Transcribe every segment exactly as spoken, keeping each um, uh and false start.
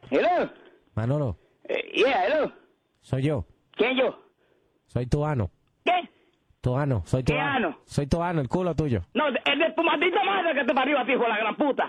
Hello. Manolo. Eh, yeah, hello. Soy yo. ¿Quién yo? Soy tu ano. ¿Qué? Tu ano. Soy tu ¿Qué ano. ano? Soy tu ano, el culo tuyo. No, es de tu maldita madre que te parió a ti, hijo de la gran puta.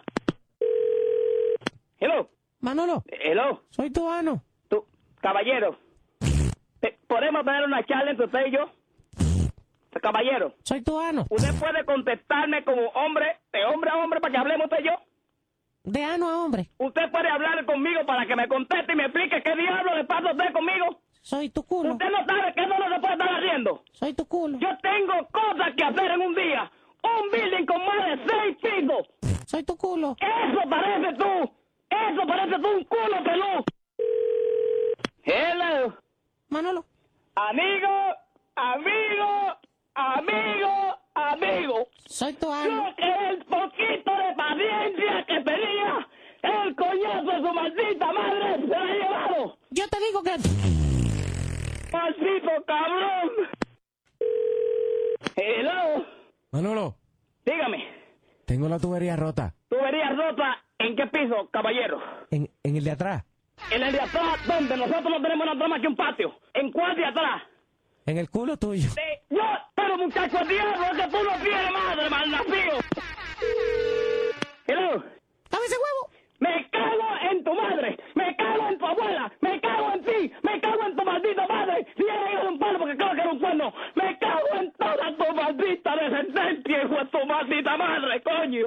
Hello. Manolo. Hello. Soy tu ano. Tú, caballero. Te- ¿Podemos tener una charla entre usted y yo? Caballero. Soy tu ano. ¿Usted puede contestarme como hombre, de hombre a hombre, para que hablemos usted y yo? De ano a hombre. ¿Usted puede hablar conmigo para que me conteste y me explique qué diablo le pasa a usted conmigo? Soy tu culo. ¿Usted no sabe que eso no se puede estar haciendo? Soy tu culo. Yo tengo cosas que hacer en un día. Un building con más de seis pisos. Soy tu culo. Eso parece tú. Eso parece tú un culo peludo. Hello. Manolo. Amigo, amigo, amigo, amigo. Soy tu Yo ano. que el poquito de paciencia que tenía, el coñazo de su maldita madre se la ha llevado. Yo te digo que... ¡Maldito cabrón! Hello. Manolo. Dígame, Tengo la tubería rota. ¿tubería rota en qué piso, caballero? En, en el de atrás. En el de atrás, donde nosotros no tenemos nada más que un patio. ¿En cuál de atrás? En el culo tuyo. De... No, pero muchacho, el diablo, es que tú no tienes madre, malnacido. Hello. ¡Dame ese huevo! Me cago en tu madre, me cago en tu abuela, me cago en ti, me cago en tu maldita madre. Si eres hijo de un palo porque creo que era un cuerno, me cago en toda tu maldita descendencia, hijo de tu maldita madre, coño.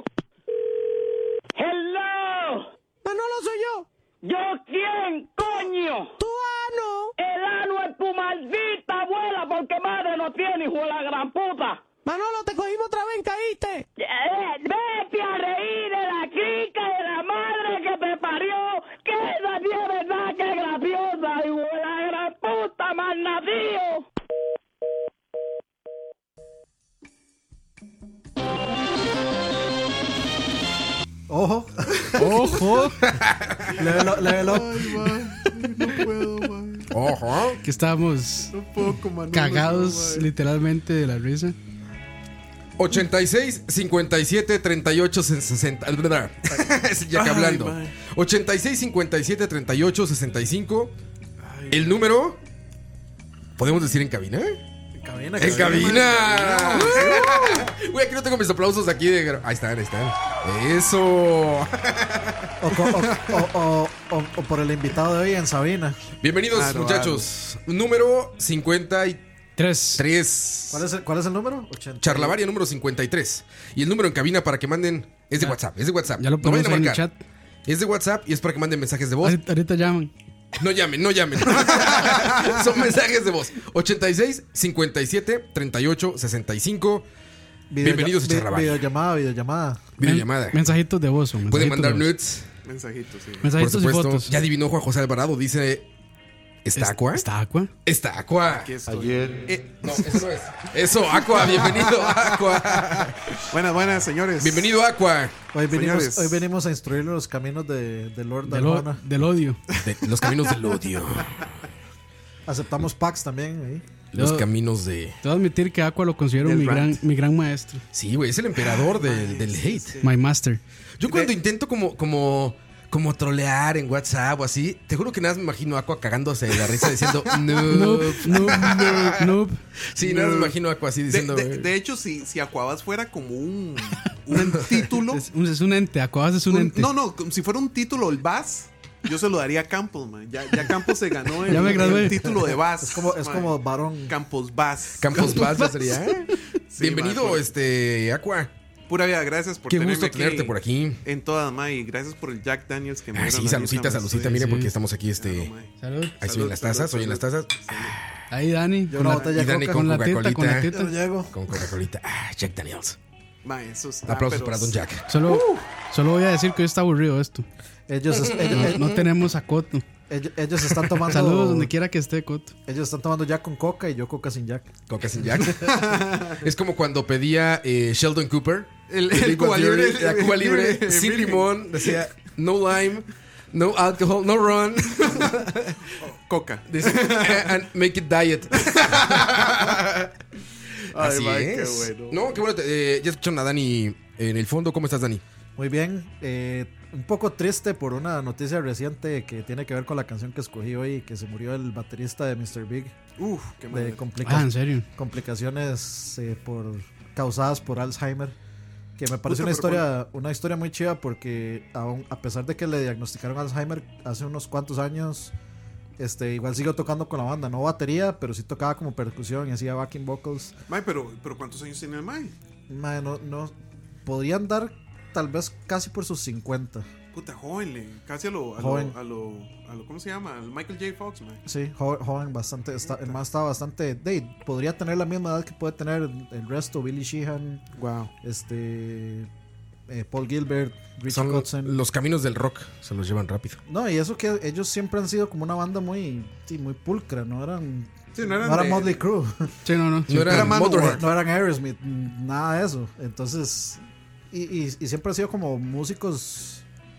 Hello. Manolo, soy yo. ¿Yo quién, coño? Tu ano. El ano es tu maldita abuela porque madre no tiene, hijo de la gran puta. Manolo, te cogimos otra vez, caíste. Eh, Vete a reír de la crica de la madre que te parió, que esa sí es verdad que es graciosa, hijo de la gran puta, mal nacido. Ojo. ¡Ojo! Level up, level up. Ay, man. No puedo, man. ¡Ojo! Que estábamos Un poco, Manolo, cagados no, literalmente de la risa. ochenta y seis, cincuenta y siete, treinta y ocho, sesenta. Ya que Ay, hablando. man. ochenta y seis, cincuenta y siete, treinta y ocho, sesenta y cinco. El número. ¿Podemos decir en cabina? En cabina. ¡En cabina! Güey, aquí no tengo mis aplausos aquí de... Ahí están, ahí están. ¡Eso! O, co- o, o, o, o, o por el invitado de hoy en Sabina. Bienvenidos, Claro, muchachos. Número cincuenta y Tres. tres. ¿Cuál es el, cuál es el número? ochenta. Charlavaria número cincuenta y tres. Y el número en cabina para que manden... Es de Ya. WhatsApp, es de WhatsApp. Ya lo No ponemos vayan a ahí en el marcar. chat. Es de WhatsApp y es para que manden mensajes de voz. Ahorita, ahorita llaman. No llamen, no llamen. Son mensajes de voz. ochenta y seis, cincuenta y siete, treinta y ocho, sesenta y cinco. Video- Bienvenidos a vi- Charlavaria. Videollamada, videollamada. Videollamada. Men- mensajitos de voz. son Pueden mensajitos mandar de voz. nudes. Mensajitos Mensajitos, sí. Por y supuesto. fotos. Ya adivinó Juan José Alvarado. Dice... ¿Está Es- Aqua? ¿Está Aqua? Está Aqua. Aquí estoy. Ayer. Eh, no, eso no es. Eso, Aqua. Bienvenido, Aqua. Buenas, buenas, señores. Bienvenido, Aqua. Hoy venimos, Señores. hoy venimos a instruir los caminos de, de Lord Del, o- Dalmona. del odio. De los caminos del odio. Aceptamos packs también ahí. Los Yo- caminos de... Te voy a admitir que Aqua lo considero Del mi gran, rant. mi gran maestro. Sí, güey. Es el emperador del, del hate. My master. Yo cuando intento como... como como trolear en WhatsApp o así, te juro que nada más me imagino a Aqua cagándose de la risa diciendo no. Noob, noob, noob, noob. Sí, nada más me imagino a Aqua así De, diciendo. de- de hecho, si, si Aquabas fuera como un, un título. Es un, es un ente. Aqua es un, un- ente. no, no, como si fuera un título, el Bass, yo se lo daría a Campos, man. Ya, ya Campos se ganó el, Ya me gradué. el título de Bass. Es como, es man. como varón. Campos Bass. Campos Vaz ya sería. ¿eh? Sí, Bienvenido, man, por- este, Aqua. Pura vida, gracias por Qué tenerme gusto aquí tenerte por aquí. En todas, ma, y gracias por el Jack Daniels que me Ah, dieron sí, ahorita, saludcita, ma. saludcita, Sí, mire, sí. porque estamos aquí, este. Claro, ma. Salud. Ahí soy en las tazas, soy en las tazas. Ahí, Dani. Yo Con una la, botella Y de Dani coca. con con la teta, Coca-Colita. con la Yo no teta. llego. Con Coca-Colita. Ah, Jack Daniels. Ma, eso está, Aplausos pero- para Don Jack. Solo, solo voy a decir que hoy está aburrido esto. Ellos, es- No, ellos, no tenemos a Coto. ellos, ellos están tomando. Saludos donde quiera que esté Coto. Ellos están tomando Jack con coca y yo coca sin Jack. Coca sin Jack. Es como cuando pedía eh, Sheldon Cooper. El, El el Cuba Libre. La Cuba Libre, el sin virgen. limón. Decía no lime, no alcohol, no ron. Coca. Dice, and make it diet. Así man, es. qué bueno. No, qué bueno. te- eh, ya escucharon a Dani en el fondo. ¿Cómo estás, Dani? Muy bien. Eh, un poco triste por una noticia reciente que tiene que ver con la canción que escogí hoy, que se murió el baterista de mister Big. Uf, qué De madre. complica- Ah, ¿en serio? complicaciones eh, por, causadas por Alzheimer. Que me parece Puta, una pero historia, una historia muy chiva porque aún, a pesar de que le diagnosticaron Alzheimer hace unos cuantos años, este, igual siguió tocando con la banda. No batería, pero sí tocaba como percusión y hacía backing vocals. Mae, pero, pero ¿cuántos años tiene el Mae? Mae, no, no, podrían dar tal vez casi por sus cincuenta. Puta, joven, le- casi a lo, a Joven. lo, a lo, a lo, ¿cómo se llama? Al Michael J. Fox, mae. Sí, joven, joven bastante. Está, el más estaba bastante. De, podría tener la misma edad que puede tener el resto: Billy Sheehan, Wow. este, eh, Paul Gilbert, Richie Son Kotzen. los caminos del rock, se los llevan rápido. No, y eso que ellos siempre han sido como una banda muy, sí, muy pulcra, no eran, Sí, no eran no eran de- Motley Crue, Sí, no, no. No Era era Manowar. Motorhead. no eran Aerosmith, nada de eso. Entonces, y, y, y siempre han sido como músicos,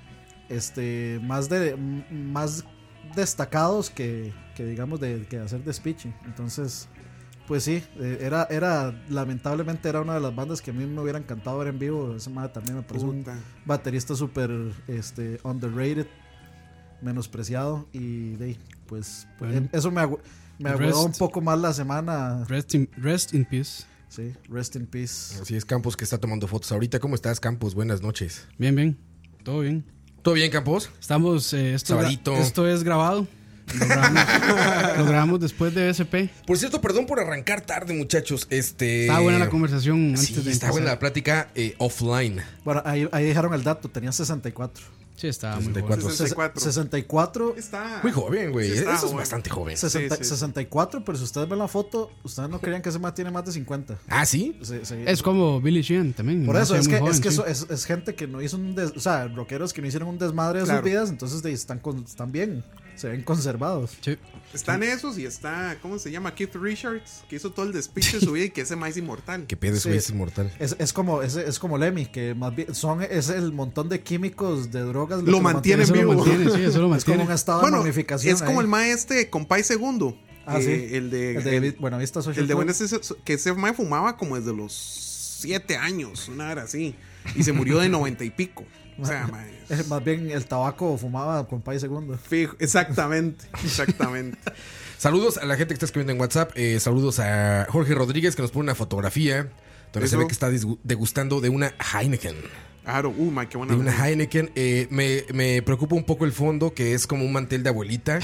este, más de, m- más destacados que, que digamos de que hacer de speech. Entonces, pues sí, eh, era, era, lamentablemente era una de las bandas que a mí me hubiera encantado ver en vivo. Ese madre también me parece un Puta. baterista súper este, underrated, menospreciado. Y de ahí, pues, pues, Bueno. eso me, agu- me Rest. agüedó un poco más la semana. Rest in, rest in peace. Sí, rest in peace. Así es, Campos, que está tomando fotos ahorita. ¿Cómo estás, Campos? Buenas noches. Bien, bien. Todo bien. ¿Todo bien, Campos? Estamos. Eh, esto, Sabadito. esto es grabado. Lo grabamos, lo grabamos después de S P. Por cierto, perdón por arrancar tarde, muchachos. Este... Estaba buena la conversación antes Sí, de está empezar. buena la plática eh, offline. Bueno, ahí, ahí dejaron el dato, tenía sesenta y cuatro. Sí, estaba muy sesenta y joven. cuatro. sesenta y cuatro. sesenta y cuatro. Está. Muy joven, güey. Sí, Eso está es joven. bastante joven. sesenta, Sí, sí. sesenta y cuatro, pero si ustedes ven la foto, ustedes no creían que ese man tiene más de cincuenta. Ah, ¿sí? Sí, sí. Es como Billy Sheehan también. Por ¿no? eso, Sí, es muy que, joven, es, que sí. eso, es, es gente que no hizo un des- o sea, rockeros que no hicieron un desmadre de Claro. sus vidas, entonces de, están, con- están bien, se ven conservados. Sí. Están esos y está, ¿cómo se llama? Keith Richards, que hizo todo el despiche de su vida y que ese Mae es inmortal. Que pedo, Sí. güey, es inmortal. Es, es como es, es como Lemmy, que más bien son es el montón de químicos de drogas Lo que mantiene Eso en lo vivo. mantiene, sí, eso lo Es como mantiene. un estado Bueno, de momificación. es como ahí. el Mae este, Compay Segundo. Ah, eh, sí. El de. El de el- Buenavista Social El de Club. Buenas que ese Mae fumaba como desde los siete años, una hora así. Y se murió de noventa y pico. O sea, Mae. Eh, Más bien el tabaco fumaba con Pay Segundo. Fijo, exactamente, exactamente. Saludos a la gente que está escribiendo en WhatsApp. eh, saludos a Jorge Rodríguez, que nos pone una fotografía donde se Eso. ve que está disgu- degustando de una Heineken. Claro, uh, Mae, qué buena. De una onda. Heineken. Eh, me, me preocupa un poco el fondo, que es como un mantel de abuelita.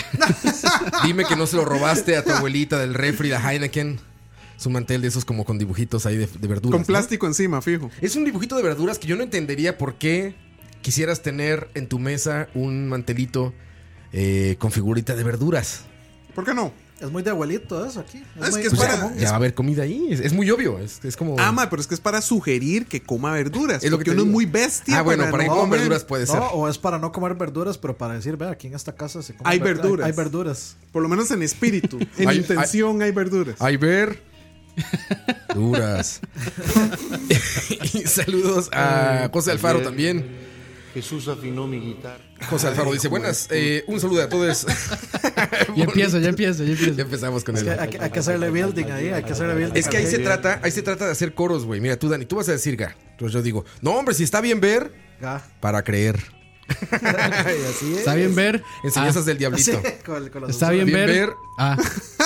Dime que no se lo robaste a tu abuelita del refri de Heineken. Es un mantel de esos como con dibujitos ahí de, de verduras. Con ¿no? plástico encima, fijo. Es un dibujito de verduras que yo no entendería por qué quisieras tener en tu mesa un mantelito eh, con figurita de verduras. ¿Por qué no? Es muy de abuelito eso aquí. Es muy- que es muy para- común. Ya va a haber comida ahí. Es, es muy obvio. Es, es como. Ah, Mae, pero es que es para sugerir que coma verduras. Es lo que porque te uno es digo. muy bestia. Ah, bueno, para ir no con comer. verduras puede ser. No, o es para no comer verduras, pero para decir, ve, aquí en esta casa se come Hay ver- verduras. Hay, hay verduras. Por lo menos en espíritu. En Hay- intención hay, verduras. Hay ver. Duras. Y saludos a José Alfaro también. Jesús afinó mi guitarra. José Alfaro dice: Buenas, eh, un saludo a todos. Ya empieza, ya empieza, ya Ya empieza. empezamos con Es que él. hay, que- hay que hacerle building ahí, hay que hacerle building. Es que ahí se Sí. trata, ahí se trata de hacer coros, güey. Mira, tú, Dani, tú vas a decir ga. Entonces yo digo, no, hombre, si está bien ver, Ah, para creer. y así es. Está bien ver. Enseñanzas Ah, del diablito. Sí, con- con los está ojos. bien, bien ver. ver. Ah,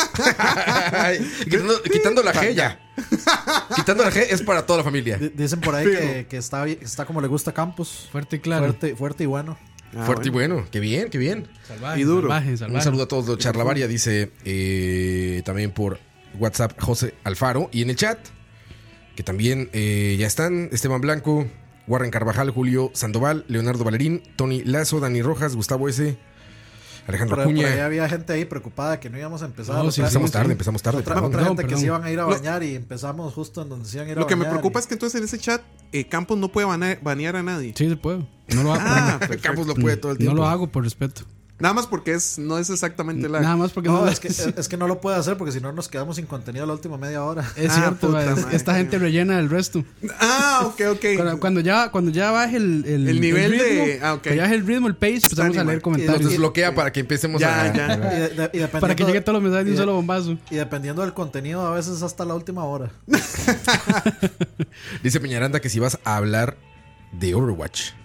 Ay, quitando, quitando la G ya. Quitando la G es para toda la familia. Di- Dicen por ahí que, que está, bien- está como le gusta a Campos. fuerte y claro. Fuerte, fuerte y bueno. Ah, Fuerte y bueno. Qué bien, qué bien. Salvaje, Y duro. salvaje, salvaje. Un saludo a todos los charlavaria, dice eh, también por WhatsApp José Alfaro. Y en el chat, que también eh, ya están Esteban Blanco, Warren Carvajal, Julio Sandoval, Leonardo Valerín, Tony Lazo, Dani Rojas, Gustavo S., Alejandro Por, por ahí Acuña. había gente ahí preocupada que no íbamos a empezar. No, Otra- sí, Empezamos sí, tarde, sí. empezamos tarde. Otra, perdón. otra Perdón, gente que perdón. se iban a ir a Lo- bañar y empezamos justo en donde se iban a ir a Lo que me bañar preocupa y- es que entonces en ese chat eh, Campos no puede bane- banear a nadie. Sí, se puede. No lo hago. Ah, por- perfecto. Campos lo puede todo el no tiempo. lo hago por respeto. Nada más porque es, no es exactamente la. Nada más porque No, no, es que, es, es que no lo puede hacer porque si no nos quedamos sin contenido la última media hora. es Ah, cierto. puta es- madre. esta gente rellena el resto. Ah, ok, ok. Cuando, cuando ya cuando ya baje el, el, El nivel ritmo, de- ah, ok. cuando ya baje el ritmo, el pace, empezamos a animal. leer Y comentarios. Nos desbloquea para que empecemos Ya, a. ya. Y, de- de- y dependiendo, para que llegue todos los mensajes de un y de- solo bombazo. Y dependiendo del contenido, a veces hasta la última hora. Dice Peñaranda que si vas a hablar de Overwatch.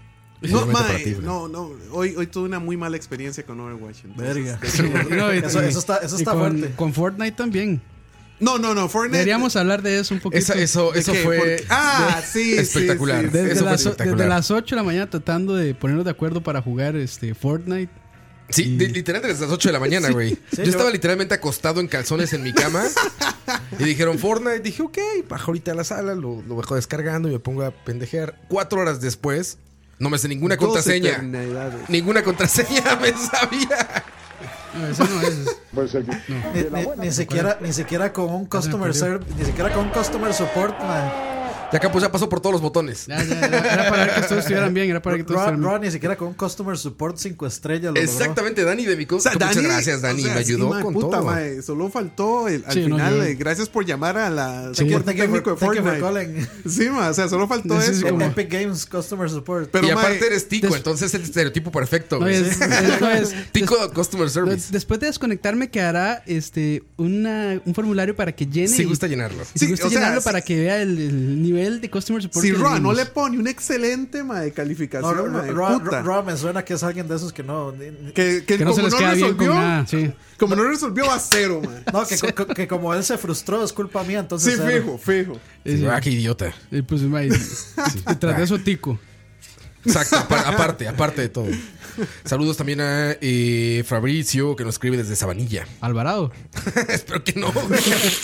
No, Solamente para mae, ti, Fran. no, no. Hoy, hoy tuve una muy mala experiencia con Overwatch. entonces, Verga. de hecho, No, y- Eso, y- eso está, eso y está con, fuerte. con Fortnite también. No, no, no. Fortnite. Deberíamos hablar de eso un poquito. Esa- eso ¿De eso qué? fue Porque- ah, sí, espectacular. sí, sí. Desde, Eso fue las, espectacular. desde las ocho de la mañana tratando de ponernos de acuerdo para jugar este Fortnite. Sí, de- literal desde las ocho de la mañana, güey. Sí, yo yo- estaba literalmente acostado en calzones en mi cama. Y dijeron Fortnite. Dije, ok, bajo ahorita a la sala, lo, lo dejo descargando y me pongo a pendejear. Cuatro horas después, no me sé ninguna Dos contraseña. eternidades. Ninguna contraseña me sabía. No, eso no es. Ni, ni- ni siquiera, ni siquiera con un customer perdió. service, ni siquiera con un customer support, man. Ya acá pues ya pasó por todos los botones. Ya, ya, era, era para ver que todos estuvieran bien. Era para que todos Roa, estuvieran bien. Roa ni siquiera con un customer support cinco estrellas lo logró. Exactamente, Dani de mi O sea, Muchas Dani, gracias, Dani. o sea, me ayudó sí, mae, con puta, todo. mae, solo faltó el, al Sí, no, final. yo- eh, gracias por llamar a la Thank you- soporte thank you for- técnico de thank you for Fortnite. calling. Sí, mae, o sea, solo faltó Sí, sí, eso. sí, como- Epic Games Customer Support. Pero, y mae, aparte eres tico, des- entonces es el estereotipo perfecto. No, güey. es, es- no, es- Tico Customer des- Service. después de desconectarme quedará este una, un formulario para que llene. Sí y- gusta llenarlo. y si Sí, gusta o sea, llenarlo sí. para que vea el, el nivel de customer support. si que Roa no dimos. le pone una excelente mae, No, calificación, Ro- mae, Roa, puta. Roa me suena que es alguien de esos que no. ni- ni- que, que Que no se como les no queda bien con resolvió, nada, sí. como no resolvió a cero, mae. No, que, co- que como él se frustró, es culpa mía, entonces. Sí, cero. fijo, fijo. Sí, sí. Ah, qué idiota. Y pues, ma, y- y tras de eso, tico. Exacto, apa- aparte, aparte de todo. Saludos también a eh, Fabricio, que nos escribe desde Sabanilla. Alvarado. Espero que no, güey.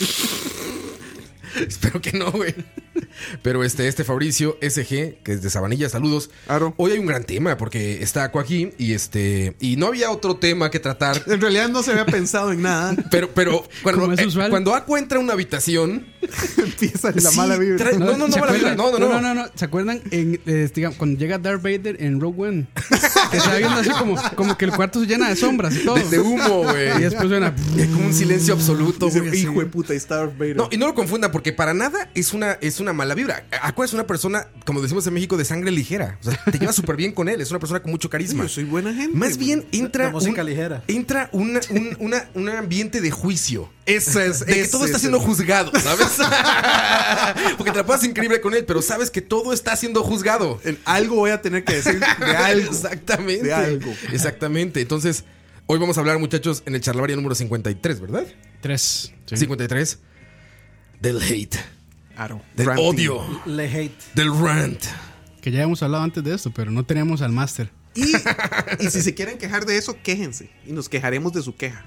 Espero que no, güey. Pero este, este Fabricio S G, que es de Sabanilla, saludos. Claro. Hoy hay un gran tema porque está Aqua aquí y este y no había otro tema que tratar. En realidad no se había pensado en nada. Pero, pero cuando, Como es eh, usual. cuando Aqua entra a una habitación, Empieza la sí, mala vibra. trae- no, no, no, ¿Se mala vibra, acuerdan? no, no, no. no, no, no. ¿Se acuerdan? En, eh, digamos, cuando llega Darth Vader en Rogue One, que está viendo así como, como que el cuarto se llena de sombras y todo. de, de humo, güey. Y después suena. Y hay como un silencio absoluto, Dice, güey. así. hijo de puta, y está Darth Vader. No, y no lo confunda porque para nada es una, es una mala vibra. Aqua es una persona, como decimos en México, de sangre ligera. O sea, te llevas súper bien con él. Es una persona con mucho carisma. Yo soy buena gente. Más bien entra de música un, ligera. entra una- un, una- un ambiente de juicio. Ese es. De que ese todo está es siendo el- juzgado, ¿sabes? Porque te la pasas increíble con él, pero sabes que todo está siendo juzgado. En algo voy a tener que decir de algo. Exactamente. De algo. Exactamente. Entonces, hoy vamos a hablar, muchachos, en el charlavaria número cincuenta y tres, ¿verdad? Tres. Sí. cincuenta y tres. Del hate. Claro. Del Ranting. odio. Le hate. Del rant. Que ya hemos hablado antes de esto, pero no teníamos al máster. Y, y si se quieren quejar de eso, quéjense. Y nos quejaremos de su queja.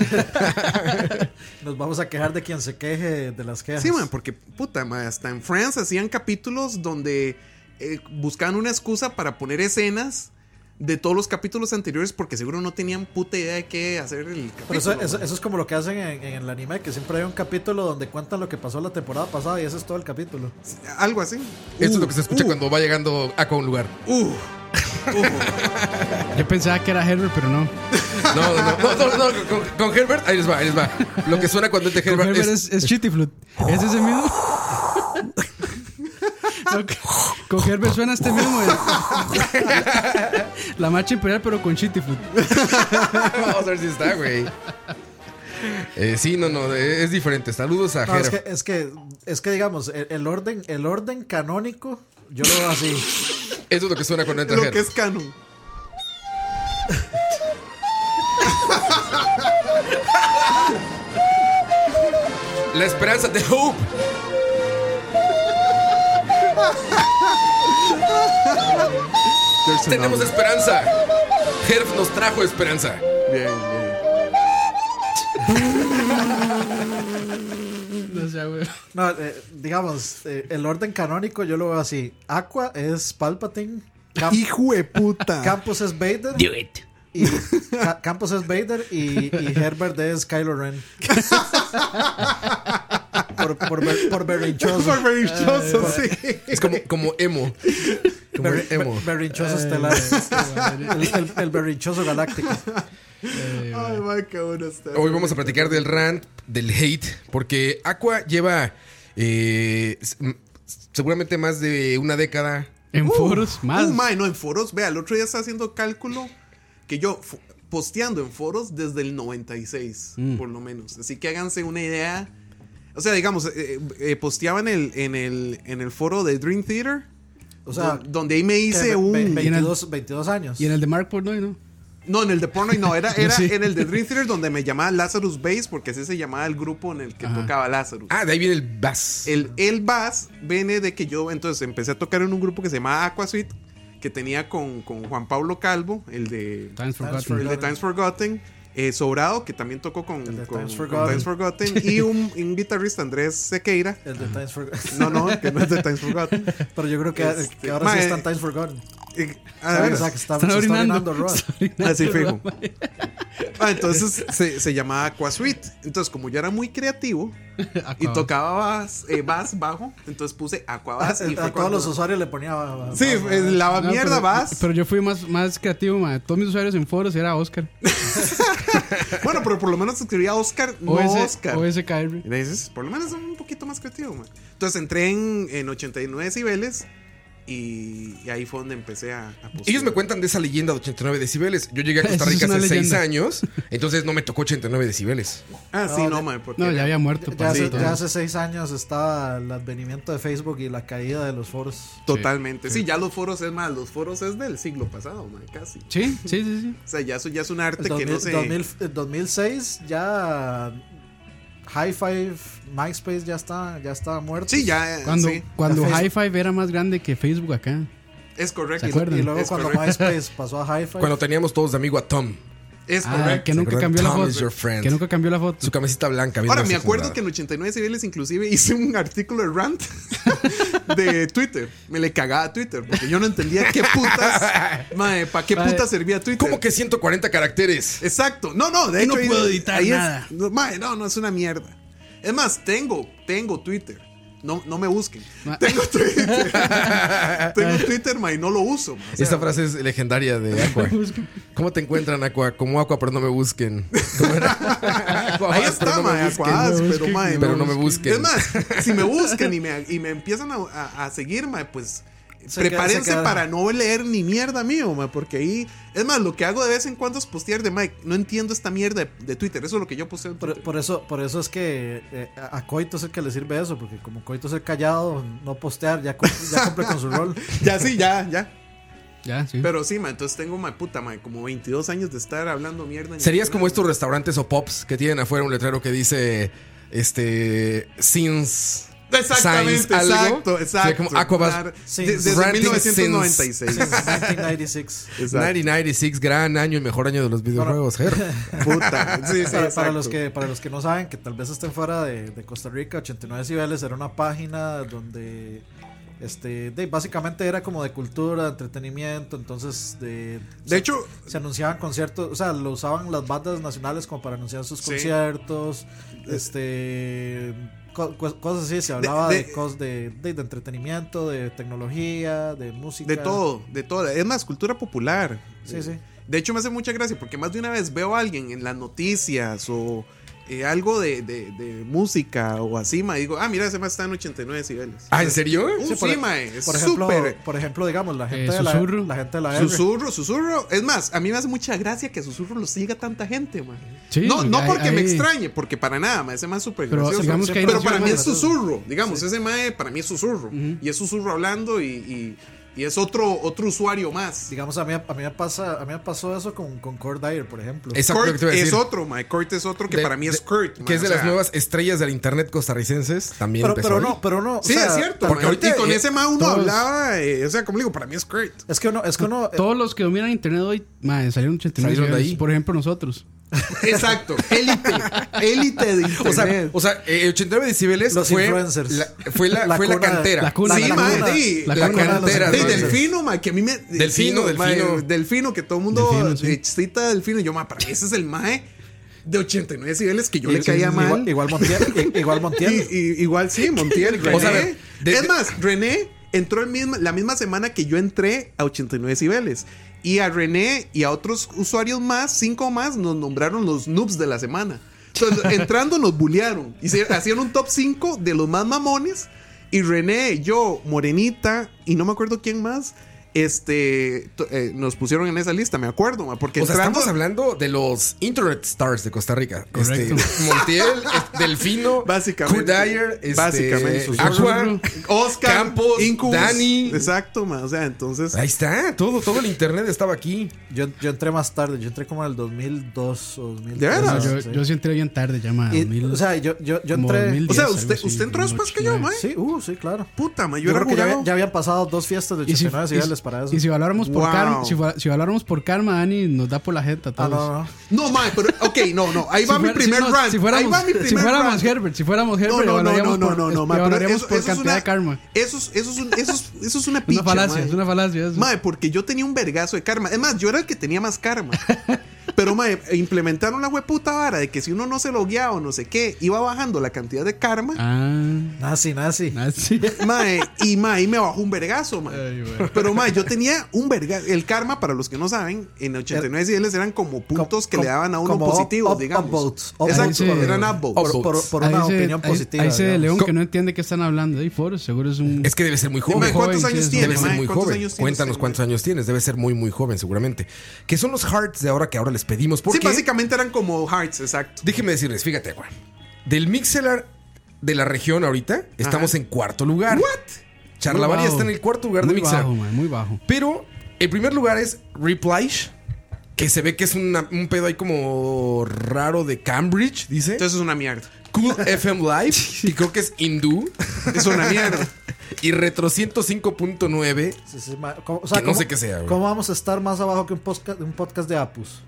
Nos vamos a quejar de quien se queje de las quejas. Sí, man, porque puta, man, hasta en Friends hacían capítulos donde eh, buscaban una excusa para poner escenas de todos los capítulos anteriores porque seguro no tenían puta idea de qué hacer el capítulo. Pero eso, eso, man. eso es como lo que hacen en, en el anime, que siempre hay un capítulo donde cuentan lo que pasó la temporada pasada y ese es todo el capítulo. Algo así. Esto es Uh, lo que se escucha uh, cuando va llegando Aqua a un lugar. uh. Yo pensaba que era Herbert, pero no. No, no, no, no, no, no, con, con Herbert, ahí les va, ahí les va. Lo que suena cuando entra Con Herbert, Herbert es, es, es Shitty Flute. ¿Es ese mismo? No, con Herbert suena este mismo. el- La marcha imperial, pero con Shitty Flute. Vamos a ver si está, güey. Eh, sí, no, no, es diferente. Saludos a No, es Herbert. que, es que, es que digamos, el, el orden, el orden canónico, yo lo veo así. Eso es lo que suena cuando entra Lo que Herbert. es canon. La esperanza de Hope. There's Tenemos another. esperanza. Herb nos trajo esperanza. Bien, bien. No sé, güey. No, eh, digamos, eh, el orden canónico yo lo veo así. Aqua es Palpatine, Cam- Hijo de puta. Campos es Vader. Do it. Y Ca- Campos es Vader y, y Herbert es Kylo Ren. por, por, ber- por berrinchoso. Por berrinchoso, sí. Es como, como emo. Como Berri- el emo. ber- berrinchoso estelar. El, el- el berrinchoso galáctico. Ay, man, qué bueno está. Hoy vamos a platicar del rant, del hate, porque Aqua lleva eh, s- m- seguramente más de una década. En Uh, foros, más. Uh, mae, no, en foros. Vea, el otro día estaba haciendo cálculo que yo fu- posteando en foros desde el noventa y seis, Mm. por lo menos. Así que háganse una idea. O sea, digamos, eh, eh, posteaba en el, en, el, en el foro de Dream Theater O sea, Don- donde ahí me hice que un... ve- Y en el- veintidós, veintidós años. Y en el de Mark Portnoy, ¿no? No, en el de Portnoy no, era, era Sí. en el de Dream Theater donde me llamaba Lazarus Bass, porque así se llamaba el grupo en el que Ajá. tocaba Lazarus. Ah, de ahí viene el bass. El, el bass viene de que yo entonces empecé a tocar en un grupo que se llamaba Aquasuite, que tenía con, con Juan Pablo Calvo, el de Times Times Forgotten. el de Times Forgotten, eh, Sobrado, que también tocó con, El de con- Times con Forgotten. Times Forgotten, y un, un guitarrista, Andrés Sequeira. El de Times Forgotten. No, no, que no es de Times Forgotten. Pero yo creo que, Este, que ahora mae, sí está en Times Forgotten. Eh, Ah, a ver, o sea, que está, Están se está orinando. orinando Rod. Están orinando, Así fijo. Rod. Ah, entonces se, se llamaba Aquasuite. Entonces, como yo era muy creativo y Aqua- tocaba bass, eh, bass bajo, entonces puse Aquabass. A, y a fue todos cuando- los usuarios le ponía. ah, Sí, ah, eh, la No, mierda pero, bass. Pero yo fui más, más creativo, ma. Todos mis usuarios en foros era Oscar. Bueno, pero por lo menos escribía Oscar, no O S, Oscar. O S K R. Y le dices, por lo menos un poquito más creativo, man. Entonces entré en, en ochenta y nueve decibeles y, y ahí fue donde empecé a, a postear. Ellos me cuentan de esa leyenda de ochenta y nueve decibeles. Yo llegué a Costa Eso es Rica una hace seis leyenda. años, entonces no me tocó ochenta y nueve decibeles. Ah, sí, No, no, ya- man. Porque No, ya había muerto. Ya, para hace, todo. ya hace seis años estaba el advenimiento de Facebook y la caída de los foros. Totalmente. Sí, ya los foros es más, los foros es del siglo pasado, man, casi. Sí, sí, sí, sí. O sea, ya eso ya es un arte El que no se... dos mil, el dos mil seis ya High Five, MySpace ya está, ya estaba muerto. Sí, ya. eh, Cuando, sí, cuando Facebook. High Five era más grande que Facebook acá. es correcto. ¿Se acuerdan? Y luego Es cuando correcto. MySpace pasó a High Five. Cuando teníamos todos de amigo a Tom, Es Ah, correcto. que nunca ¿Se cambió la acuerdan? Tom is foto. your friend. Que nunca cambió la foto. su camiseta blanca. bien Ahora, me recién acuerdo fundada. que en ochenta y nueve decibeles inclusive hice un artículo de rant de Twitter. Me le cagaba a Twitter porque yo no entendía qué putas... Mae, ¿para qué Mae, putas servía Twitter? ¿Cómo que ciento cuarenta caracteres? Exacto. No, no, de No hecho... ahí- puedo editar ahí es- nada. no, mae, no, no, es una mierda. Es más, tengo, tengo Twitter. No, no me busquen. Ma- Tengo Twitter. tengo Twitter, mae, y no lo uso. mae. O sea, Esta frase es legendaria de Aqua. ¿Cómo te encuentran, Aqua? Como Aqua, pero no me busquen. ¿Cómo era? Aqua, Ahí pero está, no me mae, busquen. Aquadas, no pero busquen, mae, Pero no. no me busquen. Es más, si me buscan y me, y me empiezan a, a- a seguir, mae, pues Se queda- prepárense se queda- para no leer ni mierda mío, mae, porque ahí... Es más, lo que hago de vez en cuando es postear de Mike. No entiendo esta mierda de, de Twitter. Eso es lo que yo posteo en Por, Twitter. por eso, por eso es que eh, a a Coito es el que le sirve eso, porque como Coito es el callado, no postear, ya, cum- ya cumple con su rol. Ya, sí, ya, ya. Ya, sí. Pero sí, ma, entonces tengo, ma, puta, ma, como veintidós años de estar hablando mierda. en Serías Instagram. como estos restaurantes o pops que tienen afuera un letrero que dice este since Exactamente, Science, algo. exacto, exacto. Sí, como Aquabas- Claro. Sí, De- desde ranting mil novecientos noventa y seis. Since nineteen ninety-six. Exacto. mil novecientos noventa y seis, gran año, el mejor año de los videojuegos, Ger. Puta. Sí, sí, Para, para exacto. los que, para los que no saben, que tal vez estén fuera de, de Costa Rica, ochenta y nueve decibeles era una página donde este de, básicamente era como de cultura, de entretenimiento, entonces de, De hecho, se anunciaban conciertos, o sea, lo usaban las bandas nacionales como para anunciar sus Sí. conciertos, este co- co- cosas así, se hablaba de- de, cosas de, de, de entretenimiento, de tecnología, de música, de todo, de todo. Es más, cultura popular. Sí, sí. De hecho, me hace mucha gracia porque más de una vez veo a alguien en las noticias o eh, algo de, de, de música o así, ma, y digo, ah, mira, ese más está en ochenta y nueve decibeles. Ah, ¿en serio? Uh, Sí, por, sí, ma, es por ejemplo, súper. por ejemplo, digamos, la gente Eh, de la, Susurro. la gente de la R. Susurro, susurro. Es más, a mí me hace mucha gracia que Susurro lo siga tanta gente, man. Sí, no, no hay- porque me hay- extrañe, porque para nada, ma, ese más es súper Pero gracioso. digamos que ahí Pero nació para mí más- es susurro, digamos, ese mae para mí es susurro. Y es susurro hablando y, y, y es otro, otro usuario más. Digamos, a mí, a mí me pasa, a mí me pasó eso con, con Core Dyer, por ejemplo. Exacto lo que Kurt te iba a es decir. otro, ma. Kurt es otro que De- para mí es de- Kurt. ma, Que es de o las sea, nuevas estrellas del internet costarricenses. También pero, empezó pero ahí. no, pero no. o Sí, sea, es cierto. porque Porque ahorita, y con eh, ese ma uno todos- hablaba, eh, o sea, como le digo, para mí es Kurt. Es que uno, es que uno, Todos los que dominan internet hoy, madre, salieron ochenta y nueve Salieron de ciudades. ahí. Por ejemplo, nosotros. Exacto, élite, élite de O sea, internet. o sea eh, ochenta y nueve decibeles Los fue influencers. la, fue la, La fue la cuna- cantera. la cuna- sí, la ma, cuna- sí. la La cuna de los cantera. De entonces. Delfino, ma, que a mí me. Delfino, sí, ma, Delfino. Delfino, que todo el mundo Delfino, sí. eh, cita a Delfino. Y yo, ma, para mí ese es el mae de ochenta y nueve decibeles que yo Sí, le sí, caía sí, mal. igual, igual Montiel, i- igual Montiel. Y- y- igual sí, Montiel. O sea, a René. ver, de- es de- más, René entró el misma, la misma semana que yo entré a ochenta y nueve decibeles. Y a René y a otros usuarios más, cinco más, nos nombraron los noobs de la semana. Entonces, entrando nos bullearon. Hicieron- Hacían un top cinco de los más mamones. Y René, yo, Morenita, y no me acuerdo quién más, este to- eh, nos pusieron en esa lista, me acuerdo, ma, porque O sea, entrando- estamos hablando de los Internet Stars de Costa Rica. Este, Correcto. Montiel, este, Delfino, Básicamente. Dyer, este, Básicamente. Aqua, Oscar, Campos, Incubus, Dani. exacto, ma, o sea, entonces Ahí está, todo, todo el internet estaba aquí. Yo, yo entré más tarde, yo entré como en el dos mil dos o dos mil tres. ¿De veras? No, sí. yo, yo sí entré bien tarde, ya, ma, Y, dos mil, o sea, yo, yo, yo como entré. dos mil o sea, diez, usted algo así, usted entró después que yo, dos mil ocho, ma. Sí, uh, sí, claro. Puta, ma, yo, Yo era creo que ya, jurado. había- ya habían pasado dos fiestas de Y si, ochenta y nueve y si- cibeles para eso. y si valoramos por Wow. karma, si, va- si valoramos por karma, Dani nos da por la jeta a Ah, todos. no, no. No, ma, pero ok, no, no, ahí va Si mi fuera- primer si no, rant. si fuéramos, ahí va mi primer si fuéramos rant. Herbert, si fuéramos Herbert, No, no, no, no, evaluaríamos no, por, no, no, ma, pero evaluaríamos eso, por eso es cantidad una, de karma. Eso es, eso es, un- eso es, eso es una Es picha, una falacia, ma. es una falacia eso. Mae, porque yo tenía un vergazo de karma. Es más, yo era el que tenía más karma. Pero, mae, implementaron la hueputa vara de que si uno no se logueaba o no sé qué, iba bajando la cantidad de karma. Ah, Nazi, nazi. ah, sí. Mae, y mae, ahí me bajó un vergazo, mae. Ay, güey. Pero, mae, yo tenía un vergazo. El karma, para los que no saben, en ochenta y nueve cibeles eran como puntos que Com- le daban a uno como positivos, up- digamos. upvotes, Exacto, upvotes. Ahí se- eran upvotes. Por, por, por Ahí una se- opinión ahí- positiva. Ahí se de digamos. León Co- que no entiende qué están hablando. Ahí foros, seguro es un. Es que debe ser muy Sí, joven. mae, ¿cuántos joven, años sí, tiene? Debe ser mae? muy ¿Cuántos joven. años tiene Cuéntanos usted, cuántos mae? años tienes. Debe ser muy, muy joven, seguramente. ¿Qué son los hearts de ahora que ahora les pedimos? Sí, Porque, básicamente eran como hearts, exacto. déjenme decirles, fíjate, Juan. Del Mixelar de la región ahorita, estamos en cuarto lugar. ¿What? Charlavaria Muy bajo. está en el cuarto lugar de Muy Mixelar. bajo, man, muy bajo. Pero el primer lugar es Replish, que se ve que es una- un pedo ahí como raro de Cambridge, dice. Entonces es una mierda. Cool F M Live, que creo que es hindú. Es una mierda. Y Retro ciento cinco punto nueve. Sí, sí, ma- ¿cómo- o sea, Que no ¿cómo- sé qué sea, güey. ¿Cómo vamos a estar más abajo que un podcast, un podcast de Apus?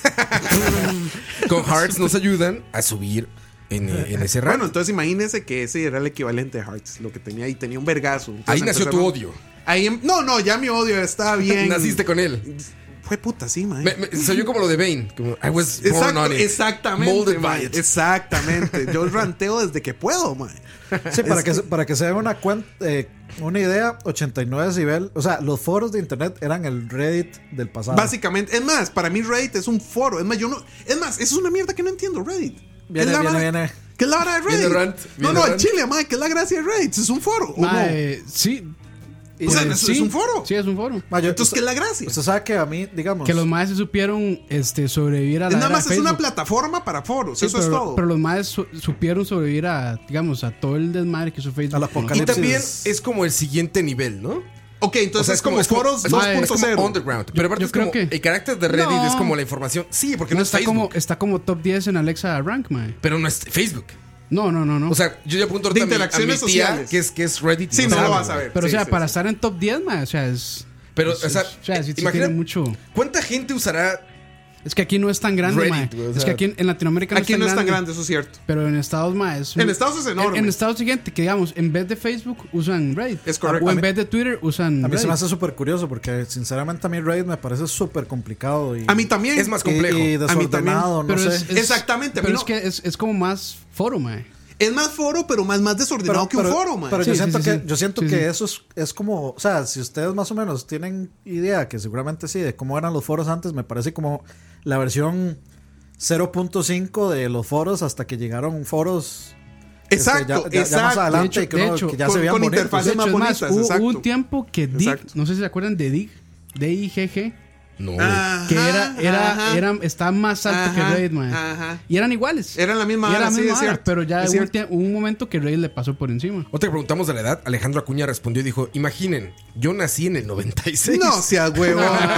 Con Hearts nos ayudan a subir en, en ese rango. Bueno, entonces imagínese que ese era el equivalente a Hearts, lo que tenía ahí, tenía un vergazo. Entonces Ahí nació tu empezaron- odio. Ahí em- no, no, ya mi odio está bien. Naciste con él. Fue puta, sí, man. Me, me- soy yo como lo de Bane. Como, I was born Exacto, on it. exactamente, Molded man. by it. Exactamente. Yo ranteo desde que puedo, man. Sí, para que, se- para que se den una, cuen- eh, una idea, ochenta y nueve decibel, o sea, los foros de internet eran el Reddit del pasado. Básicamente, es más, para mí Reddit es un foro. Es más, yo no. Es más, eso es una mierda que no entiendo, Reddit. ¿Qué Viene, es la viene, vara- viene. ¿Qué es la hora de Reddit? Viene rant, no, viene no, en rant. Chile, man, ¿qué es la gracia de Reddit? Es un foro. ¿o no? Mae, sí. Y O sea, de- es, sí. es un foro. Sí, es un foro. Ma, yo- Entonces, ¿qué es la gracia? Usted sabe que a mí, digamos. Que los maes se supieron este, sobrevivir a la Es nada era más de es una Facebook. plataforma para foros. Sí, eso pero, es todo. Pero los maes su- supieron sobrevivir a, digamos, a todo el desmadre que hizo Facebook. A la Y apocalipsis. también es como el siguiente nivel, ¿no? ok, entonces O sea, es como, foros es dos es punto cero. como underground. Pero aparte yo es como creo que- el carácter de Reddit No. es como la información. Sí, porque no, No, es está, Facebook. como, está como top diez en Alexa Rank, mae. Pero no es Facebook. No, no, no, no. O sea, yo ya apunto De ahorita a mi- a mi, interacciones tía, sociales. que es, que es Reddit. Sí, no sabe, lo vas a güey. ver. pero, Sí, o sea, sí, para sí. estar en top diez, mae, o sea, es. Pero, es- o sea, es- o sea, sí, sí imagina tiene mucho. ¿cuánta gente usará? Es que aquí no es tan grande, Reddit, mae. güey, o Es sea, que aquí en, en Latinoamérica no, Aquí no es tan grande, eso es cierto. Pero en Estados, mae, es. En Estados es enorme. En, en Estados siguiente, que digamos, en vez de Facebook usan Reddit. Es correcto. O A en mí- vez de Twitter usan A mí se Reddit. me hace súper curioso porque, sinceramente, a mí Reddit me parece súper complicado. Y, A mí también. Es más y- complejo. Y, A mí desordenado, no Pero sé. es, es- Exactamente, a mí Pero no- es que es, es como más foro, mae. Es más foro, pero más, más desordenado que un foro, man. pero Sí, yo sí, siento sí, que, sí. yo siento Sí, que sí. eso es, es como, o sea, si ustedes más o menos tienen idea, que seguramente sí, de cómo eran los foros antes, me parece como la versión cero punto cinco de los foros hasta que llegaron foros. Exacto, este, ya, ya- ya exacto. más adelante, De hecho- que, de uno- hecho, que ya con- se veían con bonitos. interfaz- De Hace más hecho, es más, bonitas, hubo, exacto. hubo un tiempo que Dig, Exacto. no sé si se acuerdan de Dig, D I G G, No. Ajá, que era, era, ajá. era, estaba más alto Ajá, que Reddit, mae. ajá. Y eran iguales. Eran la misma Y era vara, la sí, misma es vara, cierto, pero ya es hubo un, cierto. tie- hubo un momento que Reddit le pasó por encima. Otra que preguntamos de la edad, Alejandro Acuña respondió y dijo, imaginen, yo nací en el noventa y seis. No seas huevo.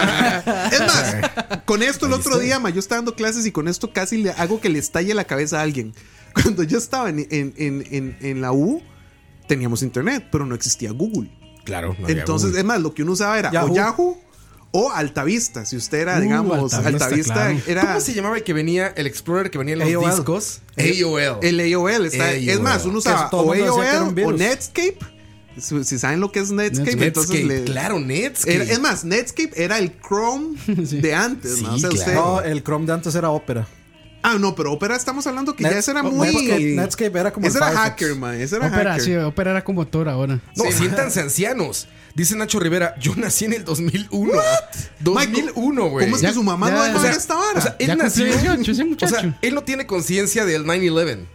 Es más, con esto el otro día, ma, yo estaba dando clases y con esto casi le hago que le estalle la cabeza a alguien. Cuando yo estaba en, en, en, en, en la U, teníamos internet, pero no existía Google. Claro, no había Entonces, Google. es más, lo que uno usaba era Yahoo. o Yahoo o Altavista. Si usted era, Uh, digamos, Altavista, Altavista, claro. era ¿Cómo se llamaba el que venía, el Explorer que venía en los A O L. discos? A O L. el A O L. Está, A O L. Es más, uno usaba Que todo o el mundo decía que era A O un L o virus. Netscape. Si si saben lo que es Netscape, Netscape. entonces Netscape, le- claro, Netscape. Era- es más, Netscape era el Chrome Sí. de antes, ¿no? O Sí, sea, usted- claro. No, el Chrome de antes era Opera. Ah, no, pero Opera estamos hablando que ya Net- ese era oh, muy. Netscape- Netscape era como Ese el era Firefox. hacker, man. Ese era Opera, hacker. sí, Opera era como Tor ahora. No, Sí. siéntanse ancianos. Dice Nacho Rivera, yo nací en el dos mil uno. dos mil uno, güey. ¿Cómo es Ya- que su mamá ya- no va a o ver sea, esta vara? O sea, él Ya nació. cumplió dieciocho, ese O muchacho. sea, él no tiene conciencia del nueve once.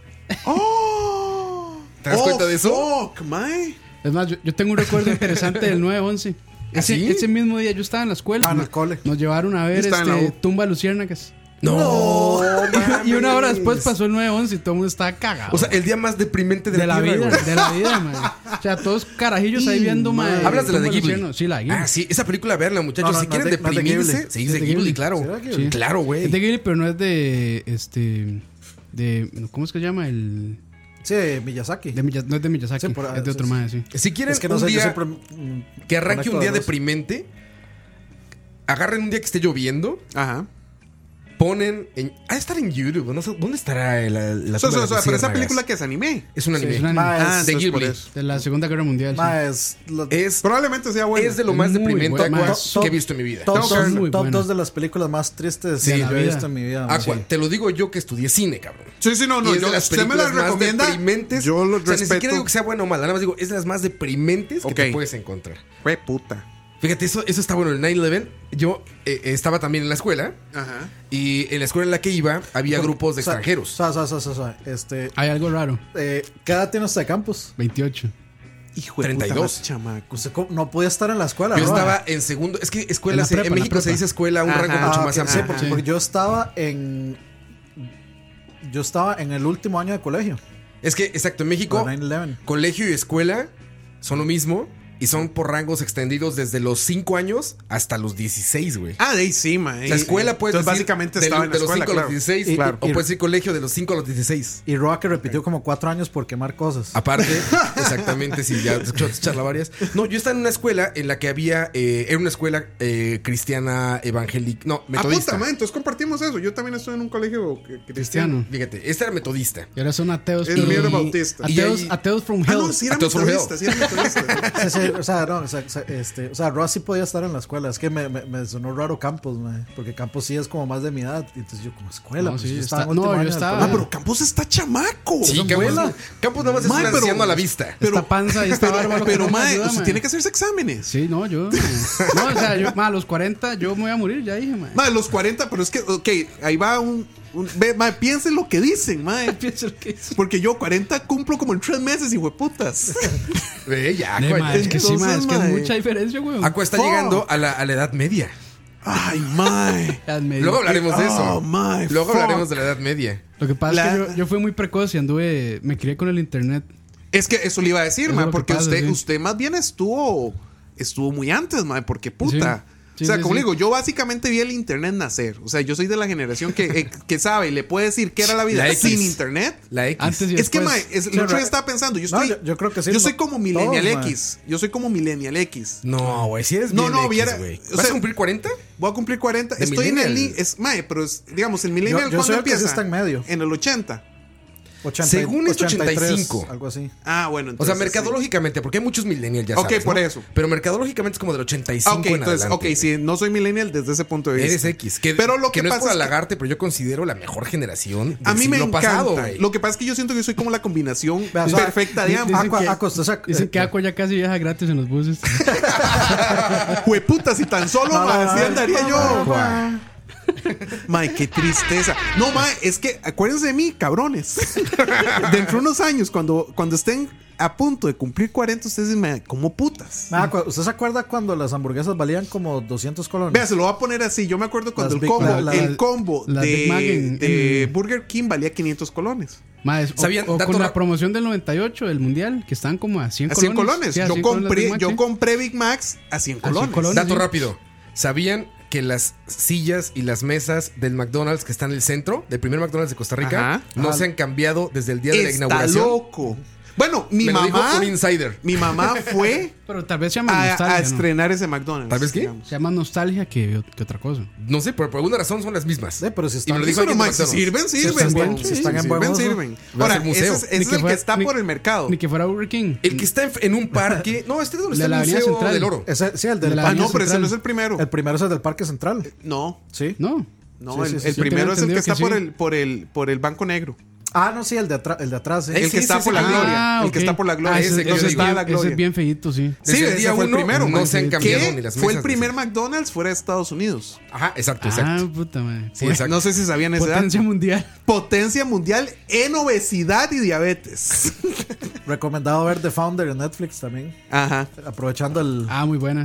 ¡Oh! ¿Te das Oh, cuenta de eso? Fuck, man. Es más, yo, yo tengo un recuerdo interesante del nueve once. Ese, ¿Así? ese mismo día yo estaba en la escuela. Ah, en nos, el cole. nos llevaron a ver Yo estaba en la este, U. Tumba Luciérnagas. No. Y una hora después pasó el nueve once y todo el mundo estaba cagado. O sea, el día más deprimente de, de la tierra, vida, güey. de la vida, man. O sea, todos carajillos ahí viendo, man. ¿Hablas de la de Tumba Ghibli? Luciérnagas. Sí, la de Ghibli. Ah, sí, esa película, verla, muchachos. No, no, si no quieren es de- no es de deprimirse, Ghibli. sí, Es es de de Ghibli, Ghibli. claro. ¿Será Ghibli? Sí. Claro, güey. Es de Ghibli, pero no es de. Este. De. ¿Cómo es que se llama? El. Sí, Miyazaki. De Miya- no es de Miyazaki, Sí, por- es de otro sí, sí. más, sí. Si quieren Es que no un sé, yo día siempre. mm, que arranque conecto un día los dos. deprimente, agarren un día que esté lloviendo, Ajá. ponen en... Ah, estar en YouTube, no sé, ¿dónde estará la, la So, tumba so, de so, las pero esa luciérnagas? película que es anime. Es un Sí, anime. es un anime. Ma, Ah, es, de entonces por Ghibli. eso. De la Segunda Guerra Mundial. sí. ma, es, lo- Es, Probablemente sea bueno. es de lo más Es muy deprimente buena, Aqua, ma. que he visto en mi vida. top, Tengo que dos- verla. Muy top buena. dos de las películas más tristes Sí, que de yo la he vida. visto en mi vida. ma. Aqua, Sí. te lo digo yo que estudié cine, cabrón. Sí, sí, no, no. y es Yo, de las usted me la películas más recomienda. deprimentes. Yo lo O sea, ni respeto. siquiera digo que sea bueno o malo, nada más digo, es de las más deprimentes que Ok. te puedes encontrar. Fue puta. Fíjate, eso, eso está bueno. El nueve once, yo eh, estaba también en la escuela. Ajá. Y en la escuela en la que iba había grupos de O sea, extranjeros. o sea, o sea, o sea, o sea, este, Hay algo raro. eh, ¿qué edad tiene usted, Campos? veintiocho. Hijo de treinta y puta, dos. más chamaco. Usted co- no podía estar en la escuela, Yo ¿no? estaba en segundo. Es que escuela En la se- prepa, en en la México se prepa. dice escuela un Ajá. rango mucho Ah, más ok, amplio. sí, porque, Sí. porque yo estaba en. Yo estaba en el último año de colegio. Es que, exacto, en México, nueve once. colegio y escuela son lo mismo. Y son por rangos extendidos desde los cinco años hasta los dieciséis, güey. Ah, de ahí sí, ma. La escuela puede Entonces, básicamente de, estaba en la de los escuela, cinco a claro. los dieciséis. Y- claro. y- o puede decir colegio de los cinco a los dieciséis. Y Roa que repitió como cuatro años por quemar cosas. Aparte, exactamente, si ya escuchó charla varias. No, yo estaba en una escuela en la que había. Eh, era una escuela eh, cristiana evangélica. No, metodista. Ah, puta, ma, entonces compartimos eso. Yo también estoy en un colegio que- cristiano. Cristiano. Fíjate, este era metodista. Y ahora son ateos. El y- mío era bautista. Y Ateos, ahí- ateos from Ah, hell. no, sí era Ateos for metodista, hell. sí era metodista. Sí, sí, o sea, no, o sea, o sea, este, o sea, Roa sí podía estar en la escuela. Es que me, me, me sonó raro Campos, mae, porque Campos sí es como más de mi edad. Y entonces yo, como escuela, No, pues sí, yo está- estaba en no, último yo año del estaba- Ah, colegio. pero Campos está chamaco. Sí, Son Campos, buenas. Campos nada más es Mae, un pero- anciano a la vista. Pero- Esta panza y esta Pero, barba. lo que pero no me mae, ayuda, usted mae. tiene que hacerse exámenes. Sí, no, yo. mae. No, o sea, yo, mae, a los cuarenta yo me voy a morir, ya dije, mae. Mae, los cuarenta, pero es que, ok, ahí va un. un ve, mae, piensen lo que dicen, mae. Pienso lo que hice. Porque yo cuarenta cumplo como en tres meses, hijo de putas. Ve, ya, Ne, Aqua, mae, es que sí, mae, es que es Entonces, mae. mucha diferencia, güey. Aqua está Fuck. llegando a la, a la edad media. Ay, mae. Luego hablaremos de eso. Oh, my Luego fuck. hablaremos de la edad media. Lo que pasa La- es que yo, yo fui muy precoz y anduve. Me crié con el internet. Es que eso le iba a decir, Eso es mae, lo que porque pasa, usted, sí. usted más bien estuvo. Estuvo muy antes, mae, porque puta. Sí. Sí, o sea, sí, como sí. le digo, yo básicamente vi el internet nacer. O sea, yo soy de la generación que, eh, que sabe y le puede decir qué era la vida La X. sin internet. La X. Antes y Es que, después. mae, es, el Sí, otro día ra- estaba pensando, yo No, estoy. yo- yo creo que sí, Yo no- soy como Millennial todos, mae. X. Yo soy como Millennial X. No, güey, si eres No, bien no, X, viera- güey. o ¿Vas sea- a cumplir cuarenta? Voy a cumplir cuarenta. De Estoy en el. millennial. li- Es, mae, pero es, digamos, el Millennial, Yo- yo ¿cuándo soy el que sí empieza? está en medio. En el ochenta. ochenta, Según esto, ochenta y tres, ochenta y cinco. Algo así. Ah, bueno, O entonces. sea, mercadológicamente, porque hay muchos millennials ya Ok, sabes, por ¿no? eso. Pero mercadológicamente es como del ochenta y sí. Ah, cinco ok, en entonces, adelante, ok, sí, no soy Millennial desde ese punto de vista. Eres X. Que, Pero lo que que, no es pasa por es que halagarte, pero yo considero la mejor generación del a mí me siglo encanta. pasado, güey. Lo que pasa es que yo siento que soy como la combinación Vea, o sea, perfecta de di- ambos. dicen Aqua- que- Aqua, usted saca- Dicen que eh, Aqua ya casi viaja gratis en los buses. Jueputa, si tan solo, No, ma, no, así no, andaría no, yo. no, Mae, qué tristeza. No, mae, es que acuérdense de mí, cabrones. Dentro de unos años, cuando, cuando estén a punto de cumplir cuarenta, ustedes dicen, mae, ¿cómo putas? mae, Aqua, ¿usted se acuerda cuando las hamburguesas valían como doscientos colones? Vea, se lo voy a poner así. Yo me acuerdo cuando Las el Big combo, Mac, la- el combo la Big Mac de, en- de en- Burger King valía quinientos colones. Más, o, ¿Sabían? o Dato con ra- la promoción del noventa y ocho del mundial, que están como a cien A colones. cien colones. Sí, a yo, cien colones las compré, Big Mac, yo sí. compré Big Macs a cien A cien colones. colones. Dato sí. rápido. ¿Sabían que las sillas y las mesas del McDonald's que están en el centro, del primer McDonald's de Costa Rica, Ajá. no Ajá. se han cambiado desde el día de la Está inauguración? loco. Bueno, mi Me lo dijo mamá. un insider. Mi mamá fue Pero tal vez se llama a, nostalgia. a ¿no? estrenar ese McDonald's. ¿Tal vez qué? digamos. Se llama nostalgia que, que otra cosa. No sé, pero por alguna razón son las mismas. Eh, pero si Y están- me lo dijo Pero, alguien de mae, si McDonald's. sirven, sirven. están- güey. si están en buen sirven, uso. sirven. Va a Ahora, ser museo. ese es, ese Ni es que el fuera- que está ni- por el mercado. Ni que fuera Burger King. El que está en, en un parque. No, este es donde De está la el Avenida Museo Central. del Oro. Ese, sí, el del De la Ah, parque. no, pero ese Central. no es el primero. El primero es el del Parque Central. No, Sí. No. no, Sí, el, sí, sí, el sí. primero Yo es el que tenía está entendido por que el, por el, por el Banco Negro. Ah, no, sí, el de atrás, el de atrás. sí. Eh, El sí, que está sí, por sí. la gloria. Ah, El que ok. está por la gloria. Ah, ese ese, que yo ese digo. está está la ese gloria. es bien feíto, sí. Desde Sí, el ese día fue el uno primero, no man. se han Sí. cambiado Que ni las fue el mesas, primer ni- McDonald's fuera de Estados Unidos. Ajá, exacto, Ah, exacto. puta madre. Sí, exacto. No sé si sabían ese Potencia dato. mundial. Potencia mundial en obesidad y diabetes. Recomendado ver The Founder en Netflix también. Ajá. Aprovechando el. Ah, muy buena.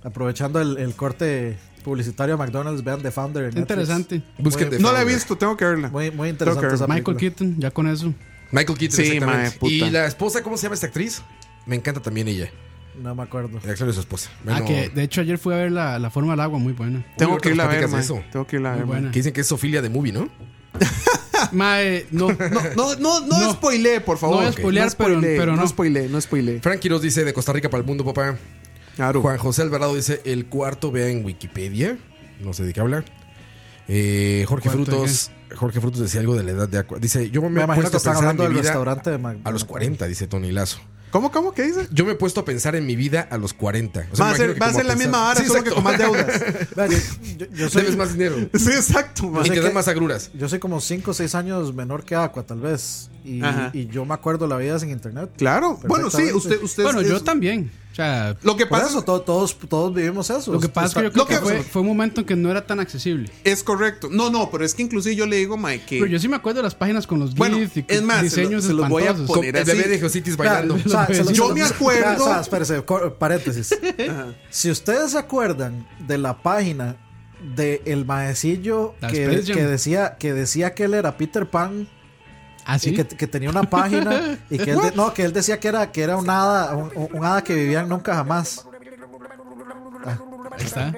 Aprovechando el, el corte publicitario a McDonald's, vean The Founder en Netflix. Interesante. Busquen Muy- The No la he Founder. visto, tengo que verla. Muy, muy interesante Tucker. esa Michael película. Keaton, ya con eso. Michael Keaton, Sí, exactamente. mae, puta. Y la esposa, ¿cómo se llama esta actriz? Me encanta también ella. No me acuerdo. El actor de su esposa. Ah, Bueno, que de hecho ayer fui a ver la, la forma del agua, muy buena. Tengo ahorita que irla a nos ver, platicas de mae. eso. Tengo que irla a Muy ver, mae. buena. que dicen que es Sofía de movie, ¿no? Mae, no, No, no, no, no, No. spoilee, por favor. No voy a spoilear, pero- spoilee, pero no. No spoilee, no spoilee. Frank Quiroz dice de Costa Rica para el mundo, papá. Claro. Juan José Alvarado dice el cuarto, vea en Wikipedia. No sé de qué habla. Eh, Jorge ¿Cuarto de Frutos. Jorge Frutos decía algo de la edad de Aqua. Dice, yo me, Me he imagino puesto que a están pensar en hablando mi del vida restaurante de Mac- a los cuarenta, dice Tony Lazo. ¿Cómo, cómo? ¿Qué dice? Yo me he puesto a pensar en mi vida a los cuarenta. O sea, Va a me ser, imagino que va a como ser la pensar- misma vara, Sí, solo que exacto. con más deudas. Vea, yo, yo- yo soy, Debes más dinero. Sí, exacto, man. Y sé te dan que- más agruras. yo soy como cinco o seis años menor que Aqua, tal vez. Y, Ajá. y yo me acuerdo la vida sin internet. Claro. Bueno, sí, Perfectamente. usted, usted bueno, es- yo también. O sea, Lo que Por pasa eso, to- todos, todos vivimos eso. lo que pasa es que yo creo Lo que que- fue, fue un momento en que no era tan accesible. es correcto. No, no, pero es que inclusive yo le digo, Mike, que Pero yo sí me acuerdo de las páginas con los Bueno, GIFs y es más, se lo- diseños se los voy a espantosos. poner. Con el así. bebé de Geocities bailando. O sea, se lo- Yo se lo- me acuerdo- O sea, espérese, cor- paréntesis. Si ustedes se acuerdan de la página de el maecillo La que, Space Jam. que decía que decía que él era Peter Pan ¿Ah, sí? y que, que tenía una página y que él de- no, que él decía que era que era un hada, un, un hada que vivía nunca jamás. Ahí está.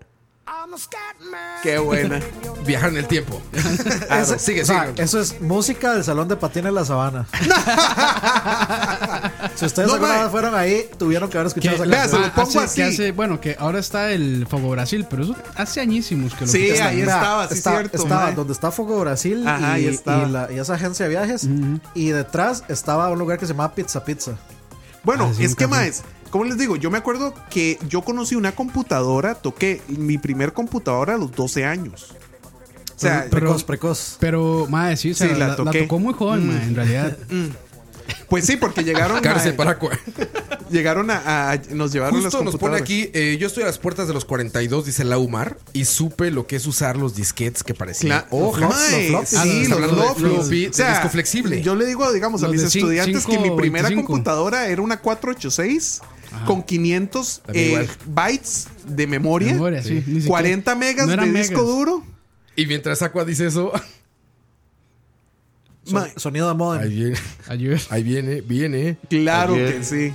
qué buena. Viajar en el tiempo. Ese- sigue, o sea, sigue. eso es música del salón de patines en la sabana. Si ustedes No, alguna mae. vez fueron ahí, tuvieron que haber escuchado Que- esa Vea, se canción. lo pongo hace- que así. hace- bueno, que ahora está el Fogo Brasil, pero eso hace añísimos que lo Sí, quitaron. ahí Mira, estaba, sí, está- cierto. estaba mae. donde está Fogo Brasil Ajá, y, ahí estaba. y la- y esa agencia de viajes. Y detrás estaba un lugar que se llamaba Pizza Pizza. Bueno, Ah, sí, es que nunca fui. más, como les digo, yo me acuerdo que yo conocí una computadora, toqué mi primer computadora a los doce años. O sea, Pero- Precoz, precoz. Pero, madre, sí, o sea, Sí, la la, la toqué. tocó muy joven, mae, en realidad. pues sí, porque llegaron Cárcel a, para Aqua. llegaron a, a- nos llevaron las Justo nos pone computadoras. aquí, eh, yo estoy a las puertas de los cuarenta y dos, dice Laumar, y supe lo que es usar los disquetes que parecían Cla- hojas. Mae, los floppies. Ah, sí, está los hablando de floppies. floppy, de disco flexible. Yo le digo, digamos, a Los mis de cin- estudiantes que mi primera cinco veinticinco. computadora era una cuatrocientos ochenta y seis con quinientos También eh, igual. bytes de memoria, Memoria, sí, ni siquiera- cuarenta megas no de eran disco megas. duro. Y mientras Aqua dice eso, Son- Mae, sonido de ahí modem. viene, Ayer. ahí viene, viene. claro Ayer. que sí.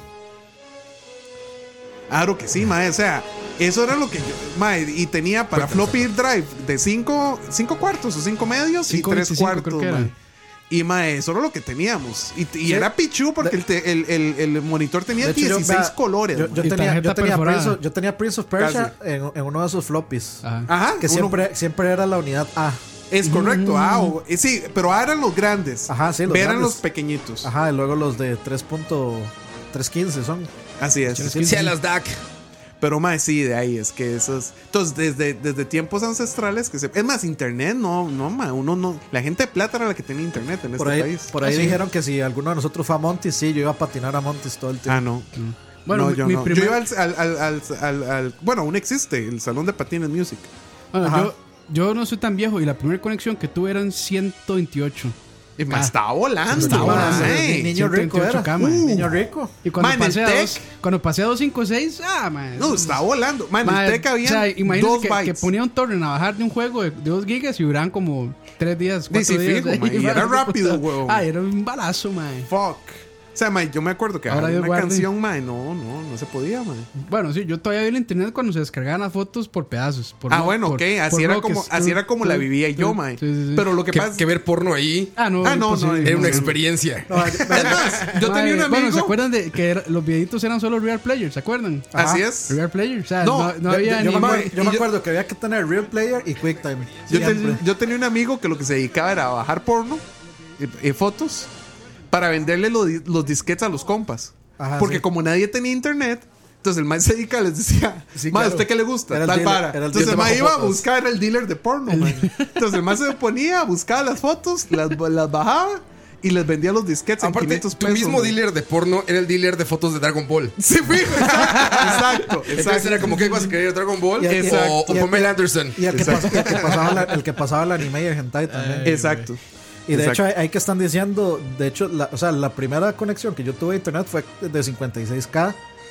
Claro que sí, mae. O sea, eso era lo que yo. Mae, y tenía para floppy drive de cinco cuartos o cinco medios cinco y tres veinticinco cuartos. creo que era. mae. Y mae, eso era lo que teníamos. Y, y Sí. era pichu porque el, te- el, el, el monitor tenía De hecho, yo- dieciséis vea, colores. Yo, mae. yo Y tenía, tarjeta yo, tenía perforada. Prince of, yo tenía Prince of Persia en, en uno de esos floppies. Ajá. Ajá, Que uno- siempre, siempre era la unidad A. es correcto. Ah, o- eh, sí, pero A eran los grandes. Ajá, sí, los B eran grandes. los pequeñitos. Ajá, y luego los de tres punto trescientos quince son. Así es. Sí, a las D A C. Pero más sí, de ahí es que esos. Entonces, desde, desde tiempos ancestrales que se. Es más, internet, no, no, ma, uno no. La gente de plata era la que tenía internet en Por este ahí, país. por ahí Ah, sí. dijeron que si alguno de nosotros fue a Montis, sí, yo iba a patinar a Montis todo el tiempo. Ah, no. Bueno, No, mi, yo mi no. primer- Yo iba al, al, al, al- al- al- Bueno, aún existe, el Salón de Patines Music. bueno, Ajá. yo, yo no soy tan viejo y la primera conexión que tuve eran ciento veintiocho. Y me Ah. estaba volando. Estaba Ah, volando. mae. ni- niño rico era. K, man. Uh, niño rico. Y cuando Man, el pasé, a Tec. dos, cuando pasé a doscientos cincuenta y seis, ah, man. No, estaba volando. Man, Man, el Tec había o sea, imagínate dos que, que bytes. ponía un torrent a bajar de un juego de, de dos gigas y duraban como tres días, cuatro Sí, sí, días. fijo, ahí, man, y man, era puta. rápido, huevón. Ah, era un balazo, man. Fuck. O sea, man, yo me acuerdo que Ahora había Dios una guarde. canción, man. No, no, no se podía, man. Bueno, sí, yo todavía vi el internet cuando se descargaban las fotos por pedazos. Por Ah, blo- bueno, por- ok. Así por era bloques. como, así era como la vivía yo, Sí, man. sí, sí. Pero lo que Que, pasa que ver porno ahí Ah, no, Ah, no, imposible, no, era una no. experiencia. No, Es más, yo Mae, tenía un amigo. Bueno, ¿se acuerdan de que era- los videitos eran solo Real Player? ¿Se acuerdan? Así Ajá. es. Real Player. O sea, No, no, no Yo- había yo, yo ni. me, Mae, acuerdo, yo y me yo- acuerdo que había que tener Real Player y QuickTime. Yo, te- Siempre. yo tenía un amigo que lo que se dedicaba era a bajar porno y, y fotos para venderle los, di- los disquetes a los compas. Ajá, Porque sí. como nadie tenía internet, entonces el man se dedica, les decía, Sí, "Ma, claro. ¿usted qué le gusta? Era el Tal dealer- para. era el Entonces el dealer man bajo iba a fotos. buscar, era el dealer de porno, man. Entonces el man se ponía, buscaba las fotos, las, las bajaba y les vendía los disquetes en Aparte, quinientos tu pesos. mismo man. dealer de porno era el dealer de fotos de Dragon Ball. Sí, fijo, exacto, exacto, Entonces exacto. era como que vas a querer Dragon Ball Y- y- o, o y- Pamela Anderson. Y el que, pas- el que pasaba la- el que pasaba el anime y el hentai también. Exacto. Y de Exacto. hecho, hay, hay que están diciendo, de hecho, la, o sea, la primera conexión que yo tuve a internet fue de cincuenta y seis K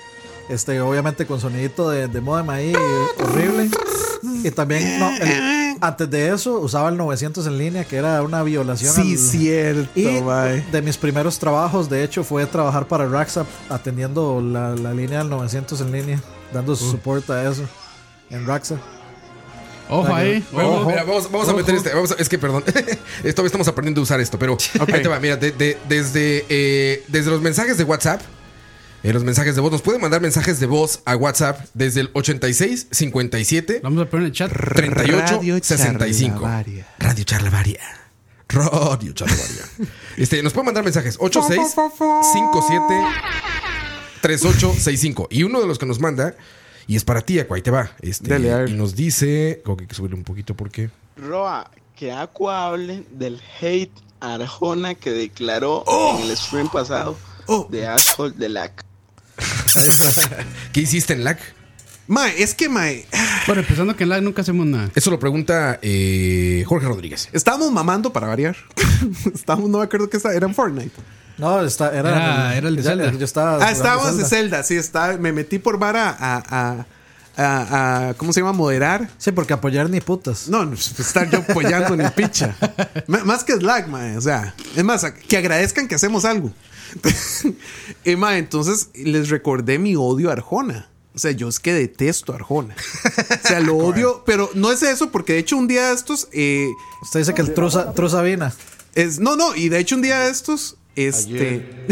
Este, obviamente con sonidito de, de modem ahí horrible. Y también, no, el- antes de eso, usaba el novecientos en línea, que era una violación. Sí, al- cierto, Y mae. de mis primeros trabajos, de hecho, fue trabajar para Raxap atendiendo la, la línea del novecientos en línea, dando soporte a eso en Raxap. Ojo ahí. Bueno, Ojo. mira, vamos, vamos a Ojo. meter este. Vamos a- es que, perdón. Todavía estamos aprendiendo a usar esto, pero ahí te va. Mira, de- de- desde, eh, desde los mensajes de WhatsApp, eh, los mensajes de voz, nos pueden mandar mensajes de voz a WhatsApp desde el ochenta y seis cincuenta y siete Vamos a poner en el chat. treinta y ocho Radio sesenta y cinco. Charlavaria. Radio Charlavaria. Radio Charlavaria. Este, nos pueden mandar mensajes ochenta y seis cincuenta y siete treinta y ocho sesenta y cinco. Y uno de los que nos manda, y es para ti, Aqua, ahí te va. Este, Dale, a ver. y nos dice. Creo que hay que subirle un poquito porque. Roa, que Aqua hable del hate a Arjona que declaró en el stream pasado Oh. de Asshole de Lac. ¿Qué hiciste en L A C? Mae, es que, mae, Bueno, empezando que en live nunca hacemos nada. Eso lo pregunta eh, Jorge Rodríguez. estábamos mamando para variar. Estábamos, no me acuerdo qué estaba, era en Fortnite. No, está, era, Era- era el de ya- Zelda. Yo estaba Ah, jugando estábamos de Zelda. Zelda, sí, estaba, me metí por vara a, a, a, a- ¿cómo se llama? Moderar. Sí, porque apoyar ni putas. No, no, pues, estar yo apoyando ni picha. M- Más que Slack, mae. O sea, es más, a- que agradezcan que hacemos algo. Y, mae, entonces les recordé mi odio a Arjona. O sea, yo es que detesto a Arjona. O sea, lo odio, pero no es eso, porque de hecho un día de estos. eh, Usted dice que el Trusa, Trusa Vina. es, no, no, y de hecho un día de estos. Este.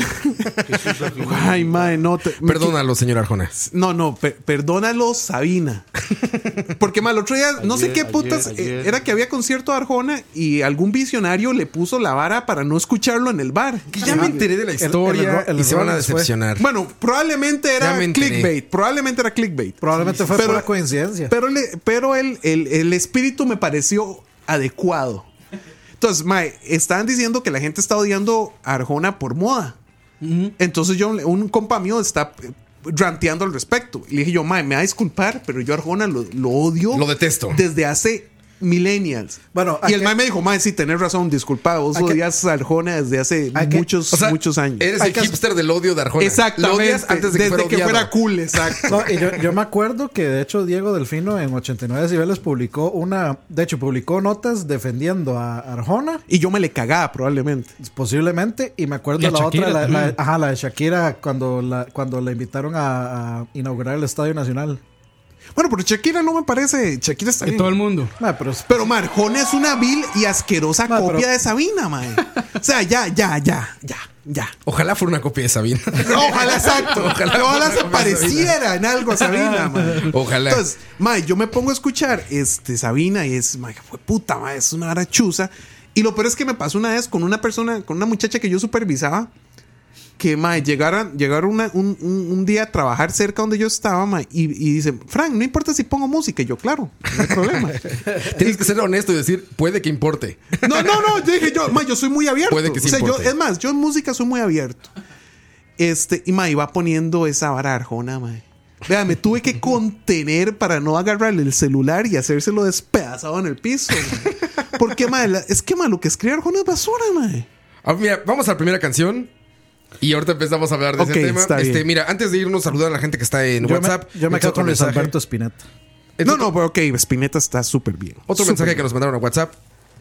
Ay, mae, no. te- Perdónalo, señor Arjona. No, no, per- perdónalo, Sabina. Porque mal, otro día, no sé Ayer, qué putas, ayer, eh, ayer. era que había concierto de Arjona y algún visionario le puso la vara para no escucharlo en el bar. Que ya me enteré de la historia el error- el y se van a error fue- decepcionar. Bueno, probablemente Ya era me enteré. clickbait. Probablemente era clickbait. Probablemente fue Pero- pura coincidencia. Pero, le- pero el, el- el espíritu me pareció adecuado. Entonces, mae, estaban diciendo que la gente está odiando a Arjona por moda. Entonces yo, un compa mío está eh, ranteando al respecto. Y le dije yo, mae, me va a disculpar, pero yo a Arjona lo, lo odio. Lo detesto. Desde hace millennials. Bueno, y el hay mae que- me dijo, mae, sí, tenés razón, disculpa, vos Hay que- odias a Arjona desde hace hay que- muchos, O sea, muchos años. Eres Hay el que- hipster del odio de Arjona. Exactamente. Lo odias antes de que desde fuera que odiado. fuera cool, exacto. No, y yo, yo me acuerdo que de hecho Diego Delfino en ochenta y nueve decibeles publicó una, de hecho publicó notas defendiendo a Arjona, Y yo me le cagaba probablemente. posiblemente, y me acuerdo Y a la Shakira otra, la, la- también. ajá, la de Shakira cuando la, cuando la invitaron a, a inaugurar el Estadio Nacional. Bueno, pero Shakira no me parece. Shakira está Que bien. todo el mundo. Ma, pero es- Pero Marjona es una vil y asquerosa Ma, copia pero- de Sabina, mae. O sea, ya, ya, ya, ya, ya. Ojalá fuera una copia de Sabina. Ojalá, exacto. Ojalá Ojalá, fuera se una pareciera en algo a Sabina, mae. Ojalá. Entonces, mae, yo me pongo a escuchar este Sabina y es, mae, fue puta, mae, es una hora chuza. Y lo peor es que me pasó una vez con una persona, con una muchacha que yo supervisaba. Que, mae, llegaron, llegaron una- un, un- un día a trabajar cerca donde yo estaba, mae, y, y dicen, Frank, no importa si pongo música. Y yo, claro, no hay problema. Tienes que ser honesto y decir, puede que importe. No, no, no, yo dije yo, mae, yo soy muy abierto. Puede que sí o sea, yo, importe. es más, yo en música soy muy abierto. Este, y mae, iba poniendo esa vara Arjona, mae. Vea, me tuve que contener para no agarrarle el celular y hacérselo despedazado en el piso. mae. Porque, mae, la- es que, mae, lo que escribe Arjona es basura, mae. Ah, mira, vamos a la primera canción. Y ahorita empezamos a hablar de Ok, ese tema. está Este, bien. mira, antes de irnos, saludar a la gente que está en yo WhatsApp. me, yo me Este quedo otro con Luis mensaje. Alberto Spinetta. Este No, otro- no, pero ok, Spinetta está súper bien. Otro Súper mensaje bien. que nos mandaron a WhatsApp.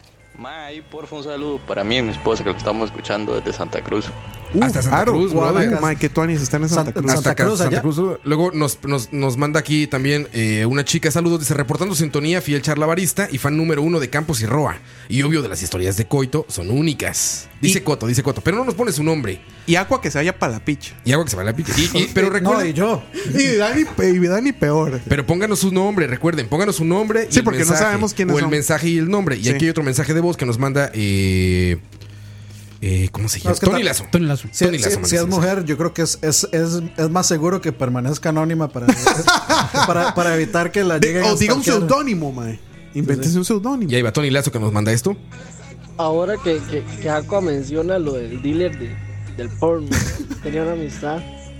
Ma, ahí porfa un saludo para mí y mi esposa que lo estamos escuchando desde Santa Cruz. Uh, Hasta Santa claro, Cruz, guau, brother. mae, que Tuanis están en Santa Santa- Cruz. Santa acá, Cruz, allá. Luego nos, nos, nos manda aquí también eh, una chica, saludos, dice, reportando sintonía, fiel charlavarista y fan número uno de Campos y Roa. Y obvio de las historias de Coito, son únicas. Dice Y- Coto, dice Coto, pero no nos pone su nombre. Y Aqua que se vaya para la picha. Y hago que se va la picha. Y- y- pero No, recuerden, y yo. Y Dani, pe- y Dani peor. pero pónganos su nombre, recuerden, pónganos su nombre. Y Sí, el porque no mensaje, sabemos quiénes O el son. mensaje y el nombre. Y Sí. aquí hay otro mensaje de voz que nos manda. Eh, eh, ¿Cómo se llama? No, es que Tony ta- Lazo. Tony Lazo. Si, Tony si- Lazo si manda es ese mujer, yo creo que es, es, es, es más seguro que permanezca anónima para, para, para evitar que la De- lleguen o a diga un stalkear. seudónimo, mae. Invéntese un seudónimo. Y ahí va Tony Lazo que nos manda esto. Ahora que, que, que Aqua menciona lo del dealer de, del porno, tenía una amistad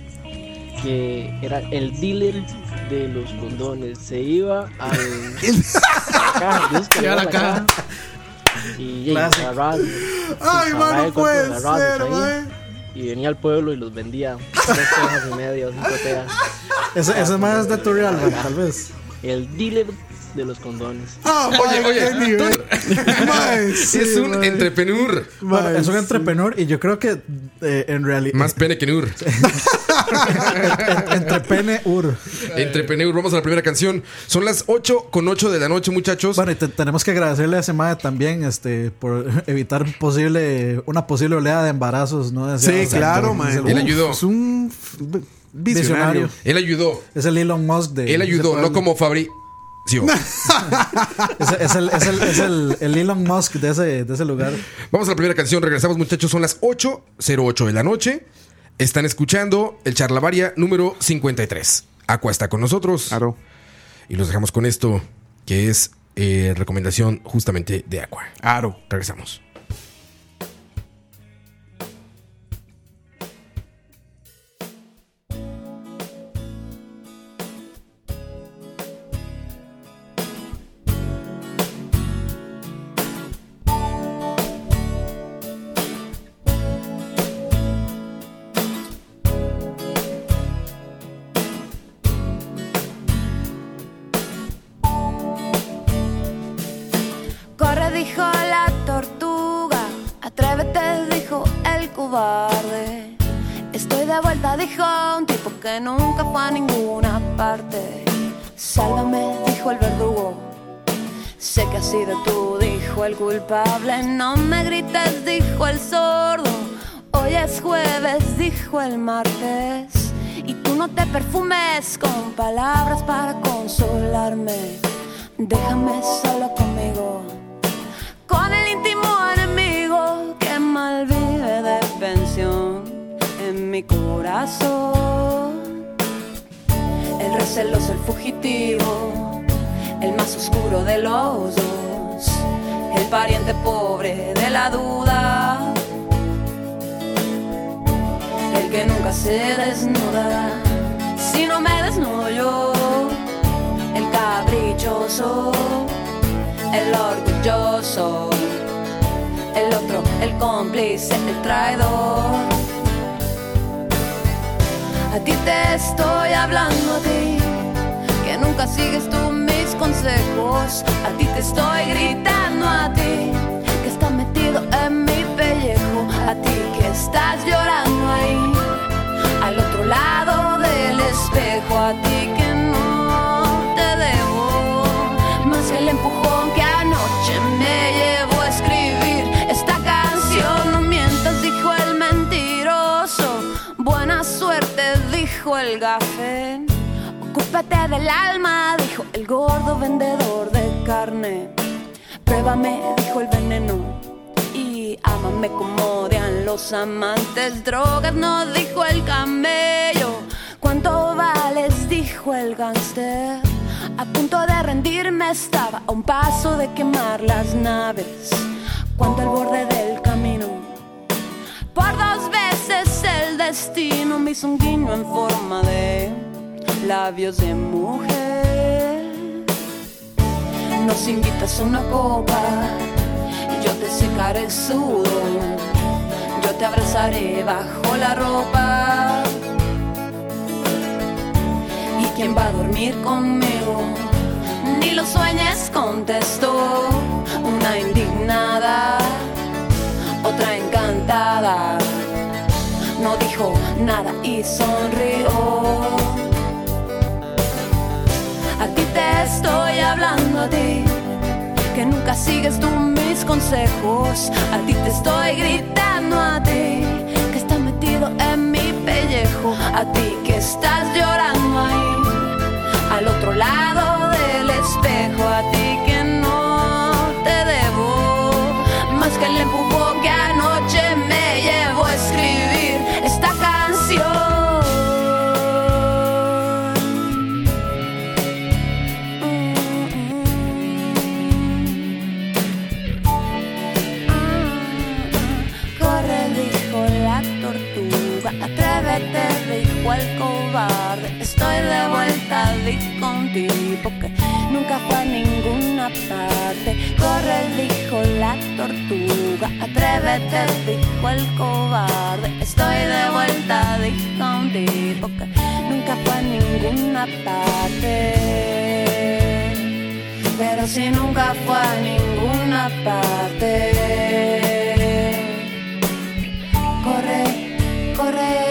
que era el dealer de los condones. Se iba al, a la caja, Dios que Sí, a iba la caja. y, y Clásico. agarraba- Ay, agarraba mano, el cuerpo puede de la radio ser, ahí. mae. y venía al pueblo y los vendía tres tejas y media o cinco tejas. Ese, ese más es de tu real, man, tal vez. El dealer de los condones. Ah, Oye, oye, qué nivel. Mae, sí, es un mae. entrepreneur. Bueno, Mae, es un sí. entrepreneur y yo creo que eh, en realidad. Más pene que nur. Entre pene ur. Entrepreneur. Vamos a la primera canción. Son las ocho con ocho de la noche, muchachos. Bueno, y te- tenemos que agradecerle a ese mae también este, por evitar posible, una posible oleada de embarazos. ¿no? Sí, Deseados. claro, Es mae. el- Él ayudó. Es un f- visionario. Él ayudó. Es el Elon Musk de. Él ayudó, de ese no como Fabri. Sí, oh. Es, es el, es, el, es el, el Elon Musk de ese, de ese lugar. Vamos a la primera canción. Regresamos, muchachos. Son las ocho cero ocho de la noche. Están escuchando el Charlavaria número cincuenta y tres. Aqua está con nosotros. Claro. Y los dejamos con esto, que es eh, recomendación justamente de Aqua. Aro. Regresamos. Corre, dijo la tortuga, atrévete, dijo el cobarde. Estoy de vuelta, dijo un tipo que nunca fue a ninguna parte. Sálvame, dijo el verdugo, sé que has sido tú, dijo el culpable. No me grites, dijo el sordo, hoy es jueves, dijo el martes. Y tú no te perfumes con palabras para consolarme. Déjame solo conmigo, con el íntimo enemigo que mal vive de pensión en mi corazón. El receloso, el fugitivo, el más oscuro de los dos, el pariente pobre de la duda, el que nunca se desnuda si no me desnudo yo, el caprichoso, el orgulloso, el otro, el cómplice, el traidor. A ti te estoy hablando, a ti, que nunca sigues tú mis consejos. A ti te estoy gritando, a ti, que está metido en mi pellejo. A ti que estás llorando ahí, al otro lado del espejo. A ti que no te debo más que el empujón que anoche me llevó a escribir esta canción. No mientas, dijo el mentiroso, buena suerte, dijo el gafé. Ocúpate del alma, dijo el gordo vendedor de carne. Pruébame, dijo el veneno, y ámame como odian los amantes. Drogas, no, dijo el camello. ¿Cuánto vales?, dijo el gángster. A punto de rendirme estaba, a un paso de quemar las naves, cuando al borde del camino, por dos veces el destino me hizo un guiño en forma de labios de mujer. Nos invitas a una copa y yo te secaré el sudor, yo te abrazaré bajo la ropa. ¿Y quién va a dormir conmigo? Ni lo sueñes, contestó una indignada, otra encantada. No dijo nada y sonrió. A ti te estoy hablando, a ti, que nunca sigues tú mis consejos. A ti te estoy gritando, a ti, que está metido en mi pellejo. A ti que estás llorando ahí, al otro lado del espejo. A ti que no te debo más que el empujón que anoche me llevó a escribir esta canción. Corre, dijo la tortuga, atrévete, dijo el cobarde. Estoy de vuelta, dijo un tipo que nunca fue a ninguna parte. Corre, dijo la tortuga, boca, atrévete, dijo el cobarde. Estoy de vuelta, dijo un tipo que nunca fue a ninguna parte. Pero si nunca fue a ninguna parte. Corre, corre.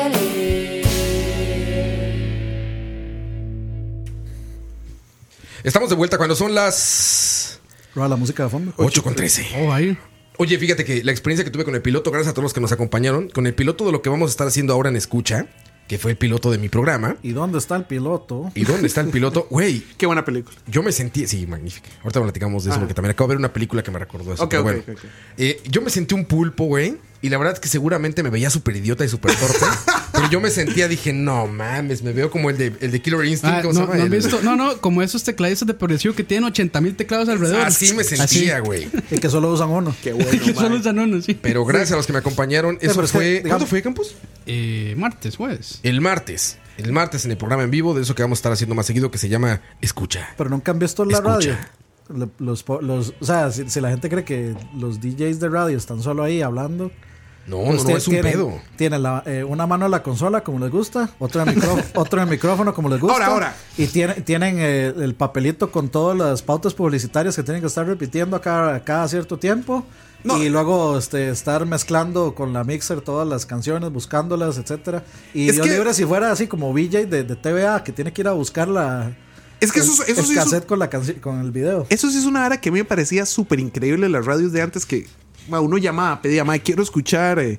Estamos de vuelta cuando son las... Roba la música de fondo. ocho con trece. Oh, ahí. Oye, fíjate que la experiencia que tuve con el piloto, gracias a todos los que nos acompañaron, con el piloto de lo que vamos a estar haciendo ahora en Escucha, que fue el piloto de mi programa. ¿Y dónde está el piloto? ¿Y dónde está el piloto? Güey. Qué buena película. Yo me sentí... Sí, magnífica. Ahorita platicamos de eso, Ah. porque también acabo de ver una película que me recordó eso. Ok, pero ok, bueno. ok, ok. Eh, yo me sentí un pulpo, güey. Y la verdad es que seguramente me veía súper idiota y súper torpe. Pero yo me sentía, dije, no mames, me veo como el de, el de Killer Instinct. Ah, ¿cómo no, se llama? no, han El- visto, no, no, como esos tecladistas de progresivo que tienen ochenta mil teclados alrededor. Así me sentía, güey. Y que solo usan uno. Qué bueno, Que solo mae. usan uno, sí. Pero gracias a los que me acompañaron. Eso pero es que, fue... digamos- ¿Cuándo fue, Campos? Eh, martes, jueves. El martes. El martes en el programa en vivo, de eso que vamos a estar haciendo más seguido, que se llama Escucha. Pero nunca han visto la Escucha. radio. Lo- Los, po- los, o sea, si, si la gente cree que los D Js de radio están solo ahí hablando. No, pues no, no, tie- es un tienen- pedo. Tienen la- eh, una mano en la consola como les gusta, otra en el, micro- otro en el micrófono como les gusta. Ahora, ahora. Y tiene- tienen eh, el papelito con todas las pautas publicitarias que tienen que estar repitiendo a cada, a cada cierto tiempo. No. Y luego este, estar mezclando con la mixer todas las canciones, buscándolas, etcétera. Y Es Dios que- libre si fuera así como V J de, de T V A que tiene que ir a buscar la... Es que el, eso, eso, el sí es un- cassette con, la canci- con el video. eso sí es una vara que a mí me parecía súper increíble en las radios de antes que bueno, uno llamaba, pedía, "Ma, quiero escuchar eh,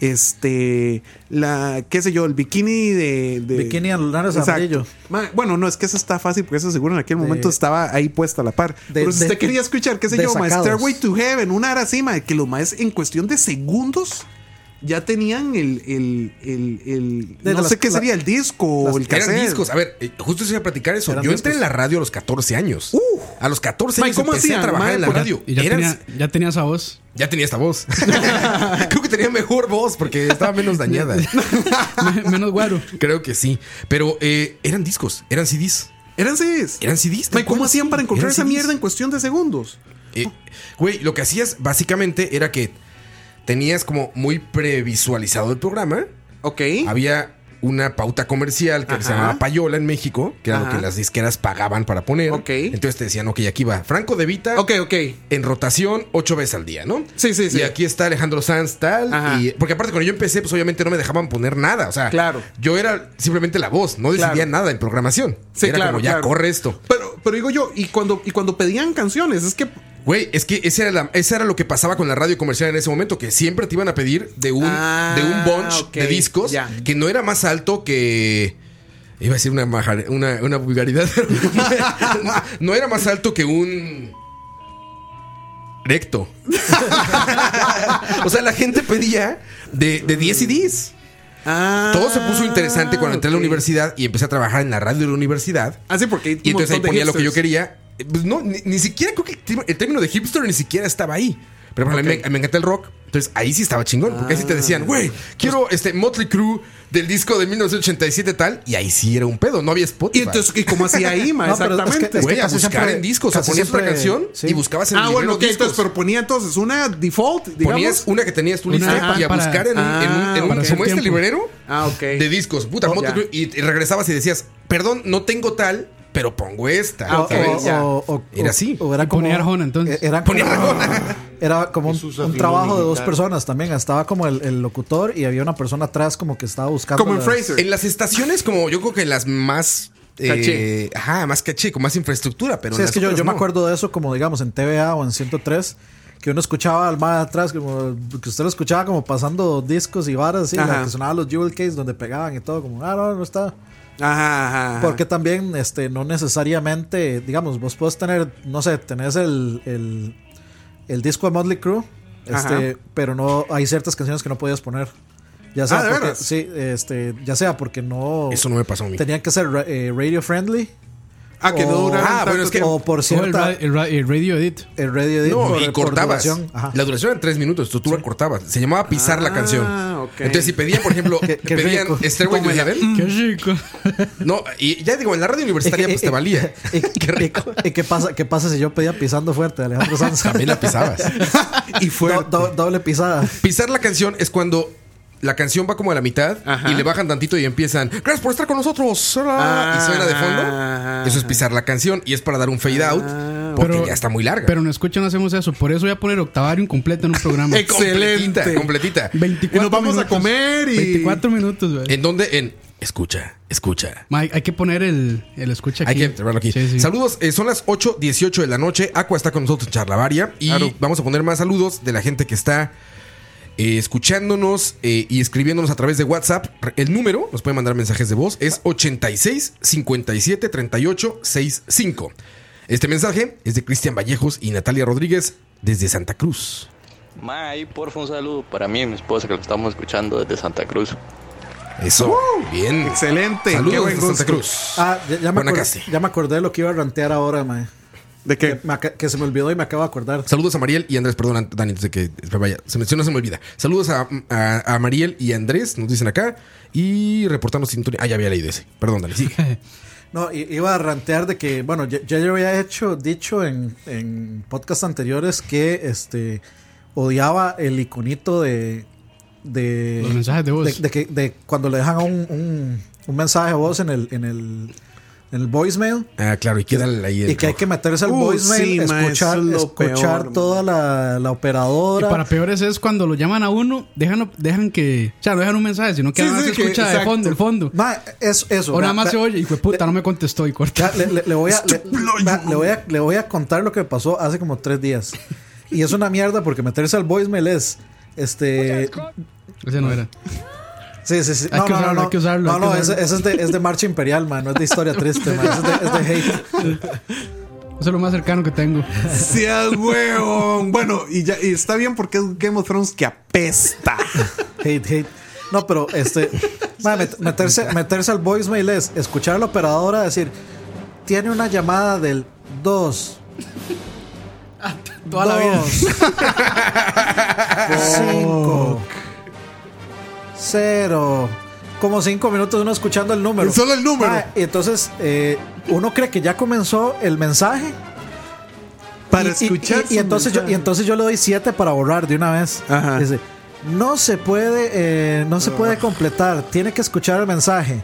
este la qué sé yo, el bikini de, de- Bikini en lunares Exacto. amarillo. Ma, bueno, no, es que eso está fácil porque eso seguro en aquel De- momento estaba ahí puesta a la par. de- Pero si de- usted quería escuchar, qué sé de yo, ma, sacados. Stairway to Heaven, una hora así, ma, que los maes en cuestión de segundos ya tenían el, el, el, el De no las- sé qué la- sería, el disco o el Eran cassette. discos. A ver, eh, justo se iba a platicar eso. Eran Yo entré discos. en la radio a los catorce años. a los catorce Ma, años ¿cómo empecé a hacían, trabajar ma? en la Porque- radio. Y ya, Eran- tenía, ya tenía esa voz. ya tenía esta voz. Creo que tenía mejor voz porque estaba menos dañada. Me- Menos guaro. Creo que sí. Pero eh, eran discos, eran C Ds. Eran C Ds. Eran C Ds. Ma, tal ¿cómo cual, hacían sí. para encontrar Eran esa C Ds. mierda en cuestión de segundos? Eh, Güey, lo que hacías básicamente era que tenías como muy previsualizado el programa. Ok. Había una pauta comercial que Ajá. se llamaba Payola en México, que era Ajá. lo que las disqueras pagaban para poner. Ok. Entonces te decían, ok, aquí va Franco De Vita Ok, ok. en rotación ocho veces al día, ¿no? Sí, sí, sí. Y aquí está Alejandro Sanz, tal. Ajá. Y, porque aparte, cuando yo empecé, pues obviamente no me dejaban poner nada. O sea, Claro. yo era simplemente la voz, no decidía Claro. nada en programación. Sí, era claro, como, ya, claro. corre esto. Pero, pero digo yo, y cuando, y cuando pedían canciones, es que Güey, es que ese era, la- ese era lo que pasaba con la radio comercial en ese momento, que siempre te iban a pedir de un, Ah, de un bunch ok, de discos ya. que no era más alto que... Iba a decir una, majar- una, una vulgaridad. No era más alto que un... recto. O sea, la gente pedía de, de diez C Ds. Ah, Todo se puso interesante cuando entré a la ok. universidad y empecé a trabajar en la radio de la universidad. Ah, sí, porque hay un Y entonces ahí montón de ponía lo que yo hipsters. quería. Eh, Pues no, ni, ni siquiera creo que el término- el término de hipster ni siquiera estaba ahí. Pero por ejemplo, Ok. me, me encanta el rock. Entonces ahí sí estaba chingón. Porque ahí sí te decían, güey, quiero este Motley Crue del disco de mil novecientos ochenta y siete tal. Y ahí sí era un pedo. No había Spotify. Y entonces, ¿y cómo hacía ahí, ma? No, pero es que- Exactamente. es Güey, a casi buscar siempre- en discos. O casi ponías una siempre- canción sí. y buscabas en Ah, el bueno, librero ok, entonces, discos. pero ponía entonces una default, digamos. Ponías una que tenías tu Una lista y a para- buscar en un, en un, en un- para hacer como este tiempo. librero Ah, ok. de discos. Puta, Oh, Motley ya. Crue, y, y regresabas y decías, perdón, no tengo tal, pero pongo esta. Ah, O- ok, o- ya. o- o- Era así. o era Y ponía Arjona, entonces. Era Ponía como, Arjona. era como un, Jesús un afinó trabajo mi de dos guitarra. personas también. Estaba como el, el locutor y había una persona atrás como que estaba buscando. Como en las- Fraser. En las estaciones, como yo creo que las más. eh, Caché. Ajá, más caché, con más infraestructura. Pero Sí, en es las que yo, otras yo me no. acuerdo de eso como digamos en T V A o en ciento tres. Que uno escuchaba al más atrás, como que usted lo escuchaba como pasando discos y varas, así, Ajá. la que sonaban los jewel case donde pegaban y todo, como, ah, no, no está. Ajá, ajá, ajá. Porque también, este, no necesariamente, digamos, vos puedes tener, no sé, tenés el, el, el disco de Motley Crue, este, Ajá. pero no, hay ciertas canciones que no podías poner. Ya sea Ah, ¿de porque, veras? sí, este, ya sea porque no Eso no me pasó a mí. tenían que ser ra- eh, radio friendly Ah, que no o- duraran Ah, tanto bueno, es que- tiempo. o por O el, cierta ra- el ra- el radio edit. el radio edit No, por, y por cortabas. duración. Ajá. La duración eran tres minutos, tú, tú la cortabas. Se llamaba pisar la Ah, canción. ok. Entonces, si pedían, por ejemplo, Qué- qué pedían rico. Stairway to Tómela. Heaven. Qué rico. No, y ya digo, en la radio universitaria pues te valía. ¿Y, y- y qué pasa qué pasa si yo pedía pisando fuerte, Alejandro Sanz? También la pisabas. Y fue. Do- do- doble pisada. Pisar la canción es cuando la canción va como a la mitad Ajá. y le bajan tantito y empiezan, gracias por estar con nosotros. Ah. Y suena de fondo. Eso es pisar la canción y es para dar un fade out porque Pero- ya está muy larga. Pero no escuchan, no hacemos eso. Por eso voy a poner Octavarium completo en un programa. Excelente. Completita, completita. veinticuatro Y nos vamos a minutos. comer y- veinticuatro minutos, güey. ¿En dónde? En escucha, escucha. Ma, Hay, hay que poner el, el escucha aquí. Hay que verlo aquí. Sí, sí. Saludos, eh, son las ocho dieciocho de la noche. Aqua está con nosotros en Charlavaria. Y Claro. vamos a poner más saludos de la gente que está eh, escuchándonos eh, y escribiéndonos a través de WhatsApp. El número, nos pueden mandar mensajes de voz, es ochenta y seis cincuenta y siete treinta y ocho sesenta y cinco. Este mensaje es de Cristian Vallejos y Natalia Rodríguez desde Santa Cruz. Ma, ahí porfa un saludo para mí y mi esposa que lo estamos escuchando desde Santa Cruz. Eso, bien. Excelente. Qué Saludos buen desde Santa gusto. Cruz. Ah, ya, ya me Buena acordé, casi. ya me acordé de lo que iba a rantear ahora, mae. ¿De qué? Que, me aca- que se me olvidó y me acabo de acordar. Saludos a Mariel y Andrés, perdón, Dani, antes de que se me vaya. Se me, no se me olvida. Saludos a, a, a Mariel y Andrés, nos dicen acá. Y reportando sintonía. Ah, ya había leído ese. Perdón, Dani, sigue. No, i- iba a rantear de que, bueno, ya, ya yo había hecho, dicho en, en podcasts anteriores que este odiaba el iconito de. de Los mensajes de voz. De, de que, de cuando le dejan un, un, un mensaje de voz en el, en el, en el voicemail. Ah, claro, y queda ahí el Y que hay que meterse al Uh, voicemail, sí, ma, escuchar, eso es lo escuchar peor, toda la, la Y operadora. para peores es cuando lo llaman a uno, dejan, dejan que. O sea, no dejan un mensaje, sino que Sí, además sí, se que- escucha de exacto. fondo, el fondo. Ma, eso, eso. O vea, nada más vea, se oye y fue puta, no me contestó y corta. Ya, le, le- le voy a, le, va, le voy a le voy a contar lo que pasó hace como tres días. Y es una mierda porque meterse al voicemail es este Ese no era. sí, sí, sí. Hay No, que no, usarlo, no, hay que usarlo, no, hay que no, ese, usarlo. ese es de es de marcha imperial, man, no es de historia triste, man, ese es de, es de hate. Eso es lo más cercano que tengo. Sí, a huevo. Bueno, y ya y está bien porque es Game of Thrones que apesta. Hate, hate. No, pero este ma, met- meterse meterse al voicemail es escuchar a la operadora decir, "Tiene una llamada del dos Toda la vida. cinco cero como cinco minutos uno escuchando el número. Solo el número. Ah, y entonces eh, uno cree que ya comenzó el mensaje. Para Y- y- escuchar Y, y su entonces yo, mensaje. y entonces yo le doy siete para borrar de una vez. Ajá. Dice, no se puede, eh, no se puede completar. Tiene que escuchar el mensaje.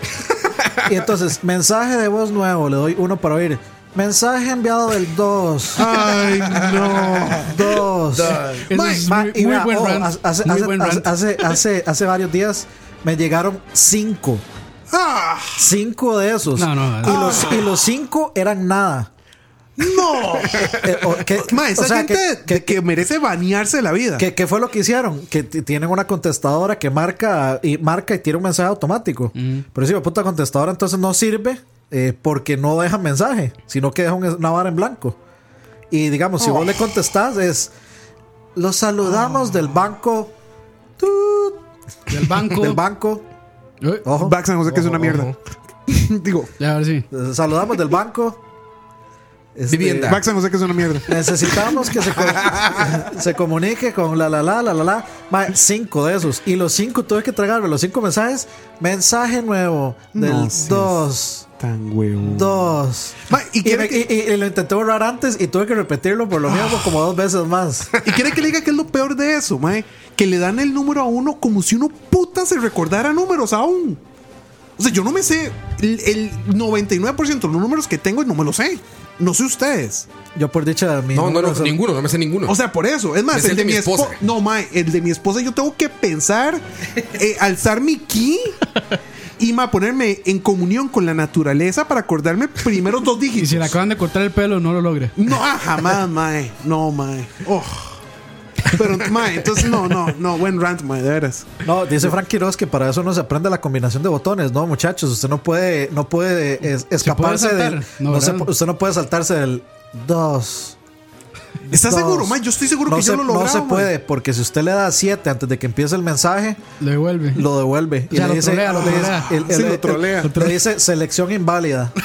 Y entonces, mensaje de voz nuevo, le doy uno para oír. Mensaje enviado del dos. Ay, no. Dos. Eso es Ma- muy, y muy vea, buen oh, rant. hace, Muy hace- buen hace- rant. hace- hace- hace varios días me llegaron cinco. Ah, Cinco de esos. No, no, y, los, y los cinco eran nada. no. Eh, o- que- Ma, esa o sea, gente que- que, que merece banearse la vida. ¿Qué, qué fue lo que hicieron? Que t- tienen una contestadora que marca y marca y tira un mensaje automático. Pero si la puta contestadora entonces no sirve eh, porque no deja mensaje, sino que deja un- una vara en blanco. Y digamos, si vos le contestás es los saludamos del banco tut, Del banco. del banco. Eh, Ojo. Back San José que es una Ojo, mierda. ojo. Digo, Ya, a ver si. Eh, Saludamos del banco. Este, Vivienda. Back San José que es una mierda. Necesitamos que se, co- se comunique con la la la la la la. Ma, cinco de esos. Y los cinco tuve que tragarme los cinco mensajes. Mensaje nuevo del No seas dos. Tan huevo. Dos. Ma, y Y, quiere me- que- y- y- y lo intenté borrar antes y tuve que repetirlo por lo mismo como dos veces más. ¿Y quiere que le diga que es lo peor de eso, mae? Que le dan el número a uno como si uno puta se recordara números aún. O sea, yo no me sé el, el noventa y nueve por ciento de los números que tengo y no me los sé. No sé ustedes. Yo por dicha mi No, no, número no, son- ninguno, no me sé ninguno. O sea, por eso. Es más, Me sé el de mi esposa. No, mae, el de mi esposa yo tengo que pensar, eh, alzar mi ki y ma, ponerme en comunión con la naturaleza para acordarme primeros dos Y dígitos. si le acaban de cortar el pelo, no lo logra. No, ah, jamás, mae. No, mae. Oh. Pero, mae, entonces no, no, no, buen rant, mae, de veras. No, dice Frank Quiroz que para eso no se aprende la combinación de botones. No, muchachos, usted no puede, no puede es- escaparse saltar? del. No, no se- ¿verdad? usted no puede saltarse del dos. ¿Estás Dos. seguro, mae? Yo estoy seguro No que se, yo lo no lograba, se mae. puede, porque si usted le da siete antes de que empiece el mensaje, Lo devuelve. lo devuelve. O sea, lo trolea, lo le dice- trolea. el- el- Sí, lo el- trolea. le dice selección inválida.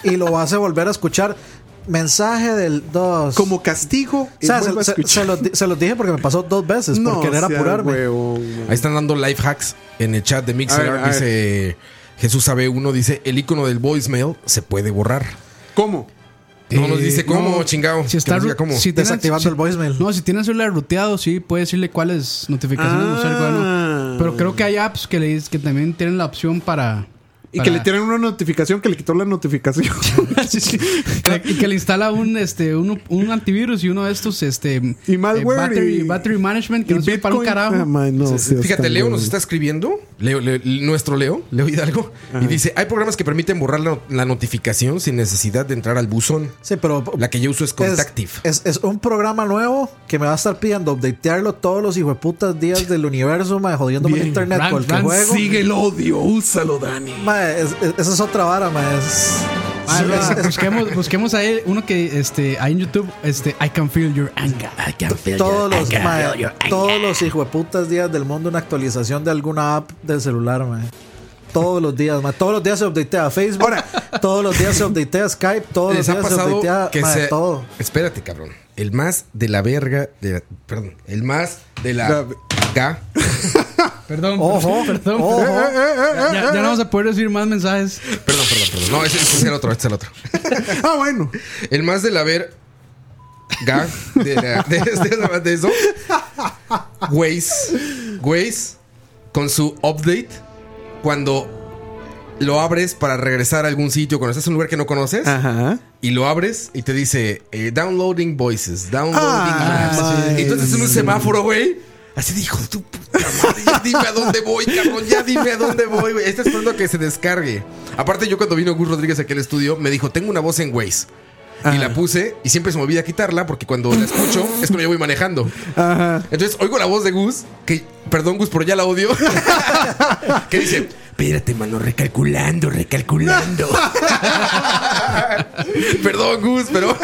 y lo hace volver a escuchar. Mensaje del dos. Como castigo. O sea, se, se, se, los, se los dije porque me pasó dos veces no, por querer apurarme. Huevo, ahí están dando life hacks en el chat de Mixer. Dice Jesús sabe uno, dice el icono del voicemail se puede borrar. ¿Cómo? No eh, nos dice cómo, no, chingado. Si está ru- cómo. Si desactivando si, el voicemail. No, si tiene el celular ruteado, sí puede decirle cuáles notificaciones ah. usar. Bueno, pero creo que hay apps que le que también tienen la opción para. Y para... que le tienen una notificación que le quitó la notificación. sí, sí. Y que le instala un este un, un antivirus y uno de estos este y malware eh, battery, y, battery management que no sirve para un carajo. Ah, man, no, sí, fíjate, Leo nos está escribiendo, Leo, Leo, nuestro Leo, Leo Hidalgo, ajá, y dice, hay programas que permiten borrar la, la notificación sin necesidad de entrar al buzón. Sí, pero la que yo uso es Contactive. Es, es, es un programa nuevo que me va a estar pidiendo updatearlo todos los hijueputas días del universo, ma, jodiéndome el internet Ran, con el que Ran, juego. Sigue el odio, úsalo, Dani. Ma, es, es, esa es otra vara, ma. Es, ah, es, es, busquemos, busquemos ahí uno que este hay en YouTube, este I can feel your anger. I can feel todos your, los, I can ma, feel your todos anger. los hijueputas días del mundo una actualización de alguna app del celular, ma. Todos los días, ma. Todos los días se updatea Facebook. Ahora, todos los días se updatea Skype. Todos los días se updatea que ma, se... todo. Espérate, cabrón. El más de la verga de la... Perdón. El más de la... la... Ga. Perdón, ojo, perdón. Ojo. Ya, ya, ya no vamos a poder decir más mensajes. Perdón, perdón, perdón. No, ese, ese es el otro, este es el otro. Ah, bueno. El más de la verga de, la, de, de, de eso. Waze. Waze con su update cuando lo abres para regresar a algún sitio, cuando estás en un lugar que no conoces. Ajá. Y lo abres y te dice eh, downloading voices, downloading ah, maps. Y entonces en un semáforo, güey, así dijo, tu puta madre, ya dime a dónde voy, cabrón, ya dime a dónde voy, güey. Está esperando a que se descargue. Aparte, yo cuando vino Gus Rodríguez aquí al estudio, me dijo, tengo una voz en Waze. Ajá. Y la puse y siempre se me olvida quitarla porque cuando la escucho es cuando yo voy manejando. Ajá. Entonces oigo la voz de Gus, que, perdón Gus, pero ya la odio, que dice, espérate, mano, recalculando, recalculando. Perdón, Gus, pero...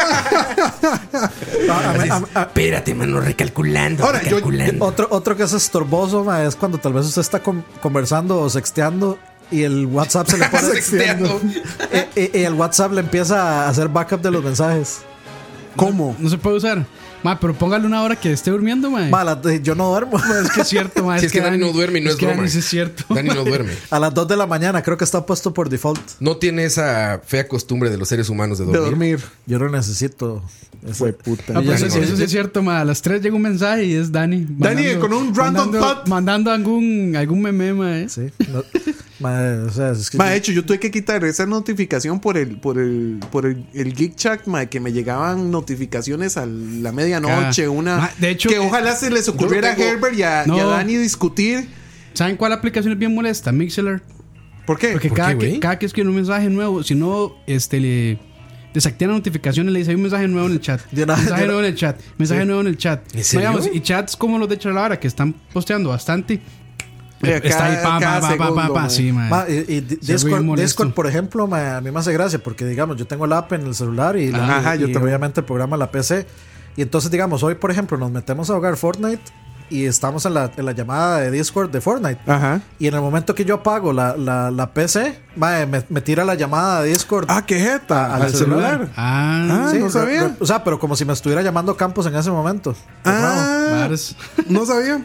Espérate, mano, recalculando, ahora, recalculando. Yo, otro, otro que es estorboso, ma, es cuando tal vez usted está con, conversando o sexteando y el WhatsApp se le pone sexteando. y, y, y el WhatsApp le empieza a hacer backup de los mensajes. ¿Cómo? No, no se puede usar. Ma, pero póngale una hora que esté durmiendo, ma. Ma, la, yo no duermo. Ma, es que es cierto, ma. Si es, es que, que Dani, Dani no duerme y no es, es broma. Dani, sí es cierto. Dani no duerme. A las dos de la mañana creo que está puesto por default. No tiene esa fea costumbre de los seres humanos de dormir. De dormir. Yo no necesito. Fue puta. No, pues eso, eso sí es cierto, ma. A las tres llega un mensaje y es Dani. Dani mandando, con un random mandando, thought. Mandando algún, algún meme, ma. ¿eh? Sí. No, ma, o sea, es que ma, yo... de hecho, yo tuve que quitar esa notificación por el por el por el, el Geek Chat, ma, que me llegaban notificaciones a la medianoche, ah. una ma, de hecho, que ojalá se les ocurriera tengo... a Herbert y a, no. y a Dani discutir. ¿Saben cuál aplicación es bien molesta? Mixler. ¿Por qué? Porque ¿Por cada, qué, que, cada que escribe un mensaje nuevo, si no este le desactivan notificaciones, le dice hay un mensaje nuevo en el chat. Una, mensaje una, nuevo en el chat. Mensaje sí. nuevo en el chat. ¿En serio? Vayamos, y chats como los de Charlavara que están posteando bastante. Cada, está ahí, pa, pa, pa, pa, pa, pa, sí, man. Ma, y, y Discord, Discord, por ejemplo, ma, a mí me hace gracia porque, digamos, yo tengo la app en el celular y, la, Ajá, y, yo y obviamente el programa en la P C. Y entonces, digamos, hoy, por ejemplo, nos metemos a jugar Fortnite y estamos en la, en la llamada de Discord de Fortnite. Ajá. Y en el momento que yo apago la, la, la P C, ma, me, me tira la llamada de Discord. Ah, qué jeta. Al celular. celular. Ah, ah sí, no sabía. Re, re, o sea, pero como si me estuviera llamando Campos en ese momento. Ah, no sabía.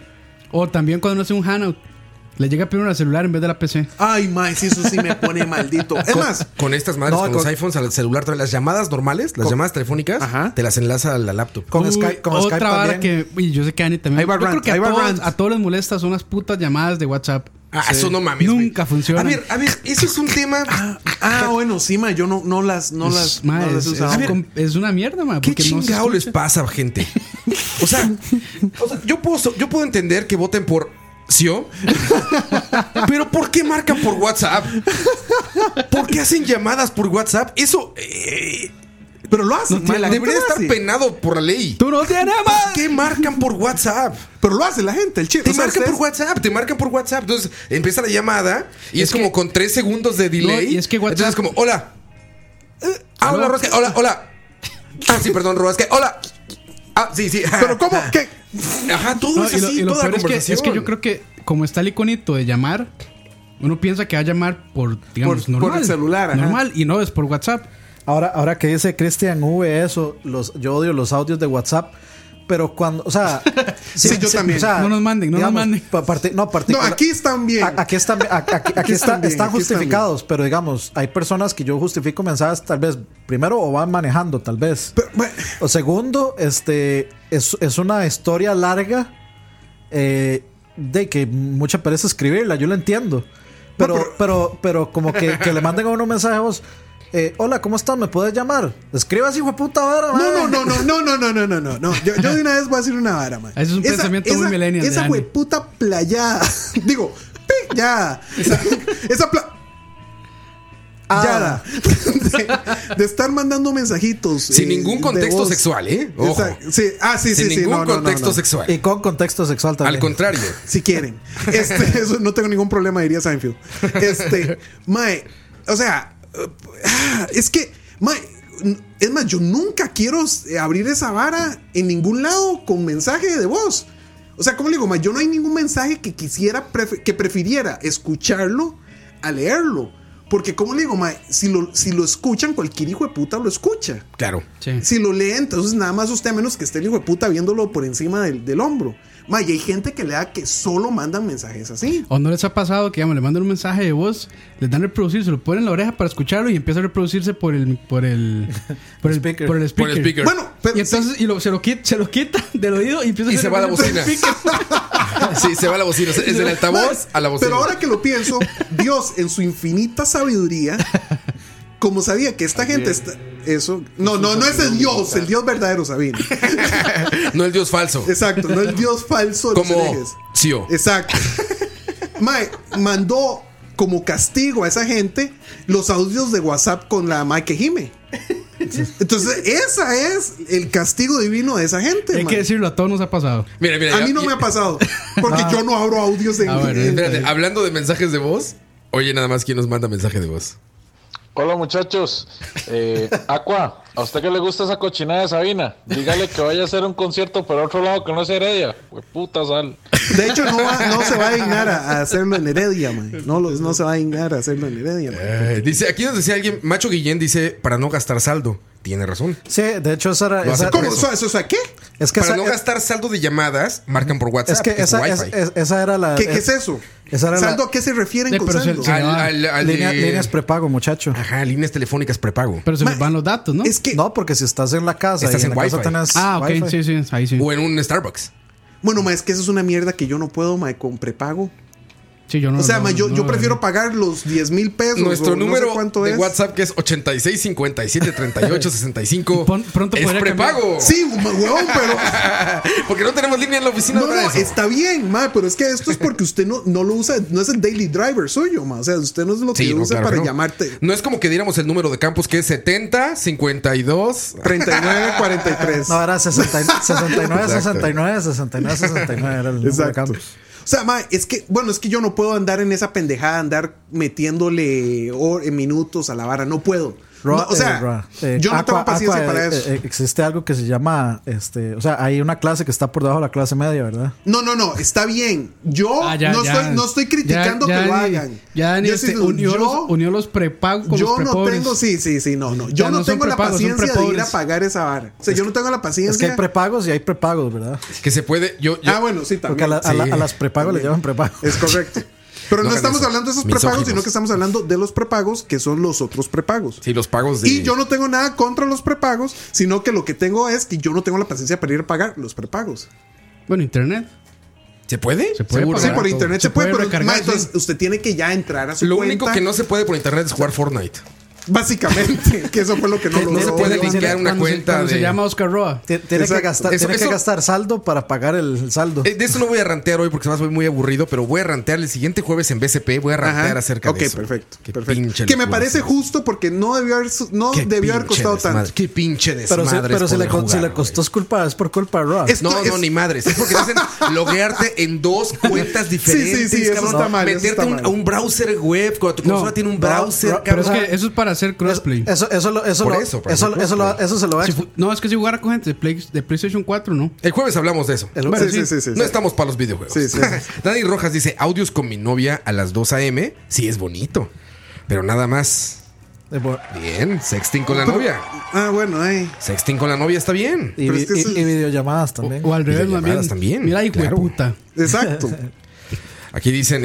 O también cuando uno hace un hangout. Le llega primero al celular en vez de la P C. Ay, ma, si eso sí me pone maldito. Es con, más, con estas madres, no, con, con los iPhones al celular, las llamadas normales, las con, llamadas telefónicas, ajá. te las enlaza a la laptop. Con uh, Skype, con otra Skype vara que, y yo sé que a Ani también. Yo rant, creo que a todos, a todos les molesta son las putas llamadas de WhatsApp. Ah, sí. Eso no mames. Nunca wey. funciona. A ver, a ver, eso es un tema. Ah, ah bueno, sí, ma, yo no, no las, no es, las, ma, no las es, es, ver, es una mierda, ma. ¿Qué chingado no les pasa, gente? O sea, o sea yo puedo, yo puedo entender que voten por ¿sí o? Pero ¿por qué marcan por WhatsApp? ¿Por qué hacen llamadas por WhatsApp? Eso eh, pero lo hacen. No, la debería estar hace. penado por la ley. Tú no tienes más. ¿Por qué marcan por WhatsApp? Pero lo hace la gente, el chip. Te o sea, marcan ustedes... por WhatsApp, te marcan por WhatsApp. Entonces empieza la llamada y es, es que, como con tres segundos de delay. No, y es que WhatsApp. Entonces es como, hola. Eh, ah, hola, Rosca. Hola, hola. Ah, sí, perdón, Rosca. Hola. Ah, sí, sí. Pero ¿cómo? ¿Qué? Ajá, todo no, es así, y lo, y lo toda la conversación. Es que, es que yo creo que como está el iconito de llamar, uno piensa que va a llamar por, digamos, Por- normal. por el celular, ajá. Normal, y no es por WhatsApp. Ahora, ahora que dice Cristian V eso, los, yo odio los audios de WhatsApp, pero cuando, o sea, Sí, yo también. No nos manden, no nos manden. pa- parti- no, No, particular- aquí están bien. a- aquí están, a- aquí, aquí Aquí está- están bien, están aquí están justificados, pero digamos, hay personas que yo justifico mensajes tal vez primero o van manejando tal vez. Pero, bueno, O segundo, este es, es una historia larga eh, de que mucha pereza escribirla, yo lo entiendo. Pero, No, pero, pero- pero, como que, que le manden a uno un mensaje a vos. Eh, hola, ¿cómo estás? ¿Me puedes llamar? Escribas, hijo de puta, ahora, no, no, no, no, no, no, no, no, no, no, no. Yo, yo de una vez voy a decir una vara, man. Eso es un pensamiento muy millennial de Esa Dani. hueputa playada. Digo, pi, ya. Esa, esa pla... Ah. de, de estar mandando mensajitos. Sin eh, ningún de contexto voz. sexual, ¿eh? Ojo. Esa- sí, ah, sí, Sin sí, sí. ningún no, no, no, contexto no. sexual. Y con contexto sexual también. Al contrario. Si quieren. Este, eso no tengo ningún problema, diría Seinfeld. Este, mae, o sea, uh, es que, mae, es más, yo nunca quiero abrir esa vara en ningún lado con mensaje de voz. O sea, ¿cómo le digo, mae? Yo no hay ningún mensaje que quisiera, pref- que prefiriera escucharlo a leerlo. Porque, ¿cómo le digo, mae? Si lo, si lo escuchan, cualquier hijo de puta lo escucha. Claro. Sí. Si lo lee, entonces nada más usted, a menos que esté el hijo de puta viéndolo por encima del, del hombro. Ma, y hay gente que le da que solo mandan mensajes así. ¿O no les ha pasado que digamos, le mandan un mensaje de voz, les dan reproducir, se lo ponen en la oreja para escucharlo y empieza a reproducirse por el por el por el Speaker. por el speaker? Por el speaker. Bueno, pero Y entonces y lo, se lo quita, se lo quita del oído y empieza a Y hacer se va a la por el bocina. speaker. Sí, se va a la bocina. Es del altavoz a la bocina. Pero ahora que lo pienso, Dios en su infinita sabiduría, como sabía que esta gente está... Eso... No, no, no es el Dios, el Dios verdadero, Sabino. No el dios falso. Exacto, no el Dios falso de los Como herejes. Sio. Exacto. Mae, mandó como castigo a esa gente los audios de WhatsApp con la Mae que gime. Entonces, esa es el castigo divino de esa gente. Hay mae. que decirlo, a todos nos ha pasado. Mira, mira. A ya- mí no ya- me ha pasado. Porque yo no abro audios en. Ah, bueno, en- Espérate, hablando de mensajes de voz. Oye, nada más quién nos manda mensaje de voz. Hola muchachos, eh, Aqua, ¿a usted que le gusta esa cochinada de Sabina? Dígale que vaya a hacer un concierto por otro lado que no es Heredia. Pues puta sal. De hecho, no, va- no se va a dignar a, a hacerlo en Heredia, man. No, lo- no se va a dignar a hacerlo en Heredia, man. Eh, dice, aquí nos decía alguien, Macho Guillén dice, para no gastar saldo. Tiene razón. Sí, de hecho, esa era. Lo hace esa- por ¿Cómo? eso. ¿Eso, eso, eso, qué? es que Para esa, no es, gastar saldo de llamadas, marcan por WhatsApp. es que es esa, por es- Wi-Fi. es- esa era la. ¿Qué, qué es eso? Esa era ¿Saldo la- a qué se refieren Eh, con pero se- saldo? se- Al- al- al de- línea- líneas prepago, muchacho. Ajá, líneas telefónicas prepago. Pero se Ma- les van los datos, ¿no? Es que, No, porque si estás en la casa Estás y en, en la casa Wi-Fi. tenés Ah, ok, Wi-Fi. sí, sí, ahí sí. O en un Starbucks. bueno, ma, es que eso es una mierda que yo no puedo, ma, con prepago. Sí, yo no, O sea, no, ma, yo, no, yo no, prefiero no. pagar los diez mil pesos. Nuestro o no sé número cuánto de es. WhatsApp que es ochenta y seis cincuenta y siete treinta y ocho sesenta y cinco. Pon- pronto es podría prepago. Sí, ma, huevón, pero. Porque no tenemos línea en la oficina No, para no, eso. está bien, ma, pero es que esto es porque usted no, no lo usa, no es el daily driver suyo, ma. O sea, usted no es lo que Sí, no, usa claro para que no. llamarte. No es como que diéramos el número de campos que es setenta cincuenta y dos. treinta y nueve cuarenta y tres. No, era sesenta, sesenta y nueve, Exacto. sesenta y nueve, sesenta y nueve, sesenta y nueve. Era el número de Exacto. campos. O sea, ma, es que, bueno, es que yo no puedo andar en esa pendejada, andar metiéndole hor- en minutos a la vara. No puedo. Ro- No, o sea, eh, Ro- eh, yo no Aqua- tengo paciencia Aqua, para eh, eso. eh, existe algo que se llama, este, o sea, hay una clase que está por debajo de la clase media, ¿verdad? No, no, no, está bien. Yo Ah, ya, no, ya. Estoy, no estoy criticando Ya- ya que lo Dani- hagan. Ya Dani Yo este, sí- unió, yo- los, unió los prepagos con los Yo no prepobres. tengo, sí, sí, sí, no, no. Yo Ya no, no son tengo la prepagos, son paciencia de ir a prepobres. pagar esa vara. O sea, yo no tengo la paciencia. Es que hay prepagos y hay prepagos, ¿verdad? Que se puede. Yo, yo- Ah, bueno, sí, Porque a, también. la- a la- Sí. a las prepagos le llaman prepagos. Es correcto. Pero no, No hagan estamos eso. hablando de esos Misóginos. prepagos, sino que estamos hablando de los prepagos, que son los otros prepagos. Sí, los pagos de. Y yo no tengo nada contra los prepagos, sino que lo que tengo es que yo no tengo la paciencia para ir a pagar los prepagos. Bueno, internet. ¿Se puede? Se puede Seguro. Sí, pagar por todo. internet se, Se puede, puede pero recargar, ma, entonces sí. usted tiene que ya entrar a su Lo cuenta. único que no se puede por internet es jugar Fortnite. Básicamente, que eso fue lo que no Que logró. no se puede Cuando se- linkear una cuando se- cuenta cuando se de- llama Oscar Roa. Ti- Tiene, que Exacto. gastar, Eso- tiene que eso- gastar saldo para pagar el saldo. Eh, De eso no voy a rantear hoy porque además voy muy aburrido, pero voy a rantear el siguiente jueves en B C P. Voy a rantear Ajá. acerca Ok, de eso. perfecto. Qué perfecto. pinche Que me locura, parece sí. justo porque no debió haber, su- no Qué debió haber pinche costado desmadre, tanto. Qué pinche Pero, desmadre. si, pero es si, le, poder co- si jugar, le costó güey. es culpa, es por culpa de Raw. Es- No, Esto no, es- ni madres. Es porque te hacen loguearte en dos cuentas diferentes. sí, sí, eso cabrón. está mal, eso Meterte está a un, mal. a un browser web cuando tu No, consola tiene un no, browser, no, Pero es cabrón. que eso es para hacer crossplay. Eso, eso, lo- eso, Por lo- eso, para eso, hacer eso, lo- crossplay. eso se lo va a Si fu- no, es que si jugara con gente de, Play- de PlayStation cuatro, no. El jueves hablamos de eso. El- Bueno, Sí, sí, sí, sí, No sí. estamos para los videojuegos. Sí, sí, sí. Dani Rojas dice, audios con mi novia a las dos a.m. Sí, es bonito. Pero nada más. Eh, bueno, Bien, sexting con la novia. Ah, bueno, ay. Sexting con la novia está bien. y, Pero vi- es que y- eso- y videollamadas O, también. o al revés, más bien. Videollamadas también, Mira, hijo claro. de puta. Exacto. Aquí dicen,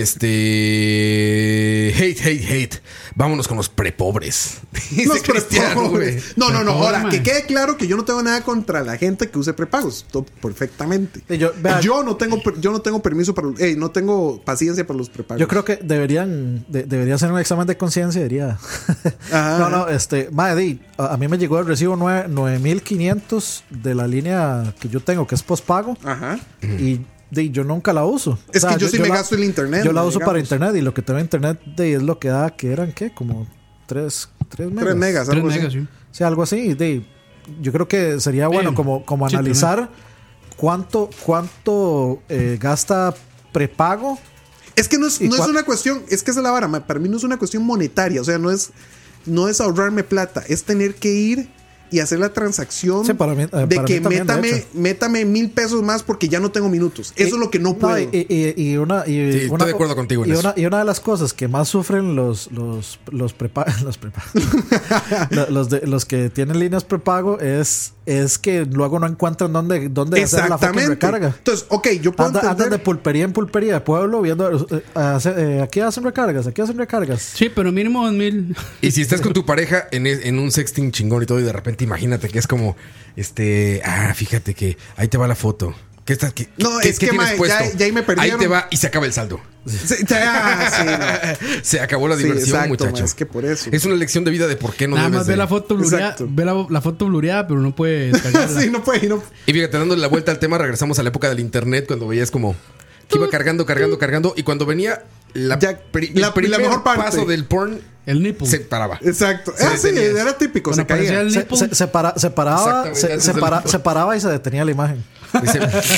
este... Hate, hate, hate. Vámonos con los prepobres. Dice Los Cristiano, güey. prepagos. No, no, no. Prepagos, Ahora, man. que quede claro que yo no tengo nada contra la gente que use prepagos. Todo perfectamente. Sí, yo- vea- yo no tengo per- yo no tengo permiso para eh, no tengo paciencia para los prepagos. Yo creo que deberían de- debería hacer un examen de conciencia, diría. Ajá. No, no, este, madre, di, a, a mí me llegó el recibo nueve mil quinientos de la línea que yo tengo, que es postpago, Ajá. y di, yo nunca la uso. Es que yo sí me gasto el internet, Yo la ¿no? uso Digamos. para internet, y lo que tengo en internet di, es lo que da, que eran, ¿qué? Como tres, tres megas. Tres megas, Tres algo así. megas, sí. Sí, algo así. y di, yo creo que sería bueno Sí. como, como Sí, analizar cuánto, cuánto eh, gasta prepago. Es que no es, ¿Y no es cuál- una cuestión, es que esa es la vara, ma- para mí no es una cuestión monetaria, o sea, no es no es ahorrarme plata, es tener que ir y hacer la transacción Sí, para mí- eh, de para que mí también, de métame, hecho. métame mil pesos más porque ya no tengo minutos. Eso Y- es lo que no puedo. y, y- y una, y Sí, estoy una- de acuerdo contigo en y eso. una, y una de las cosas que más sufren los los los prepa- los, prepa- Lo- los, de- los que tienen líneas prepago es es que luego no encuentran dónde, dónde hacer la fucking Exactamente. recarga. Entonces, ok, yo puedo Anda- andan de entender. pulpería en pulpería de pueblo viendo eh, hace- eh, aquí hacen recargas, aquí hacen recargas. Sí, pero mínimo dos mil. Y si estás con tu pareja en, es- en un sexting chingón y todo, y de repente imagínate que es como, este, ah, fíjate que ahí te va la foto. ¿Qué estás? ¿Qué, No, qué- es qué que, tienes mae, puesto? ya- ya ahí me perdieron. Ahí te va y se acaba el saldo. Sí, ah, sí, no. Se acabó la Sí, diversión, exacto, muchacho. ma, es que por eso. Es una lección de vida de por qué no Nada debes más ve de- la foto blureada, Exacto. ve la, la foto blureada, pero no puede descargarla. Sí, no puede, no. Y fíjate, dándole la vuelta al tema, regresamos a la época del internet cuando veías como que iba cargando, cargando, cargando. Y cuando venía la, Ya, pri- la- el primer la mejor parte. paso del porn, El nipple. se paraba. Exacto. Se Ah, sí, detenía. era típico, Cuando se caía. aparecía el Se, nipple. se- se para- se paraba, Exactamente, se, antes se del- para- se paraba y se detenía la imagen. Dice,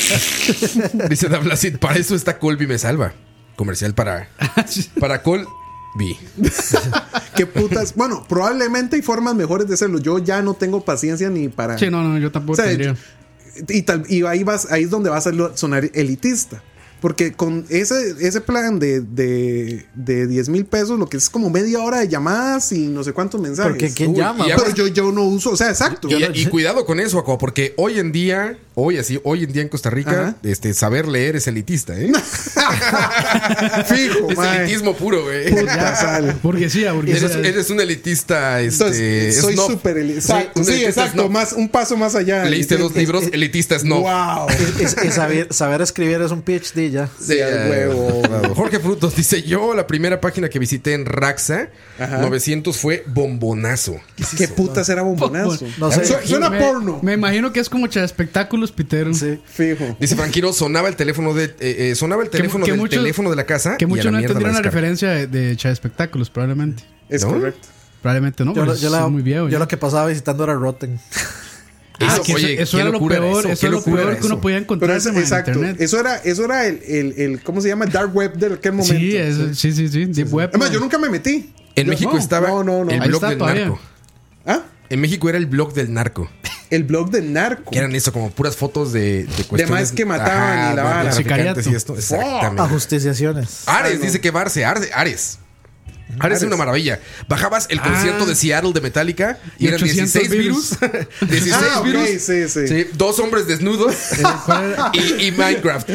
dice Dablasit, para eso está Colby me salva. Comercial para, para Colby. Qué putas. Bueno, probablemente hay formas mejores de hacerlo. Yo ya no tengo paciencia ni para. Sí, no, no, yo tampoco O sea, tendría. y, tal, y ahí vas, ahí es donde vas a sonar elitista. Porque con ese, ese plan de, de, de diez mil pesos, lo que es como media hora de llamadas y no sé cuántos mensajes. Porque ¿quién Uy, llama? y Pero ahora- yo, yo no uso, o sea, exacto. Y, y cuidado con eso, Aqua, porque hoy en día, hoy así, hoy en día en Costa Rica, Ajá. este, saber leer es elitista, ¿eh? Fijo, Es mae. elitismo puro, güey. Puta sal. Burguesía, burguesía. Eres, eres un elitista, este, Entonces, soy snob. súper elitista. Sí, un Sí, elitista exacto. snob. Más, un paso más allá. Leíste dos libros, elitista snob. Wow. Y, y- y saber, saber escribir es un PhD ya. Sí, al huevo. Jorge Frutos dice: Yo, la primera página que visité en Raxa Ajá. novecientos fue Bombonazo. ¿Qué putas era bombonazo? No sé. Su- Suena me, porno. Me imagino que es como echar espectáculos, Pitero. Sí. Fijo. Dice Franquiro: sonaba el teléfono de, eh, eh, sonaba el teléfono que del muchos- teléfono de la casa. Que y a muchos la no mierda entendieron la descarga. referencia de, de echar espectáculos, probablemente. Es ¿No? correcto. Probablemente no, Yo, pero lo- es yo la- muy viejo. yo ya. lo que pasaba visitando era Rotten. Ah, Eso, que eso- oye, eso qué era lo locura era peor, eso, eso qué era lo locura peor era que uno eso. podía Pero encontrar es, en exacto. internet. Eso era, eso era el, el, el, ¿cómo se llama? Dark web del aquel momento. Sí, es- sí, sí, sí, Deep Web. Además, man. yo nunca me metí. En Yo- México no, estaba No, no, no. el Ahí blog está del todavía. narco. ¿Ah? En México era el blog del narco. El blog del narco. Que eran eso, como puras fotos de, de cuestiones. más que mataban y la vara. narcotraficantes y Sicariato. esto. Exactamente. Ajusticiaciones. Ares, Ah, no. dice que Barce, Ares. Ares. Ares es una maravilla. Bajabas el concierto Ah. de Seattle de Metallica y Y eran ochocientos dieciséis virus. dieciséis Ah, ok, virus. sí, sí. Sí, dos hombres desnudos ¿Cuál era? y, y Minecraft.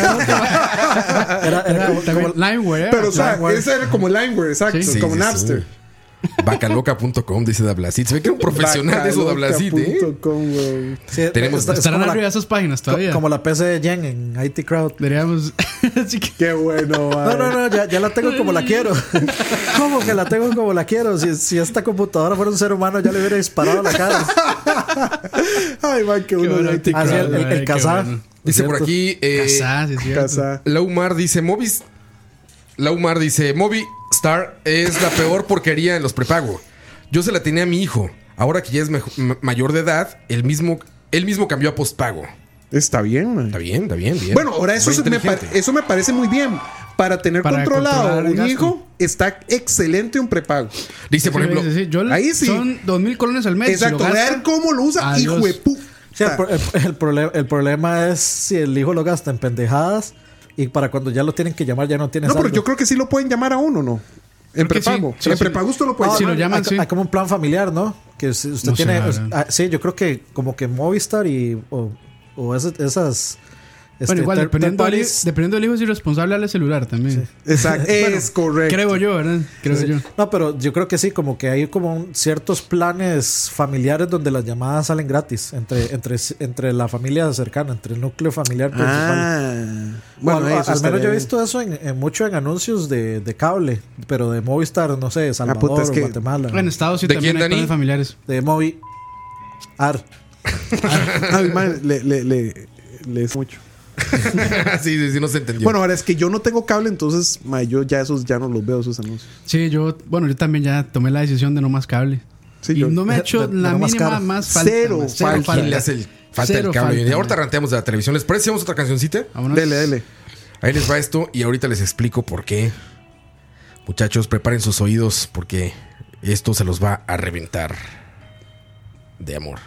Era, era Era como- también como- Limeware. era. Pero, o sea, Limeware. ese era como Limeware, exacto. Sí. como Sí, sí, Napster. sí. Bacaloca punto com, dice Dablasit. Se ve que era un profesional de eso, Dablasit, ¿eh? Bacaloca punto com, güey. sí, Tenemos- es- es Estarán como arriba de la, esas páginas todavía. como la P C de Jen en I T Crowd. Deberíamos. Así que- Qué bueno, No, mae. no, no, ya, ya la tengo como la quiero. ¿Cómo que la tengo como la quiero? Si, si esta computadora fuera un ser humano, ya le hubiera disparado la cara. Ay, man, qué bueno. bueno, I T Así Crowd. el, el, el Qué Kazaa. bueno. Dice por ¿Cierto? aquí. Eh, Casá, sí, es cierto. Casa. Laumar dice: Movis. Laumar dice: Movistar es la peor porquería en los prepago. Yo se la tenía a mi hijo. Ahora que ya es mejo- ma- mayor de edad, él mismo, él mismo cambió a postpago. Está bien, man. Está bien, está bien, bien. Bueno, ahora eso, Muy se me, pa- inteligente. eso me parece muy bien. Para tener Para controlado controlar el un gasto. hijo, está excelente un prepago. Dice, por Sí, ejemplo, sí, sí. Yo, ahí sí. Son dos mil colones al mes. Exacto, Si lo gasta, ver cómo lo usa, adiós. hijo de puta. Sí, el, pro- el- el problema, el problema es si el hijo lo gasta en pendejadas y para cuando ya lo tienen que llamar ya no tiene No, saldo. pero yo creo que sí lo pueden llamar a uno, ¿no? En Creo que prepago. sí. Sí, en sí. prepago usted lo puede No, si llamar. lo llaman, hay, sí. hay como un plan familiar, ¿no? Que si usted No sé, tiene. la verdad. ah, sí, yo creo que como que Movistar y. O, o esas. esas este, Bueno, igual, third- dependiendo, third del, parties. dependiendo del hijo, es irresponsable al celular también. Exacto. Es correcto. Creo yo, ¿verdad? Creo Sí. yo. No, pero yo creo que sí, como que hay como un- ciertos planes familiares donde las llamadas salen gratis entre, entre, entre la familia cercana, entre el núcleo familiar principal. Ah. Bueno, Bueno, eso al menos yo he estaría visto eso en, en mucho en anuncios de, de cable, pero de Movistar, no sé, Salvador, puta, es que- Guatemala. En Estados sí ¿De también quién, hay Dani? planes familiares. De Movi. Ar. bien. Ay, man, le, le, le, le es mucho. sí, sí, sí, no se entendió. Bueno, ahora es que yo no tengo cable, entonces ma, yo ya esos ya no los veo, esos anuncios. Sí, yo, bueno, yo también ya tomé la decisión de no más cable. Sí, y yo- no me ha hecho de- de la no más mínima caro. más falta. Cero man, falta. ¿Quién le hace el, falta Cero el cable? falta, Y ahorita man. ranteamos de la televisión. ¿Les parece? Vamos a otra cancioncita. Vámonos. Dele, dele. Ahí les va esto y ahorita les explico por qué. Muchachos, preparen sus oídos porque esto se los va a reventar de amor.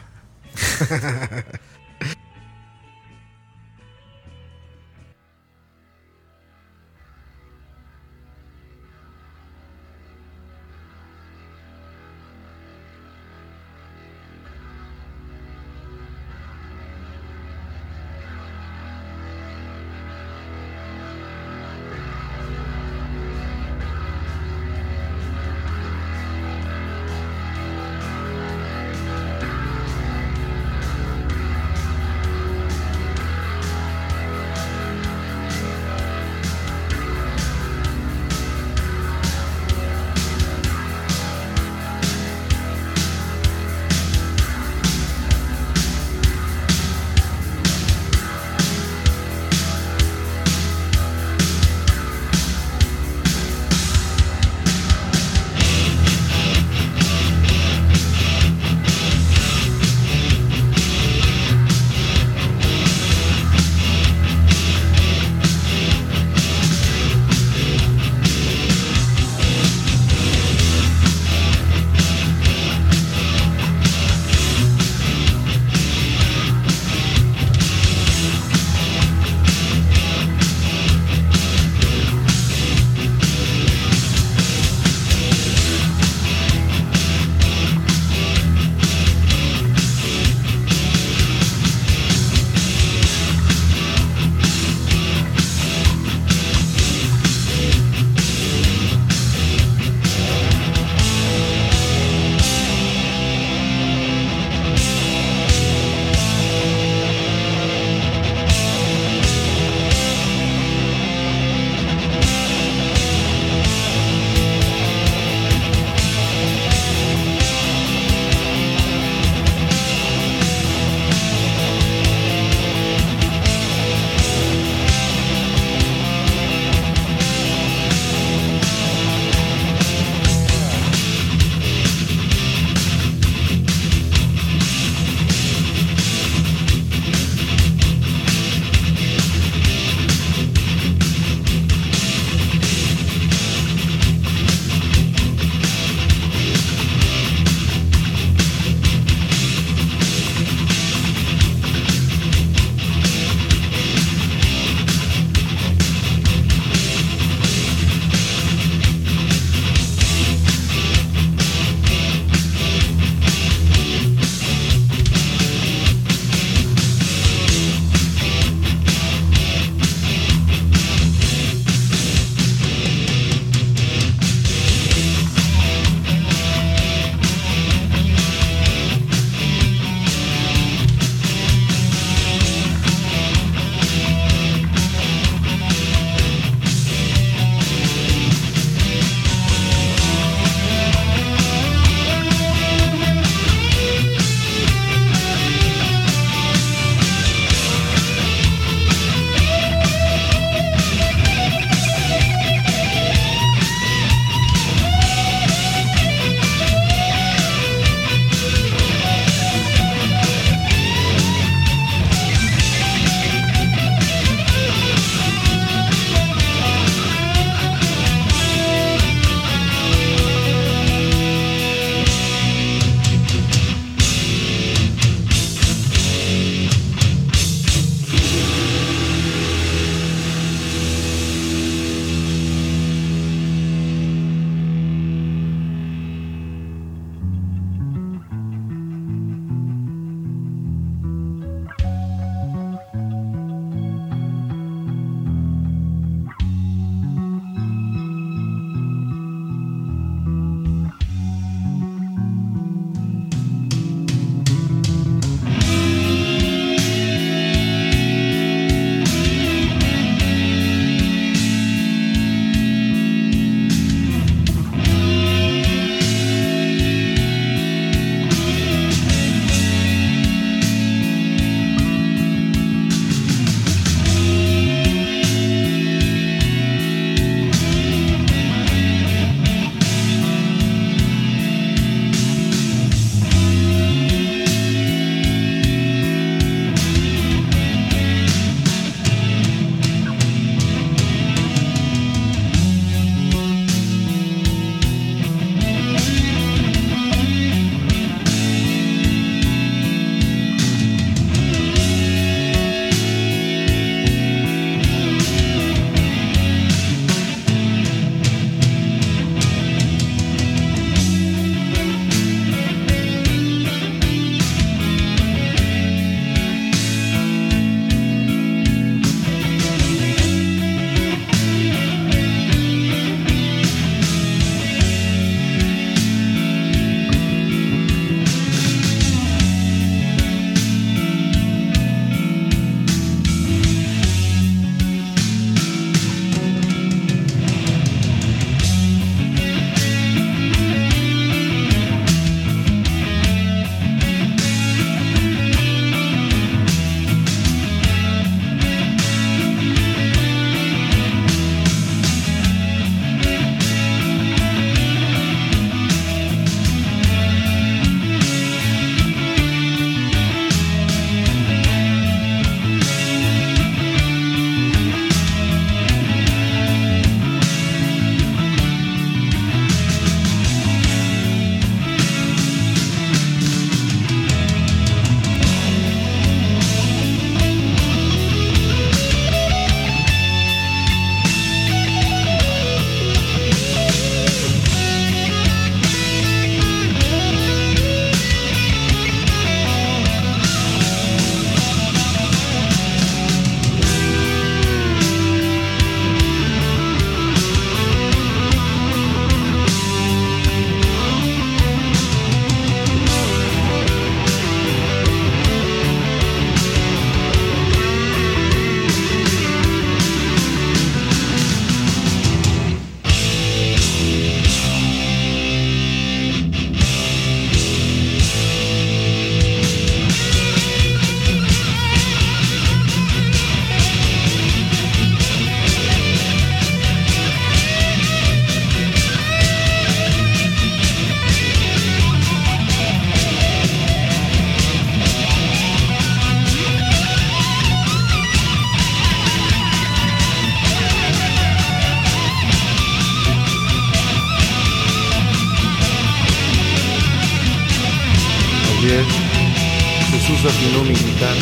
es. Jesús afinó mi guitarra.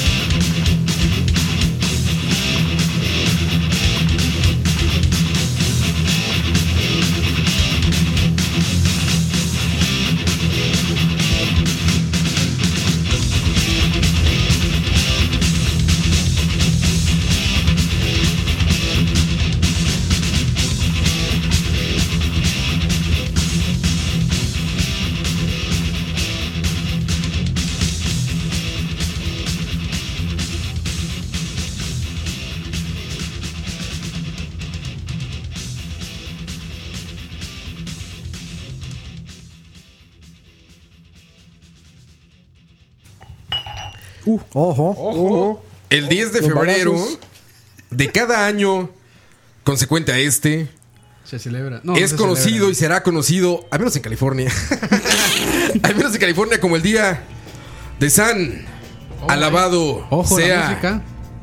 Uh, ojo. Ojo. El diez de Los febrero balazos. de cada año consecuente a este Se celebra. No, es no se conocido celebra. y será conocido, al menos en California, al menos en California, como el día de San Oh, Alabado Ojo, la sea música.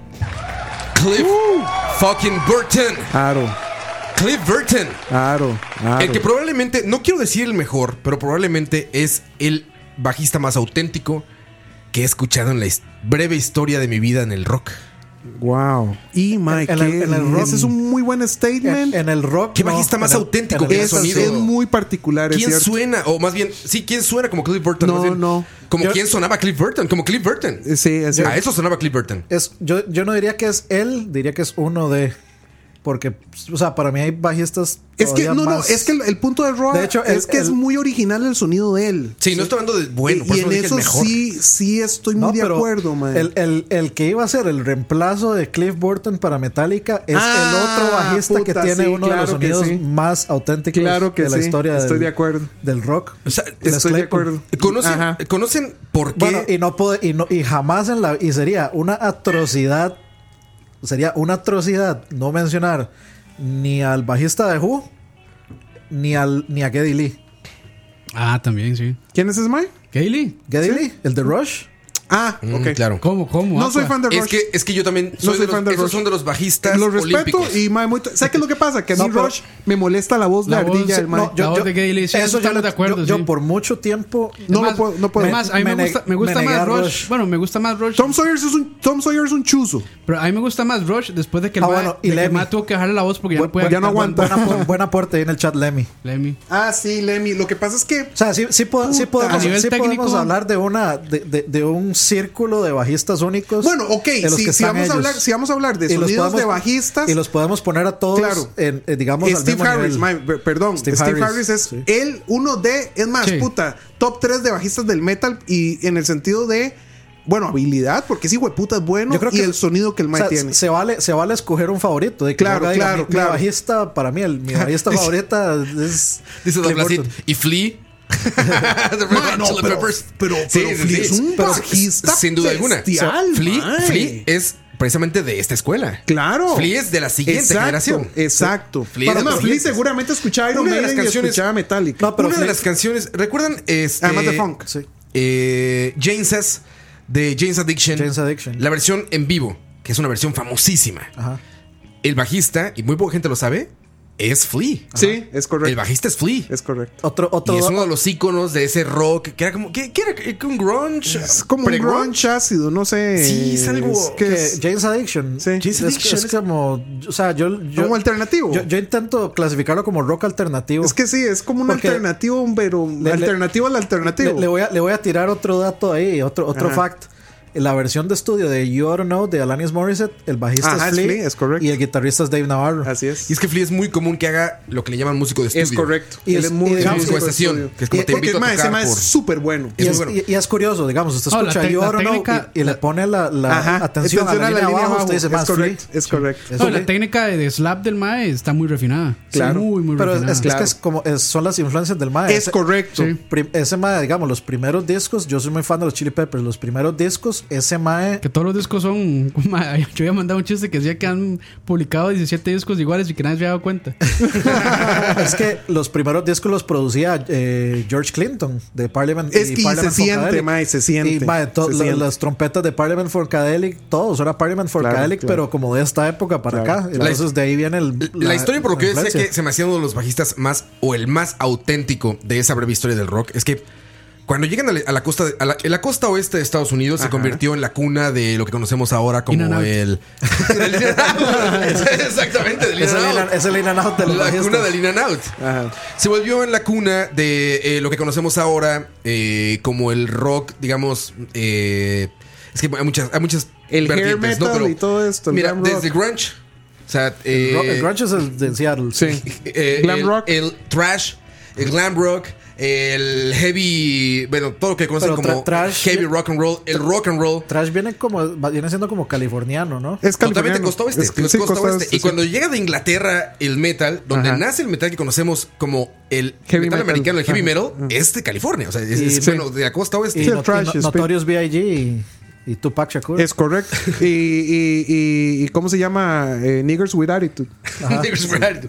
Cliff fucking Burton. Claro, Cliff Burton. claro, claro. El que probablemente, no quiero decir el mejor, pero probablemente es el bajista más auténtico que he escuchado en la his- breve historia de mi vida en el rock. Wow. Y Mike, En el- en el rock- ese es un muy buen statement. En, en el rock. ¿Qué no, bajista más en el- auténtico en que el- ha es, sonido? es muy particular, es ¿Quién cierto. suena? O más bien, sí, ¿quién suena como Cliff Burton? No, Más bien, no. Como Yo- quién sonaba Cliff Burton, como Cliff Burton. Sí, es A eso sonaba Cliff Burton. Es, yo, yo no diría que es él, diría que es uno de. Porque, o sea, para mí hay bajistas. Es que, todavía no, no, más- es que el, el punto de Roa De hecho, el- es que es el- muy original el sonido de él. Sí, no estoy hablando de bueno, por y eso en dije el eso mejor. sí, sí estoy No, muy de pero acuerdo, man. El, el, el que iba a ser el reemplazo de Cliff Burton para Metallica es Ah, el otro bajista puta, que tiene sí, uno de los claro que sonidos sí. más auténticos Claro que de la sí, historia estoy del, de acuerdo. del rock. O sea, Les Estoy de Claypool. acuerdo. ¿Conocen, Ajá. ¿Conocen por qué? Bueno, y no puede, y no, y jamás en la, y sería una atrocidad, sería una atrocidad no mencionar ni al bajista de Who ni al ni a Geddy Lee. Ah, también, sí. ¿Quién es ese Mike? Kaylee. Geddy Lee, el de Rush. Ah, Mm, ok. claro. ¿Cómo, cómo? No Aqua? soy fan de Rush. Es que, es que yo también soy, soy de los, fan de esos Rush. son de los bajistas Los respeto olímpicos. y mae, muy ¿sabes qué es lo que pasa? Que a mí No, pero- Rush me molesta la voz de La voz, ardilla sí, del mae. no, La voz de Geddy Lee, sí, eso yo, estamos le- de acuerdo, yo, yo sí. por mucho tiempo No Además- lo puedo, no puedo. Además, a mí me, me gusta, neg- me gusta me negué más a Rush. Rush. Bueno, me gusta más Rush. Tom Sawyer es un Tom Sawyer es un chuzo. Pero a mí me gusta más Rush después de que el Ah, mae- bueno, y de que el Lemmy. mae tuvo que dejarle la voz porque ya no puede ya no cantar. aguanta. buen, buen aporte ahí en el chat, Lemmy. Lemmy. Ah, sí, Lemmy. Lo que pasa es que O sea, sí, sí, po- sí Puta. podemos, A nivel sí técnico- podemos hablar de una de, de- de un círculo de bajistas únicos. bueno, ok, en los si, que si están vamos a ellos. hablar, si vamos a hablar de Y los sonidos podemos- de bajistas, y los podemos poner a todos Claro. en, eh, digamos al Steve mismo Harris, nivel. mae, per- perdón, Steve Steve, Harris, Harris, es sí. él uno de, es más, Sí. puta, top tres de bajistas del metal y en el sentido de, bueno, habilidad, porque ese hueputa es bueno Yo creo y que- el sonido que el O mae sea, tiene. se vale se vale escoger un favorito. De que Claro, uno diga, claro, mi, claro. Mi bajista, para mí, el, mi bajista favorita es Dice Cliff Douglas Burton. y Flea. The Red Hot no, Chili pero- Peppers. pero- Sí, pero sí, Flea sí. es un Pero bajista sin duda alguna. bestial, Flea, mae. Flea es precisamente de esta escuela. Claro. Flea es de la siguiente Exacto, generación. Exacto. Flea es Para de más, los Flea siguientes. seguramente escuchaba Iron Una de las Maiden y canciones- escuchaba Metallica. No, pero Una de Flea- las canciones, ¿recuerdan? Este, Además de funk. Sí. eh, Jane's Sass, de Jane's Addiction. Jane's Addiction. La versión en vivo, que es una versión famosísima. Ajá. El bajista, y muy poca gente lo sabe, es Flea. Sí, es El correcto. bajista es Flea. Es correcto. Otro, otro, Y es uno de los íconos de ese rock que era como. ¿Qué, qué era? ¿Un grunge? Es como un ¿Pre-grunge? grunge ácido, no sé. Sí, es algo que que es Jane's Addiction. Sí. Es, Jane's Addiction es es- como, o sea, yo, yo como alternativo. Yo, yo intento clasificarlo como rock alternativo. Es que sí, es como un Porque- alternativo, pero Le- le- alternativo al alternativo. Le, le voy a, le voy a tirar otro dato ahí, otro, otro Ajá. fact. En la versión de estudio de You Ought to Know de Alanis Morissette, el bajista Ajá, es es Flea, Flea, es correcto. y el guitarrista es Dave Navarro. Así es. Y es que Flea es muy común que haga lo que le llaman músico de estudio. Es correcto. Y Él es- es muy y digamos- músico de músico de sesión, estudio. que es como Y- te porque invito a mae, ese tocar mae es por- súper bueno. Y Es es, muy bueno. y- y es curioso, digamos, usted Oh, la escucha tec- You la Ought to Know técnica- y, y le la- pone la, la Ajá, atención, a la línea abajo, usted dice es más Flea. correcto, es correcto. Eso No, la le- técnica de, de slap del mae está muy refinada. Claro. Muy, muy Pero es, refinada. es que- es que es como es- son las influencias del mae. Es Ese- correcto. Sí. prim- ese mae, digamos, los primeros discos, yo soy muy fan de los Chili Peppers, los primeros discos, ese mae Que todos los discos son. mae, Yo había mandado un chiste que decía que han publicado diecisiete discos iguales y que nadie se había dado cuenta. es que los primeros discos los producía eh, George Clinton de Parliament. Es y que y Parliament se siente, Funkadelic. mae, se siente. Y mae, to- Se la- siente. las trompetas de Parliament Funkadelic, todos era Parliament Funkadelic, claro. pero como de esta época para Claro. acá. Entonces de ahí viene el, La, historia por lo que yo decía influencia. que se me hacía uno de los bajistas más o el más auténtico de esa breve historia del rock es que Cuando llegan a la, a la costa de, a la, en la costa oeste de Estados Unidos, Ajá. se convirtió en la cuna de lo que conocemos ahora como el exactamente del In-N-Out. Es el In-N-Out de la cuna del In-N-Out. Se volvió en la cuna de eh, lo que conocemos ahora eh, como el rock, digamos. Eh, es que hay muchas, hay muchas el hair metal, ¿no? Pero, y todo esto. Mira, desde grunge. O sea, eh, el, rock, el grunge es el de Seattle. Sí. Eh, glam el, rock, el trash, el glam rock. El heavy, bueno, todo lo que conocen Pero como trash, heavy rock and roll, el rock and roll. Trash viene como viene siendo como californiano, ¿no? Es totalmente costa oeste, es, es sí, costa costa oeste. oeste Y sí. cuando llega de Inglaterra el metal, donde Ajá. nace el metal que conocemos como el heavy metal, metal americano, el heavy Ajá. metal, Ajá. es de California, o sea, es, Y, es sí. bueno, de la costa oeste. Y, Sí, no, trash, y no, Notorious B I G y, y Tupac Shakur. Es correcto. y, y, y, y ¿cómo se llama? Eh, Niggers with Attitude. Niggers with Attitude.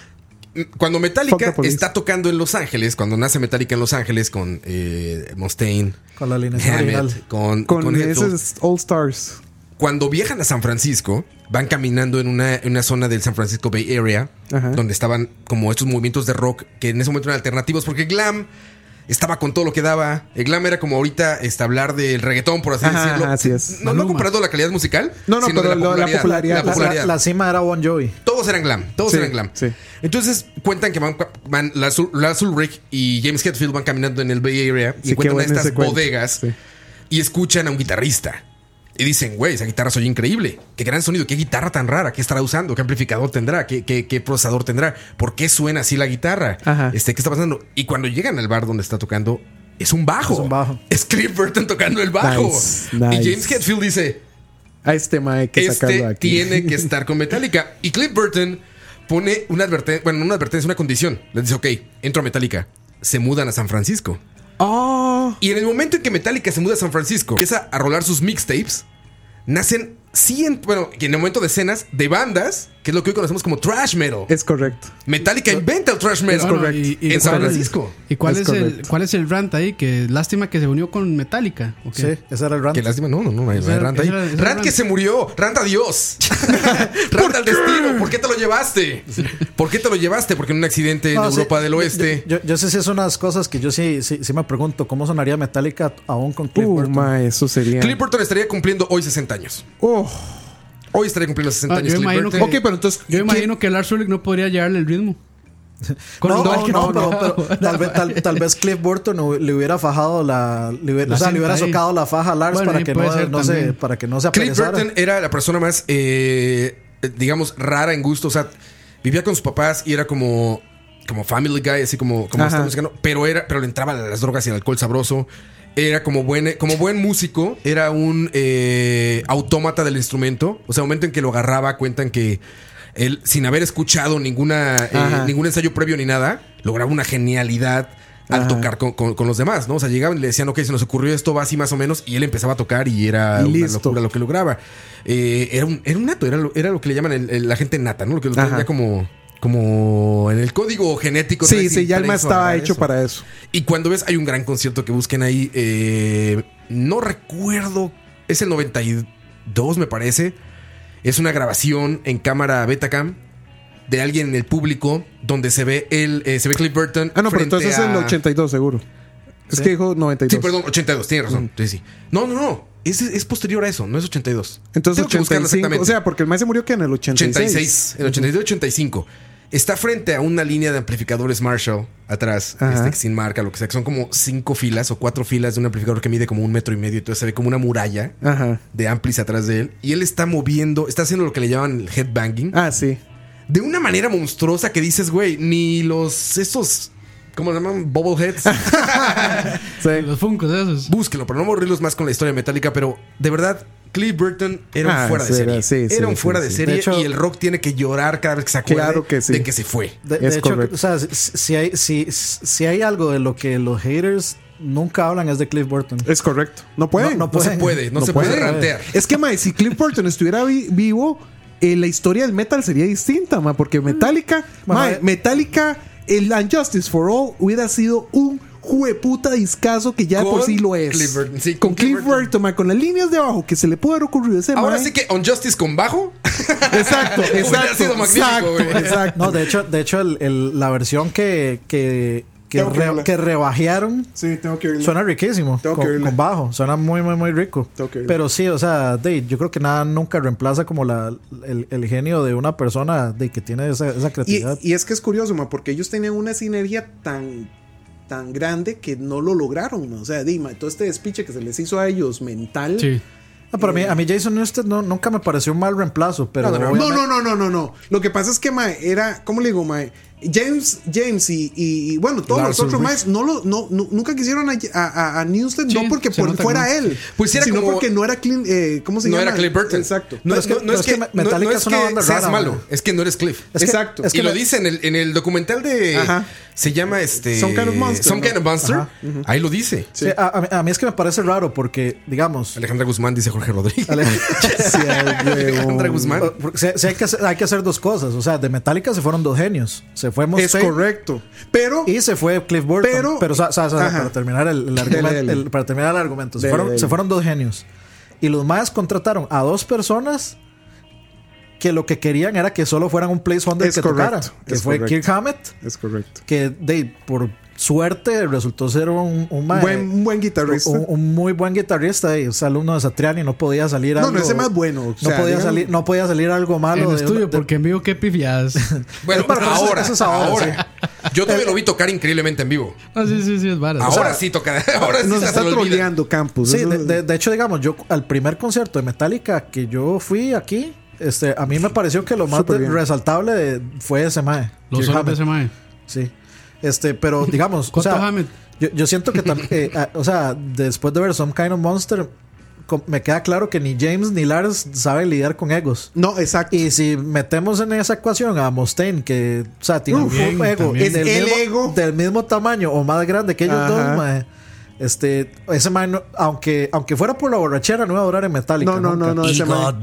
Cuando Metallica está tocando en Los Ángeles, cuando nace Metallica en Los Ángeles con eh, Mustaine, con la alineación original, con, con, con esos All Stars. Cuando viajan a San Francisco, van caminando en una, en una zona del San Francisco Bay Area, Ajá. donde estaban como estos movimientos de rock que en ese momento eran alternativos, porque glam estaba con todo lo que daba. El glam era como ahorita este, hablar del reggaetón, por así Ajá, decirlo. Así es. No, no comparando la calidad musical, no, no, sino pero de la popularidad. La popularidad. La, popularidad. La, la, la cima era Bon Jovi. Todos eran glam, todos sí, eran glam. Sí. Entonces cuentan que van, van Lars Ulrich y James Hetfield van caminando en el Bay Area y sí, encuentran estas bodegas sí. y escuchan a un guitarrista. Y dicen, güey, esa guitarra soy increíble. Qué gran sonido, qué guitarra tan rara, qué estará usando, qué amplificador tendrá, qué, qué, qué procesador tendrá, por qué suena así la guitarra. Ajá. Este, ¿qué está pasando? Y cuando llegan al bar donde está tocando, es un bajo. Es un bajo. Es Cliff Burton tocando el bajo. Nice, nice. Y James Hetfield dice, a este mae hay que sacarlo este aquí. tiene que estar con Metallica. Y Cliff Burton pone una advertencia, bueno, una advertencia, una condición. Les dice, ok, entro a Metallica. Se mudan a San Francisco. Oh. Y en el momento en que Metallica se muda a San Francisco, empieza a rolar sus mixtapes. Nacen cien, bueno, en el momento de escenas de bandas, que es lo que hoy conocemos como thrash metal. Es correcto. Metallica inventa el thrash metal. Es correcto. Y, y en San cuál Francisco. Es, ¿Y cuál es es, el, cuál es el rant ahí? Que lástima que se unió con Metallica. Sí, ese era el rant. Qué lástima, no, no, no, no hay Ese rant era- ahí. ese era- ese era Rant rant. que se murió, rant a Dios. Rant al destino, ¿por qué te lo llevaste? ¿Por qué te lo llevaste? Porque en un accidente en No, sí, Europa del Oeste. Yo, yo, yo sé si es unas cosas que yo sí, sí, sí me pregunto cómo sonaría Metallica aún con Cliff Uh, Burton. mae, eso sería. Cliff Burton estaría cumpliendo hoy sesenta años. Oh. Hoy estaría cumpliendo sesenta Ah, años yo Cliff imagino Burton. que- Ok, pero entonces. Yo imagino que Lars Ulrich no podría llevarle el ritmo. Con No, lo mal no, que no, pero, tocaba. pero tal, vez, tal, tal vez Cliff Burton hu- le hubiera fajado la, le hubiera, La o sea, le hubiera cinta ahí. socado la faja a Lars Bueno, para ahí que puede no, ser no se, también. para que no se Cliff aperezara. Burton era la persona más, eh, digamos, rara en gusto. O sea, vivía con sus papás y era como, como Family Guy, así como, como Ajá. estamos diciendo. Pero era, pero le entraban las drogas y el alcohol sabroso. Era como buen, como buen músico, era un eh, autómata del instrumento. O sea, el momento en que lo agarraba, cuentan que él, sin haber escuchado ninguna, eh, Ajá. ningún ensayo previo ni nada, lograba una genialidad al Ajá. tocar con, con- con los demás, ¿no? O sea, llegaban y le decían, ok, se nos ocurrió esto, va así más o menos, y él empezaba a tocar y era una Listo. locura lo que lograba. Eh, era, un, era un nato, era lo, era lo que le llaman el- el- la gente nata, ¿no? Lo que lo Ajá. tenía como, como en el código genético. Sí, traes sí, ya el mae impreso estaba para hecho eso. para eso. Y cuando ves, hay un gran concierto que busquen ahí. eh, no recuerdo. Es el noventa y dos, me parece. Es una grabación en cámara Betacam de alguien en el público donde se ve el, eh, se ve Cliff Burton. Ah, no, pero frente entonces es a- el ochenta y dos, seguro. Es Sí. que dijo noventa y dos. Sí, perdón, ochenta y dos, tiene razón. Sí, sí. No, no, no. Es, es posterior a eso, no es ochenta y dos. Entonces Tengo que buscarlo ochenta y cinco. exactamente. O sea, porque el mae se murió que en el ochenta y seis. ochenta y seis, en ochenta y dos, ochenta y cinco. Está frente a una línea de amplificadores Marshall atrás, Ajá. este, sin marca, lo que sea, que son como cinco filas o cuatro filas de un amplificador que mide como un metro y medio. Entonces se ve como una muralla Ajá. de amplis atrás de él. Y él está moviendo, está haciendo lo que le llaman el headbanging. Ah, sí. De una manera monstruosa que dices, güey, ni los, esos, ¿cómo se llaman? Bubbleheads. Sí. Los Funkos esos. Búsquenlo, pero no morirlos más con la historia metálica. Pero de verdad, Cliff Burton era un Ah, fuera de sí, serie. era- sí, era sí, un fuera sí, de sí. serie. De hecho- y el rock tiene que llorar cada vez que se acuerde Claro que sí. de que se fue. De, de Es hecho, correcto. o sea, si, si hay, si, si hay algo de lo que los haters nunca hablan es de Cliff Burton. Es correcto. No pueden. No- no No se pueden. puede, no, No se puede pueden. rantear. Es que, mae, si Cliff Burton estuviera vi- vivo, eh, la historia del metal sería distinta, mae, porque Metallica, Bueno, mae, eh. Metallica, el Unjustice for All hubiera sido un jueputa discazo que ya de por Con sí lo es. Cliff Burton, sí, con, con Cliff Cliff Burton, Burton. mae, con las líneas de abajo que se le pudo haber ocurrido a ese Ahora mae. sí que Unjustice con bajo. Exacto, Hubiera exacto. sido magnífico, exacto, güey. exacto. No, de hecho, de hecho el, el- la versión que, que, que, Tengo que re- verla. que rebajearon. Sí, tengo que oírla. Suena riquísimo. Tengo que Con, oírla. con bajo. Suena muy, muy, muy rico. Tengo que oírla. Pero sí, o sea, de, yo creo que nada nunca reemplaza como la, el, el genio de una persona de que tiene esa, esa Y, creatividad. y es que es curioso, ma, porque ellos tenían una sinergia tan, tan grande que no lo lograron, ma. O sea, Dima, todo este despiche que se les hizo a ellos mental. Sí. No, para mí, a mí Jason Newsted no, nunca me pareció un mal reemplazo, pero No, no, no, obviamente- no, no, no, no, no. Lo que pasa es que, ma, era, ¿cómo le digo, ma? James, James y, y, y, bueno, todos Lars los otros Ulrich. maes no lo, no, nu- nunca quisieron a, a, a Newsted, Sí, no porque se por nota fuera que no. él, Pues era sino como- porque no era Clint, eh, ¿cómo se No llama? era Cliff Burton. Exacto. No, Pero es, es que- no- no pero es es que, que no- Metallica no es es una que banda seas rara, malo, man. es que no eres Cliff. Es que- Exacto. es que y lo me- dice en el, en el documental de. Ajá. Se llama este. Some Kind of Monster, Some ¿no? Kind of Monster. Ajá. Ahí lo dice. Sí, a, a mí- a mí es que me parece raro porque, digamos, Alejandra Guzmán dice Jorge Rodríguez. Ale- Sí, ay, huevón. Alejandra Guzmán. porque sí- sí hay, que hacer, hay que hacer dos cosas. O sea, de Metallica se fueron dos genios. Se fue Es Mustaine correcto. Pero, y se fue Cliff Burton. Pero- Pero, o sea, o sea, o sea, Ajá. para terminar el, el Dele, argumento, dele. el- para terminar el argumento, se Dele, fueron, dele. se fueron dos genios. Y los más contrataron a dos personas que lo que querían era que solo fueran un placeholder Es que correcto, tocara. Que es fue correcto. Kirk Hammett, es correcto. que de, por suerte resultó ser un, un, mae- Buen, un buen guitarrista. un, un muy buen guitarrista. Y es alumno de Satriani, no podía salir No, algo. no, ese más bueno. o No, sea, podía digan- salir, no podía salir algo malo. En el de- estudio, de- porque en vivo qué pifiadas. Bueno, Pero- pero eso- ahora, eso es ahora, ahora. Yo también lo vi tocar increíblemente en vivo. Ah, sí, sí, sí, es vara. Ahora sí toca. Ahora sí Nos se está lo olvida. troleando Campos. Sí, Eso- de, de- de hecho, digamos, yo al primer concierto de Metallica que yo fui aquí, este, a mí me pareció que lo más Súper de- bien. resaltable de- fue ese mae. Los Kirk solos de Hammett. ese mae. Sí. Este, pero digamos, o ¿Cuánto sea, Hammett? yo, yo siento que tam- eh, ah, o sea, después de ver Some Kind of Monster, com- me queda claro que ni James ni Lars saben lidiar con egos. No, exacto. Y si metemos en esa ecuación a Mustaine, que o sea, tiene un También, ego, también. y del Es el mismo, ego. del mismo tamaño o más grande que ellos Ajá. dos, mae, este, ese man, no- aunque, aunque fuera por la borrachera, no iba a durar en Metallica. No, no, nunca. no, no, ese man-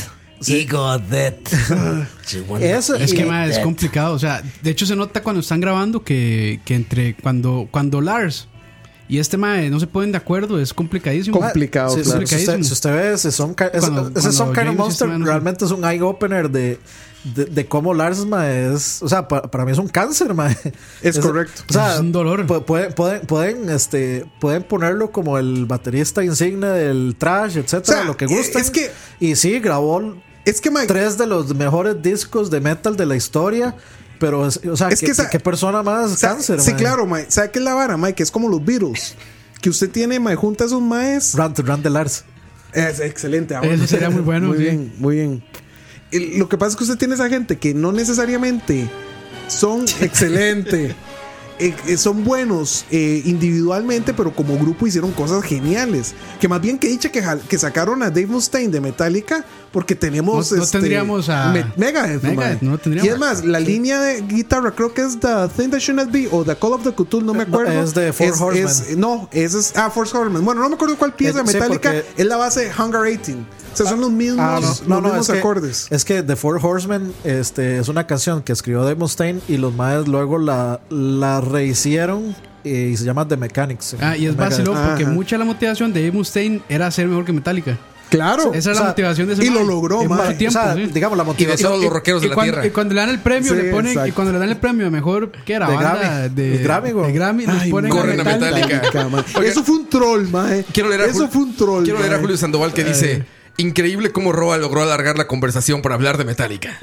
Eso, Es y- que mae, es complicado. O sea, de hecho se nota cuando están grabando que, que entre cuando, cuando Lars y este mae no se ponen de acuerdo, es complicadísimo. Complicado, Sí, sí, claro. si, usted, si usted ve ese Some Ki- ese- Cuando- ese cuando Some Kind of James Monster, está en- realmente es un eye opener de, de, de cómo Lars mae, es, o sea, pa- para mí es un cáncer, mae. Es correcto. O sea, Es un dolor. pu- pueden, pueden, pueden, este, pueden ponerlo como el baterista insigne del trash, etcétera, O sea, lo que guste. es que- y sí, grabó Es que, Mike, tres de los mejores discos de metal de la historia. Pero, es- o sea, Es ¿qué, que esa- qué persona más o sea, cáncer, sí, mae? claro, Mike. ¿Sabe qué es la vara, Mike? Es como los Beatles. Que usted tiene, Mike, junta a esos maes. Rant, Rant de Lars. Es excelente. ahora. Eso sería muy bueno, Muy sí. bien, muy bien. El- lo que pasa es que usted tiene esa gente que no necesariamente son excelente. eh, eh, son buenos eh, individualmente, pero como grupo hicieron cosas geniales. Que más bien que dicha que, jal- que sacaron a Dave Mustaine de Metallica, porque tenemos. No- no este, tendríamos a- Me- Megadeth, Megadeth, mae. no tendríamos. Y es más, la línea de guitarra creo que es The Thing That Should Not Be o The Call of the Cthulhu, no me Eh, no, acuerdo. es de Four Es- Horsemen. es- no, ese es. Ah, Four Horsemen. Bueno, no me acuerdo cuál pieza Eh, de sí, Metallica porque- es la base de Hunger dieciocho. O sea, son los mismos, Ah, no, los no, no, mismos es que, acordes. es que The Four Horsemen este, es una canción que escribió Dave Mustaine y los maes luego la, la rehicieron eh, y se llama The Mechanics. Ah, y es Megadeth. vacilón porque Ajá. mucha de la motivación de Dave Mustaine era ser mejor que Metallica. Claro. Esa es o sea, la motivación de ese y lo mae. logró, En mae. mucho tiempo, O sea, sí. digamos, la Y de motivación. todos los rockeros de y la cuando, tierra. y cuando le dan el premio, Sí, le ponen, exacto. y cuando le dan el premio de mejor, ¿qué era? De Banda Grammy. de El Grammy, güey. de Grammy, les Ay, ponen corren a Metallica. Mae. Oiga, Eso fue un troll, mae. Quiero leer a Eso Jul- fue un troll. Quiero leer a mae. Julio Sandoval que dice: increíble cómo Roa logró alargar la conversación para hablar de Metallica.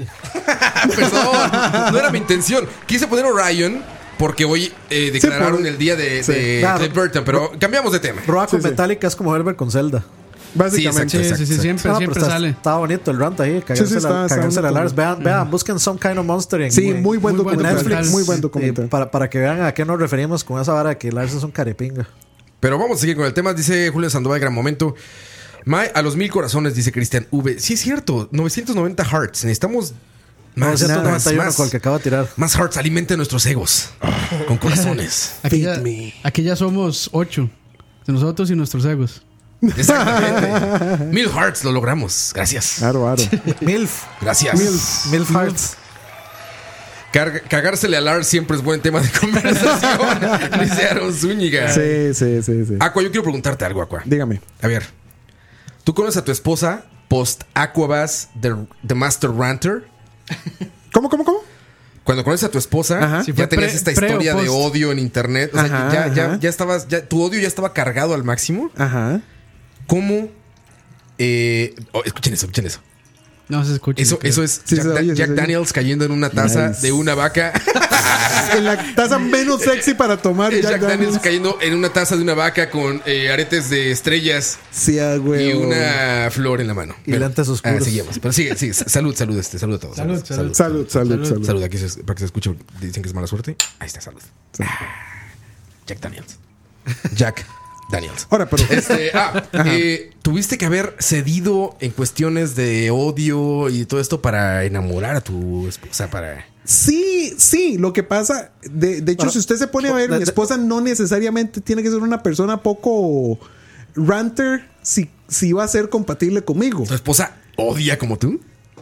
Perdón, no era mi intención. Quise poner Orion porque hoy eh, declararon por- el día de, sí. de Claro. Cliff Burton, pero cambiamos de tema. Rock con Sí, sí. Metallica es como Herbert con Zelda. Básicamente. Sí, sí, sí, siempre, Ah, pero siempre está- sale. Estaba bonito el rant ahí, cagarse, Sí, sí, está- la, está cagarse la bonito. Lars. Vean, vean, busquen Some Kind of Monster en, Sí, en- muy buen muy buen documental. documental. Muy buen eh, documental. para, para que vean a qué nos referimos con esa vara de que Lars es un carepinga. Pero vamos a seguir con el tema. Dice Julio Sandoval, gran momento. Mae, a los mil corazones, dice Cristian V. Sí, es cierto. novecientos noventa hearts. Necesitamos más, novecientos noventa y uno más, con el que acabo de tirar. más hearts. Alimenten nuestros egos con corazones. Aquí ya, Feed me. aquí ya somos ocho. De nosotros y nuestros egos. Exactamente. Mil hearts, lo logramos. Gracias. Claro, claro. Milf. Gracias. Milf Hearts. Carga- cagársele a Lars siempre es buen tema de conversación. Dice Aaron Zúñiga. Sí, sí, sí, sí. Aqua, yo quiero preguntarte algo, Aqua. Dígame. A ver, ¿tú conoces a tu esposa post Aquabas de The Master Ranter? ¿Cómo, cómo, cómo? Cuando conoces a tu esposa, Ajá. ya fue tenías pre- esta pre o historia de post. odio en internet. O sea, Ajá, ya, ya, ajá. ya estabas, ya, tu odio ya estaba cargado al máximo. Ajá. ¿Cómo? Eh, oh, escuchen eso, escuchen eso. No se escucha. Eso, creo. eso es Sí, Jack, se oye, Da- sí, Jack se oye. Daniels cayendo en una taza Nice. de una vaca. En la taza menos sexy para tomar. Es Jack Jack Daniels Daniels. cayendo en una taza de una vaca con eh, aretes de estrellas Sí, ah, güey. y una flor en la mano. Y Pero- lentes oscuros. Ah, seguimos. Pero sigue, sigue. Salud, salud, este. Salud a todos. Salud, salud. Salud, salud, salud. Salud, aquí se- para que se escuche. Dicen que es mala suerte. Ahí está, salud. Ah, Jack Daniels. Jack Daniels. Ahora, pero. Este, ah, eh, tuviste que haber cedido en cuestiones de odio y todo esto para enamorar a tu esposa, para... Sí, sí, lo que pasa, de, de hecho, Bueno, si usted se pone a ver, de- mi de- esposa no necesariamente tiene que ser una persona poco ranter si, si va a ser compatible conmigo. ¿Tu esposa odia como tú?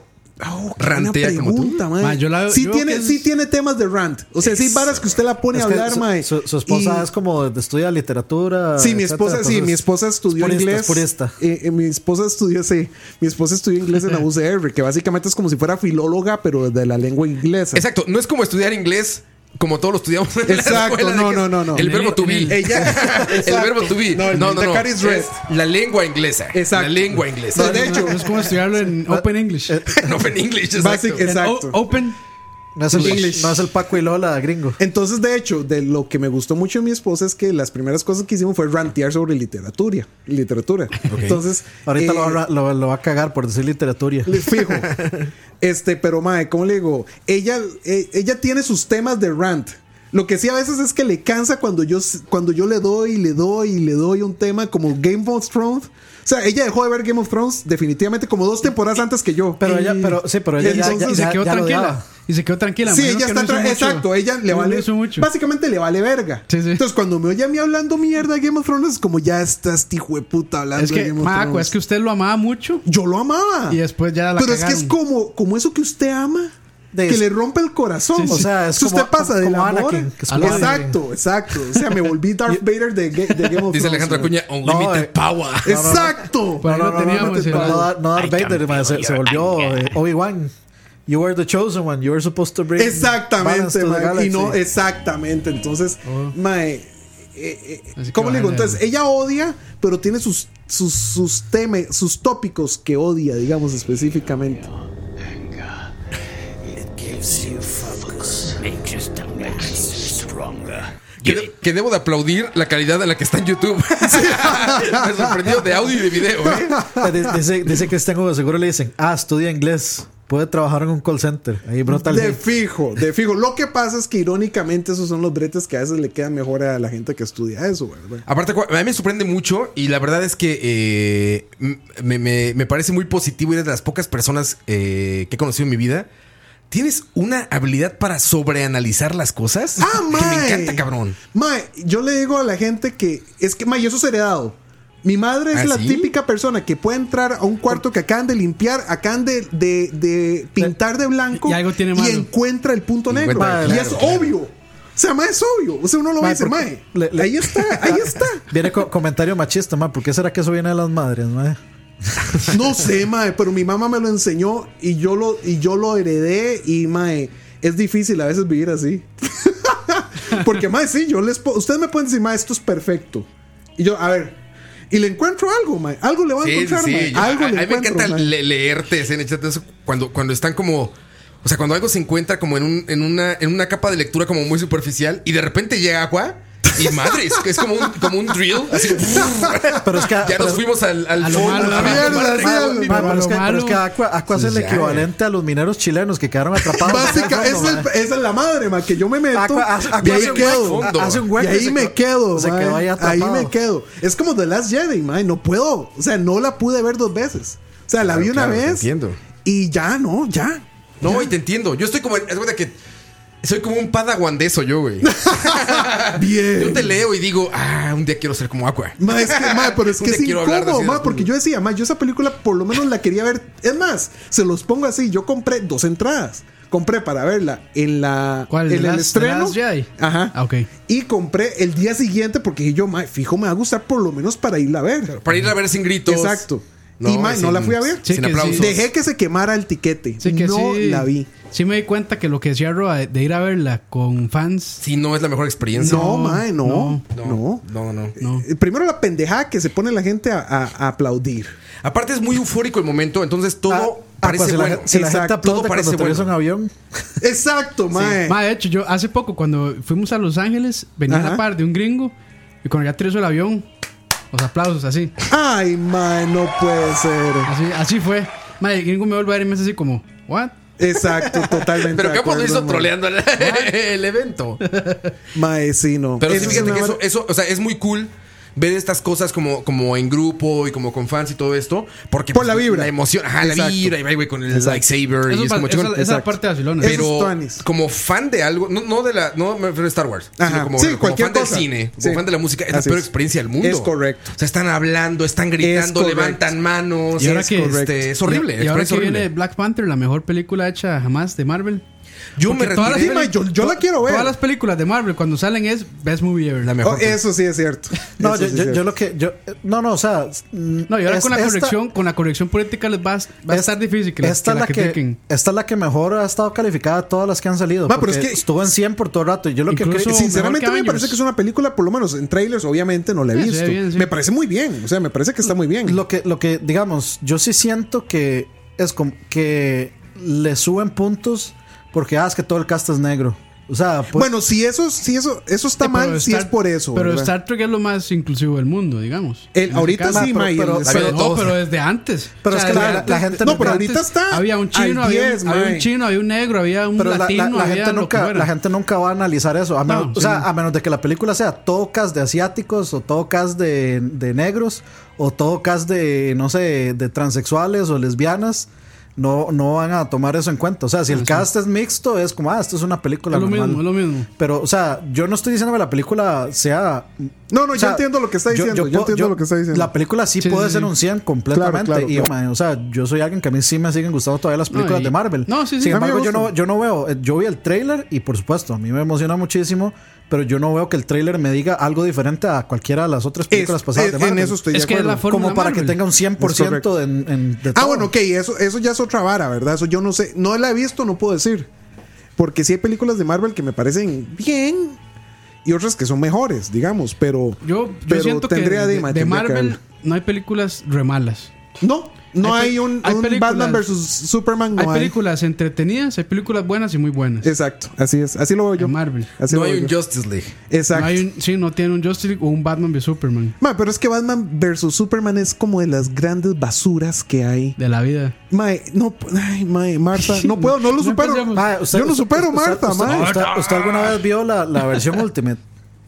Oh, qué rantea buena como tú. pregunta, mae. Ma, yo la- sí, yo tiene, que es- sí tiene temas de rant. O sea, sí, Eso. varas que usted la pone Es a que hablar, su, mae. su- su esposa Y- es como de estudia literatura. Sí, mi etcétera, esposa, sí, entonces, mi esposa estudió es purista, inglés. es purista. Eh, eh, mi esposa estudió, sí, mi esposa estudió inglés en la U C R, que básicamente es como si fuera filóloga, pero de la lengua inglesa. Exacto, no es como estudiar inglés como todos lo estudiamos en la Exacto, escuela de no, que- no, no, no. El En verbo el- to en be. el- Ella- El Exacto. verbo to be. No, el No, no, no. the cat is red. Es la lengua inglesa. Exacto. La lengua inglesa. No, de hecho, No, es como estudiarlo en Open English. No en English, exacto. Basic- En exacto. o- Open. No es, el, English. no es el Paco y Lola gringo. Entonces, de hecho, de lo que me gustó mucho de mi esposa es que las primeras cosas que hicimos fue rantear sobre literatura. Literatura. Entonces, Ahorita eh, lo, va, a- lo, lo va a cagar por decir literatura. le fijo. Este, pero mae, ¿cómo le digo? Ella, eh, ella tiene sus temas de rant. Lo que sí a veces es que le cansa cuando yo, cuando yo le doy y le doy y le doy un tema como Game of Thrones. O sea, ella dejó de ver Game of Thrones definitivamente como dos temporadas antes que yo. Pero ella, pero sí, pero ella Y ya, ya, entonces- Y se ya- quedó ya lo tranquila. odiaba. Y se quedó tranquila. Sí, imagino ella que está no hizo tra- mucho. exacto, ella le No vale hizo mucho. básicamente le vale verga. Sí, sí. Entonces cuando me oye a mí hablando mierda de Game of Thrones es como ya estás este hijo de puta hablando Es de que, Game of Maco, Thrones. es que usted lo amaba mucho Yo lo amaba. y después ya la Pero es que cagaron. es como, como eso que usted ama. De que eso. le rompe el corazón. Sí, sí. O sea, es si como- usted pasa como del amor. Anakin, que es como exacto, exacto. O sea, me volví Darth Vader de, Ga- de Game of Dice Thrones. Alejandro man. Acuña, Unlimited eh, Power. Exacto. Pues ahí lo teníamos. no, era- no, Dar- no Darth Vader, man, se, se volvió eh, Obi-Wan. You were the chosen one. You were supposed to bring balance Exactamente, to the mae, y galaxy. no, exactamente. Entonces, mae, eh, eh, Así que ¿cómo le digo? vale. Entonces, ella odia, pero tiene sus, sus, sus temas, sus tópicos que odia, digamos específicamente. Que, de- que debo de aplaudir la calidad a la que está en YouTube. Me sorprendió de audio y de video, ¿eh? Eh, di- Dice, dice Cristian Hugo, seguro le dicen, ah, estudia inglés. Puede trabajar en un call center. Ahí brota el De hate. fijo, de fijo. Lo que pasa es que irónicamente esos son los bretes que a veces le quedan mejor a la gente que estudia eso, ¿verdad? Aparte, a mí me sorprende mucho y la verdad es que eh, me, me- me parece muy positivo y eres de las pocas personas eh, que he conocido en mi vida. Tienes una habilidad para sobreanalizar las cosas. Ah, que mae. me encanta, cabrón. Mae, yo le digo a la gente que es que, mae, eso es heredado. Mi madre es ¿Ah, la sí? típica persona que puede entrar a un cuarto que acaban de limpiar, acaban de, de, de pintar de blanco Y algo tiene malo. encuentra el punto negro. Encuentra, y claro, es claro. obvio. O sea, mae, es obvio. O sea, uno lo ve y Mae, dice, porque mae, le- le- ahí está, ahí está. Viene co- comentario machista, man. ¿Por qué será que eso viene de las madres, man? No sé, mae, pero mi mamá me lo enseñó y yo lo, y yo lo heredé y, mae, es difícil a veces vivir así. Porque, mae, sí, yo les puedo... Ustedes me pueden decir, mae, esto es perfecto. Y yo, a ver... Y le encuentro algo, mae. Algo le voy a Sí, encontrar, sí, mae. yo- Algo a, le a mí me encuentro, encanta mae. le- leerte en el chat eso, cuando, cuando están como. O sea, cuando algo se encuentra como en, un, en, una, en una capa de lectura como muy superficial y de repente llega agua. Y madre, es, es como, un, como un drill. Así, Pero es que, ya pero- nos fuimos al, al a lo fondo. malo, a a la mierda, tomar sí, recto. al- Man, Pero pero, es lo que, pero es malo- que Aqua, Aqua es Sí, el ya. equivalente a los mineros chilenos que quedaron atrapados. Básica, en el esa fondo, es, man. el- esa es la madre, mae, que yo me meto Aqua hace- Aqua y ahí hace un quedo. hueco, hace un hueco Y ahí se me quedó- quedo, se mae. quedó ahí Ahí atrapado. me quedo. Es como The Last Jedi, mae. No puedo. O sea, no la pude ver dos veces. O sea, la Claro, vi una claro, te vez. entiendo. Y ya, no, ya. No, y te entiendo. Yo estoy como. Es verdad que. Soy como un padawan de eso, yo, güey. Bien. Yo te leo y digo, ah, un día quiero ser como Aqua. Ma, es que, ma, pero es Un que día es quiero hablar de incómodo, así de ma, las porque cosas. yo decía, ma, yo esa película por lo menos la quería ver. Es más, se los pongo así, yo compré dos entradas. Compré para verla en la ¿Cuál? en ¿The el Last- estreno. The Last Jedi? Ajá. Ah, ok. Y compré el día siguiente porque dije yo, ma, fijo, me va a gustar por lo menos para irla a ver. Para ir a ver sin gritos. Exacto. y mae, no sin- la fui a ver. Sí, sin que aplausos. sí. Dejé que se quemara el tiquete. Sí, que no sí. la vi. Sí me di cuenta que lo que decía Roa de, de ir a verla con fans. Sí, no es la mejor experiencia. No, mae, no. no, No. No, no, no. No. Eh, Primero la pendejada que se pone la gente a, a- a aplaudir. Aparte es muy eufórico el momento, entonces todo Ah, parece pues si bueno. La, si la gente Exacto, aplaude todo parece cuando aterriza un bueno. avión. Exacto, mae. Ma, de hecho, yo hace poco cuando fuimos a Los Ángeles, venía Ajá. a la par de un gringo y cuando ya aterrizó el avión, los aplausos así. Ay, mae, no puede ser. Así, así fue. Ma, el gringo me vuelve a ver y me hace así como, ¿what? Exacto, totalmente. Pero de Campos lo acuerdo, hizo mae. troleando el, el evento. Mae, sí, no. Pero sí, Eso es fíjate una que vara- eso, eso, o sea, es muy cool ver estas cosas como, como en grupo y como con fans y todo esto. Porque Por pues, la vibra. La emoción, ajá, la Exacto. vibra, y va, güey, con el Exacto. lightsaber Eso y es pa- como esa, chingón. esa Exacto. parte de Barcelona. Eso es Pero tuanis. como fan de algo, no, no de la, no me refiero a Star Wars, Ajá. sino como, Sí, como cualquier fan cosa. del cine, como Sí. fan de la música, es la Así peor es. experiencia del mundo. Es correcto. O sea, están hablando, están gritando, correcto. levantan manos. Y ahora es, que- este, es horrible. Y, y ahora es que horrible. viene Black Panther, la mejor película hecha jamás de Marvel. Yo me Porque todas retiré. las Sí, mae, yo, yo la quiero ver. Todas las películas de Marvel cuando salen es Best Movie Ever. La Oh, mejor. eso sí es cierto. No, Eso yo, sí es yo, cierto. yo lo que. Yo, no, no, o sea. No, y ahora es- con la esta- corrección, con la corrección política les va, a- va a es- estar difícil que, la, esta, que es la la que, critiquen. esta es la que mejor ha estado calificada de todas las que han salido. Ma, pero porque es que- estuvo en cien por todo el rato. Y yo lo que Incluso- creo. Sinceramente mejor que me parece Avengers. que es una película, por lo menos en trailers, obviamente no la he Sí, se visto. ve bien, sí. Me parece muy bien. O sea, me parece que está muy bien. Lo que, lo que, digamos, yo sí siento que es como que le suben puntos porque, ah, es que todo el cast es negro. O sea, pues, Bueno, si eso, si eso, eso está Sí, pero mal, si Star- es por eso. Pero ¿verdad? Star Trek es lo más inclusivo del mundo, digamos. El- En ese ahorita caso. sí, pero- ma, y pero- el- La vida de No, todos. pero desde antes. Pero O es sea, que la- desde la- la antes- gente No, no- pero antes ahorita está Había un chino, al había, diez, un, había ma. un chino, había un negro, había un pero la, la- latino, la había gente lo que nunca, fuera. la gente nunca va a analizar eso. A menos, No, o sí, sea, no. a menos de que la película sea todo cast de asiáticos o todo cast de, de negros o todo cast de, no sé, de transexuales o lesbianas. No, no van a tomar eso en cuenta. O sea, si el sí. cast es mixto, es como, ah, esto es una película Es lo normal. mismo, es lo mismo. Pero, o sea, yo no estoy diciendo que la película sea. No, no, o yo sea, entiendo lo que está diciendo. Yo, puedo- entiendo yo- lo que está diciendo. La película sí, Sí, puede sí, ser sí. un cien completamente. Claro, claro, y, claro. man, o sea, yo soy alguien que a mí sí me siguen gustando todavía las películas y- de Marvel. no, sí, sí. Sin A mí me embargo, yo no, gustan. yo no veo. eh, Yo vi el trailer y, por supuesto, a mí me emociona muchísimo. Pero yo no veo que el trailer me diga algo diferente a cualquiera de las otras películas Es- pasadas es- de Marvel. en eso estoy Es de que es acuerdo. la fórmula Como para que Marvel. tenga un cien por Es ciento correcto. en, en- de Ah, todo. bueno, ok, eso, eso ya es otra vara, ¿verdad? Eso yo no sé. No la he visto, no puedo decir. Porque sí hay películas de Marvel que me parecen bien y otras que son mejores, digamos. Pero, Yo, yo pero siento que tendría de, de, de tendría que Marvel verla. no hay películas re malas. No, no Hay hay, pe- un, hay un películas- Batman versus Superman. No hay hay. películas entretenidas, hay películas buenas y muy buenas. Exacto, así es. Así lo veo yo. En Marvel. Así No lo hay veo un yo. Justice League. Exacto. No hay un, sí, no tiene un Justice League o un Batman v Superman Ma, pero es que Batman versus Superman es como de las grandes basuras que hay. de la vida. Mae, no, ay, mae, Marta, no puedo, no lo No supero. empecemos. Ma, usted- Yo no usted- supero, usted- Marta, usted, mae. usted- usted alguna vez vio la, la versión Ultimate?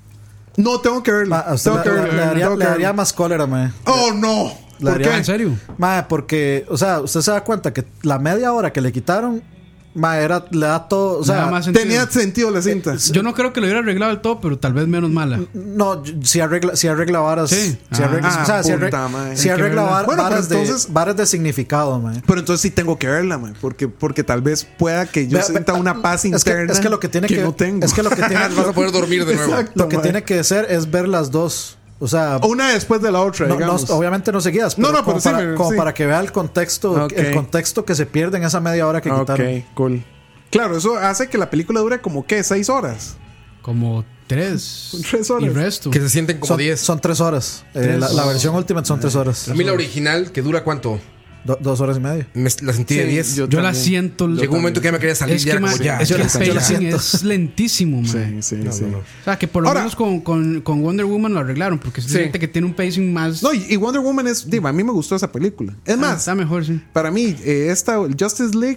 No, tengo que verla. Ma, a usted Tengo le, que le- verla, le daría, tengo que le daría verla. más cólera, mae. Oh, no. La ¿Por haría- qué? ¿En serio? Mae, porque, o sea, usted se da cuenta que la media hora que le quitaron, mae, era, le da todo, o Le sea, da más sentido. Tenía sentido la cinta. Yo no creo que lo hubiera arreglado del todo, pero tal vez menos mala. no, si arregla, si arregla varas, Sí. si arregla, Ah, o sea, si puta, arregla, mae. si Hay que arregla verla. var- Bueno, pero varas, entonces- de, varas de significado, mae. Pero entonces sí tengo que verla, mae, porque, porque tal vez pueda que yo Vea, sienta vea, una paz es que, interna es que lo que tiene que, no tengo. es que lo que tiene, Vas a poder dormir de nuevo. Exacto, lo que mae. tiene que hacer es ver las dos, o sea, Una después de la otra, no, no, digamos. obviamente no seguidas, No, pero no, como, pero sí, para, pero como sí. para que vea el contexto, Ok. el contexto que se pierde en esa media hora que quitaron. Ok, cool. Claro, eso hace que la película dure como, ¿qué? ¿Seis horas? Como tres. Tres horas. Y resto. Que se sienten como Son, diez. son tres horas. Eh, Tres. la, la versión Ultimate son tres horas. A mí la original, que dura cuánto? Do- dos horas y media. Me- la sentí de Sí, diez. yo Yo la también. siento. Llegó un momento que ya me quería salir. Es ya que, era ma- como, ya, es yo que la- el yo la pacing siento. es lentísimo, man. Sí, sí, sí. no, no. O sea, que por lo Ahora- menos con, con, con Wonder Woman lo arreglaron, porque se Sí. siente que tiene un pacing más. No, y y Wonder Woman es... Digo, a mí me gustó esa película. Es Ah, más, está mejor, sí. para mí, eh, esta el Justice League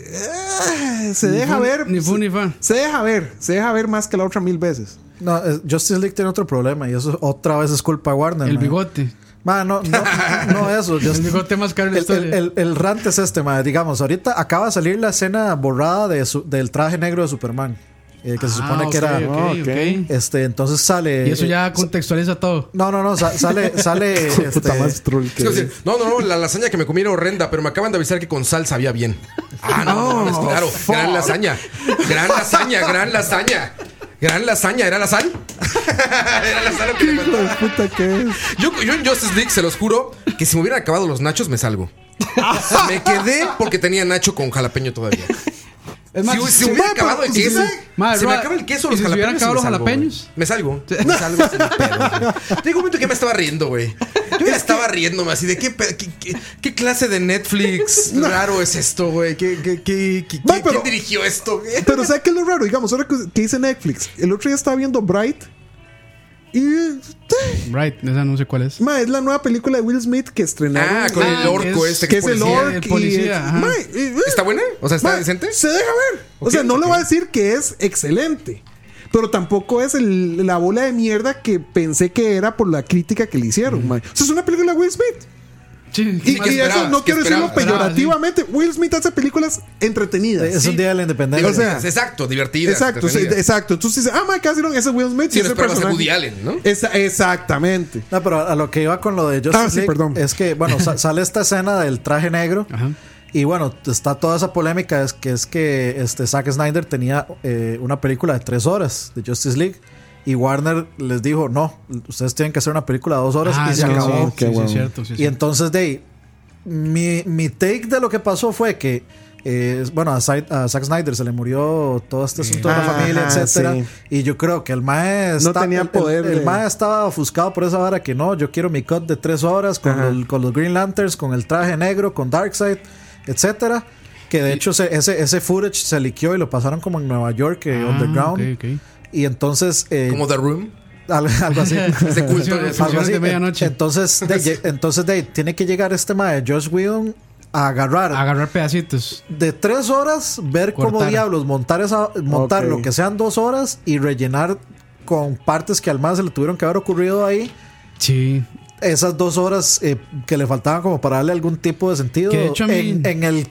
eh, se Ni deja fu- ver. Ni fu ni fa. Se deja ver. Se deja ver más que la otra mil veces. No, eh, Justice League tiene otro problema y eso otra vez es culpa de Warner. El man. bigote. Ma, no, no, no eso. El Just- bigote más caro de la el, historia. el, el, el rant es este, ma. Digamos, ahorita acaba de salir la escena borrada de su- del traje negro de Superman. eh, que se Ah, supone ok, que era. ok, Ah, ok. ok. Este, entonces sale. Y eso ya eh, contextualiza todo. No, no, no. sa- sale. sale este, Puta más troll que Es como decir, no, no, no, la lasaña que me comí era horrenda, pero me acaban de avisar que con sal sabía bien. Ah, no, no, no, es claro. Gran lasaña. Gran lasaña, gran lasaña. Gran lasaña, ¿era la sal? Era Lázaro que ¿Qué le hijo de faltaba. puta que es? Yo, yo en Justice League, se los juro, que si me hubieran acabado los nachos, me salgo. Me quedé porque tenía nacho con jalapeño todavía. Es más, si, si si- hubiera ma, acabado el pero- queso, Ma, se me Roa, acaba el queso, ¿y los si se hubieran jalapeños. acabado y los me salgo, jalapeños? güey. Me salgo. Me salgo sin pedo, güey. Llegó un momento que me estaba riendo, güey. Yo ya estaba riéndome así de qué, pe- qué, qué, qué clase de Netflix raro es esto, güey. ¿Qué, qué, qué, qué- Ma, quién pero- dirigió esto, güey? Pero ¿sabes qué es lo raro? Digamos, ahora que, que dice Netflix. El otro día estaba viendo Bright. Y. Right, esa no sé cuál es. Ma, es la nueva película de Will Smith que estrenaron. Ah, con Ah, el orco es- este que es el policía. orc el policía, y- ajá. Ma, y- y- ¿Está buena? O sea, ¿está Ma, decente? Se deja ver. o Ok, sea, no ok. le voy a decir que es excelente. Pero tampoco es el- la bola de mierda que pensé que era por la crítica que le hicieron. ma. O sea, es una película de Will Smith. Sí, Y, ¿qué y eso esperabas? no ¿Qué quiero decirlo esperabas? peyorativamente. Will Smith hace películas entretenidas. Es Sí. un día de la independencia. O sea, exacto, divertida. Exacto, sí, exacto. Entonces dice, ah, ma, ¿qué hicieron? Ese es Will Smith. Sí, y no ese esperabas a personaje. Woody Allen, ¿no? Esa- exactamente. No, pero a lo que iba con lo de Justice Ah, sí, League perdón. es que, bueno, sa- sale esta escena del traje negro. Ajá. Y bueno, está toda esa polémica, es que es que este Zack Snyder tenía eh, una película de tres horas de Justice League. Y Warner les dijo, no, ustedes tienen que hacer una película de dos horas Ah, y se sí, acabó. sí, Qué sí, sí, bueno. es cierto, sí, Y sí. entonces, de ahí, mi, mi take de lo que pasó fue que, eh, bueno, a, Zack- a Zack Snyder se le murió todo este asunto de la Ajá, familia, etcétera. sí. Y yo creo que el mae No está- tenía el- poder El, el de- mae estaba ofuscado por esa vara que no, yo quiero mi cut de tres horas con, Ajá. el- con los Green Lanterns, con el traje negro, con Darkseid, etcétera. Que de hecho se- ese, ese footage se liqueó y lo pasaron como en Nueva York, eh, Ah, underground. ok, ok. Y entonces. eh, Como The Room. Al- algo así. Es de culto. Funciones- eso. Algo funciones así. de medianoche. Entonces, de, lle- entonces de, tiene que llegar este mae de Josh Whedon a agarrar Agarrar pedacitos. de tres horas, ver cómo Cortar. diablos montar esa, montar Ok. lo que sean dos horas y rellenar con partes que al más se le tuvieron que haber ocurrido ahí. Sí. Esas dos horas eh, que le faltaban como para darle algún tipo de sentido Que de hecho a mí- en, en el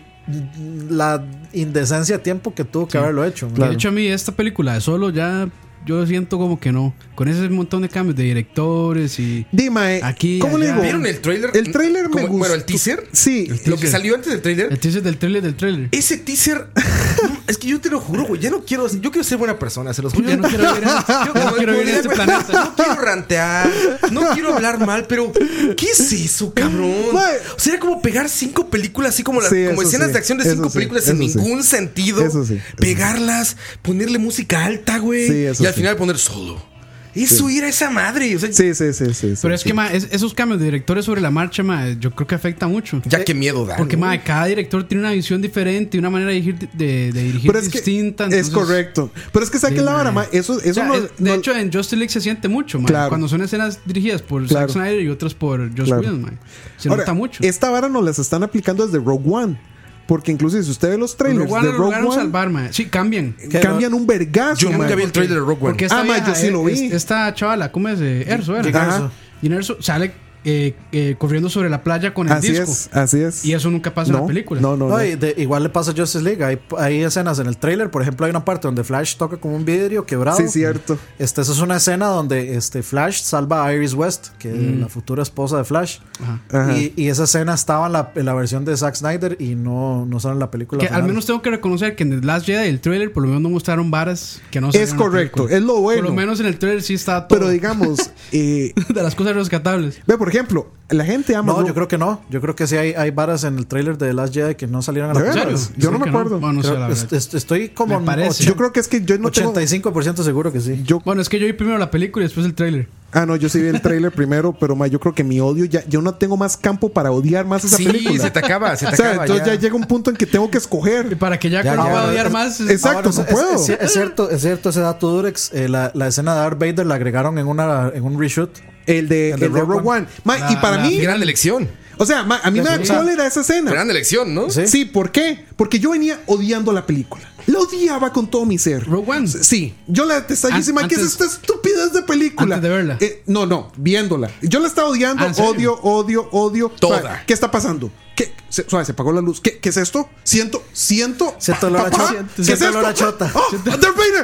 la indecencia de tiempo que tuvo que haberlo hecho. ¿no? Que de hecho a mí esta película de Solo ya yo siento como que no. Con ese montón de cambios de directores y Dime, Aquí, ¿cómo le allá. digo? ¿Vieron el trailer? El trailer me Como- gustó. Bueno, el teaser. Sí. Lo que salió antes del trailer. el teaser del trailer del trailer. Ese teaser. Es que yo te lo juro, güey. Ya no quiero. Yo quiero ser buena persona, se los juro. Ya no quiero vivir en- Yo ya no quiero vivir en este planeta. No quiero rantear. No quiero hablar mal, pero. ¿Qué es eso, cabrón? Güey. O sea, era como pegar cinco películas, así como, las, Sí, como eso escenas sí. de acción de Eso cinco sí, películas sin eso sí. ningún sentido. Eso sí, eso Pegarlas, ponerle música alta, güey. Sí, eso y al sí. final poner solo. Eso era esa madre. O sea, Sí, sí, sí, sí. sí, Pero es sí. que ma, es- esos cambios de directores sobre la marcha, ma, yo creo que afecta mucho. ya qué miedo da. Porque ¿no? ma, cada director tiene una visión diferente y una manera de dirigir, de, de dirigir Pero es que distinta. es entonces- correcto. Pero es que saque Sí, la vara, ma. ma, eso, eso O sea, no, es- de no- hecho, en Justice League se siente mucho, ma, Claro. cuando son escenas dirigidas por Claro. Zack Snyder y otras por Josh Claro. Whedon, ma. Se Ahora, nota mucho. Esta vara nos las están aplicando desde Rogue One. Porque incluso si usted ve los trailers Rogue One de lo Rogue lograron One, salvar, ma. Sí, cambian. cambian un vergazo. Yo ma. nunca vi el trailer de Rogue One. Porque esta Ah, ma, vieja, yo sí lo eh, vi. es- Esta chavala, ¿cómo es? Eh, Erso, ¿era? Jyn Ajá. Erso. Jyn Erso sale eh, eh, corriendo sobre la playa con el Así disco. es, así es. Y eso nunca pasa en no, la película. No, no, no. No, y de- igual le pasa a Justice League. Hay, hay escenas en el trailer. Por ejemplo, hay una parte donde Flash toca como un vidrio quebrado. Sí, cierto. Este, esa es una escena donde este Flash salva a Iris West, que es la futura esposa de Flash. Ajá. Ajá. Y, y esa escena estaba en la, en la versión de Zack Snyder y no, no sale en la película. Que final. al menos tengo que reconocer que en The Last Jedi, el trailer, por lo menos no mostraron varas que no salieron Es en la correcto, película. es lo bueno. Por lo menos en el trailer sí está todo. Pero digamos, eh, de las cosas rescatables. ve, por ejemplo, la gente ama. No, Rogue- yo creo que no. Yo creo que sí hay, hay varas en el trailer de The Last Jedi que no salieron a la ¿De película. veras? Yo no me que acuerdo. Bueno, no sé, Creo- la verdad. est- est- estoy como Me parece. Yo creo que es que yo no tengo. ochenta y cinco por ciento seguro que sí. Yo, Bueno, es que yo vi primero la película y después el trailer. ah, no, yo sí vi el trailer primero, pero ma, yo creo que mi odio ya. Yo no tengo más campo para odiar más esa Sí, película. se te acaba, se te O sea, acaba. entonces ya. ya. llega un punto en que tengo que Y escoger. para que ya, Ya, cuando ya, pueda bueno, odiar es- más. es- Exacto, es, no puedo. Es, es cierto, es cierto ese dato Durex. Eh, la, la escena de Darth Vader la agregaron en, una, en un reshoot. El de, El el de de Rogue Rogue One. Ma, La- y para la- mí. Gran elección. O sea, ma, a mí me da Sí. cólera esa escena. Gran elección, ¿no? Sí. Sí, ¿por qué? Porque yo venía odiando la película. La odiaba con todo mi ser. Rogue One. Sí, yo la detestaba. Yo An- decía, "Ma, ¿qué es antes- esta estupidez de película? antes de verla. Eh, no, no, viéndola. Yo la estaba odiando, Ah, ¿en serio? odio, odio, odio. Toda. Suave, ¿qué está pasando? ¿Qué? Se, suave, se apagó la luz. ¿Qué, ¿Qué es esto? Siento, siento. Siento olor a papá, chota. ¿qué Siento es olor a esto? chota. ¡Ah! ¡Darth Vader!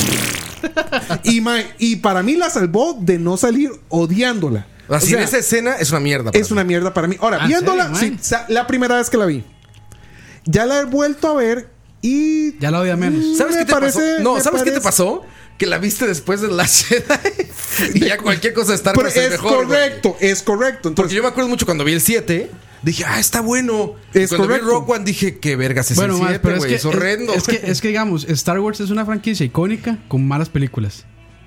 ¡Ah! y, ma, y para mí la salvó de no salir odiándola. Así O sea, en esa escena es una mierda. para es mí. una mierda para mí. Ahora, Ah, ¿en viéndola, serio, sí, man? sa- la primera vez que la vi. Ya la he vuelto a ver Y ya la odia menos. ¿Sabes me qué te parece- pasó? No, me ¿sabes qué te parece- pasó? Que la viste después de la Jedi y ya cualquier cosa de Star Pero Wars es es mejor. correcto, güey. es correcto. Porque Entonces, yo me acuerdo mucho cuando vi el siete, dije, ah, está bueno. Y Es cuando correcto. vi Rogue One dije, qué vergas es Bueno, el más, siete, pero es güey. que Es, horrendo. Es, es que, es que, digamos, Star Wars es una franquicia icónica con malas películas.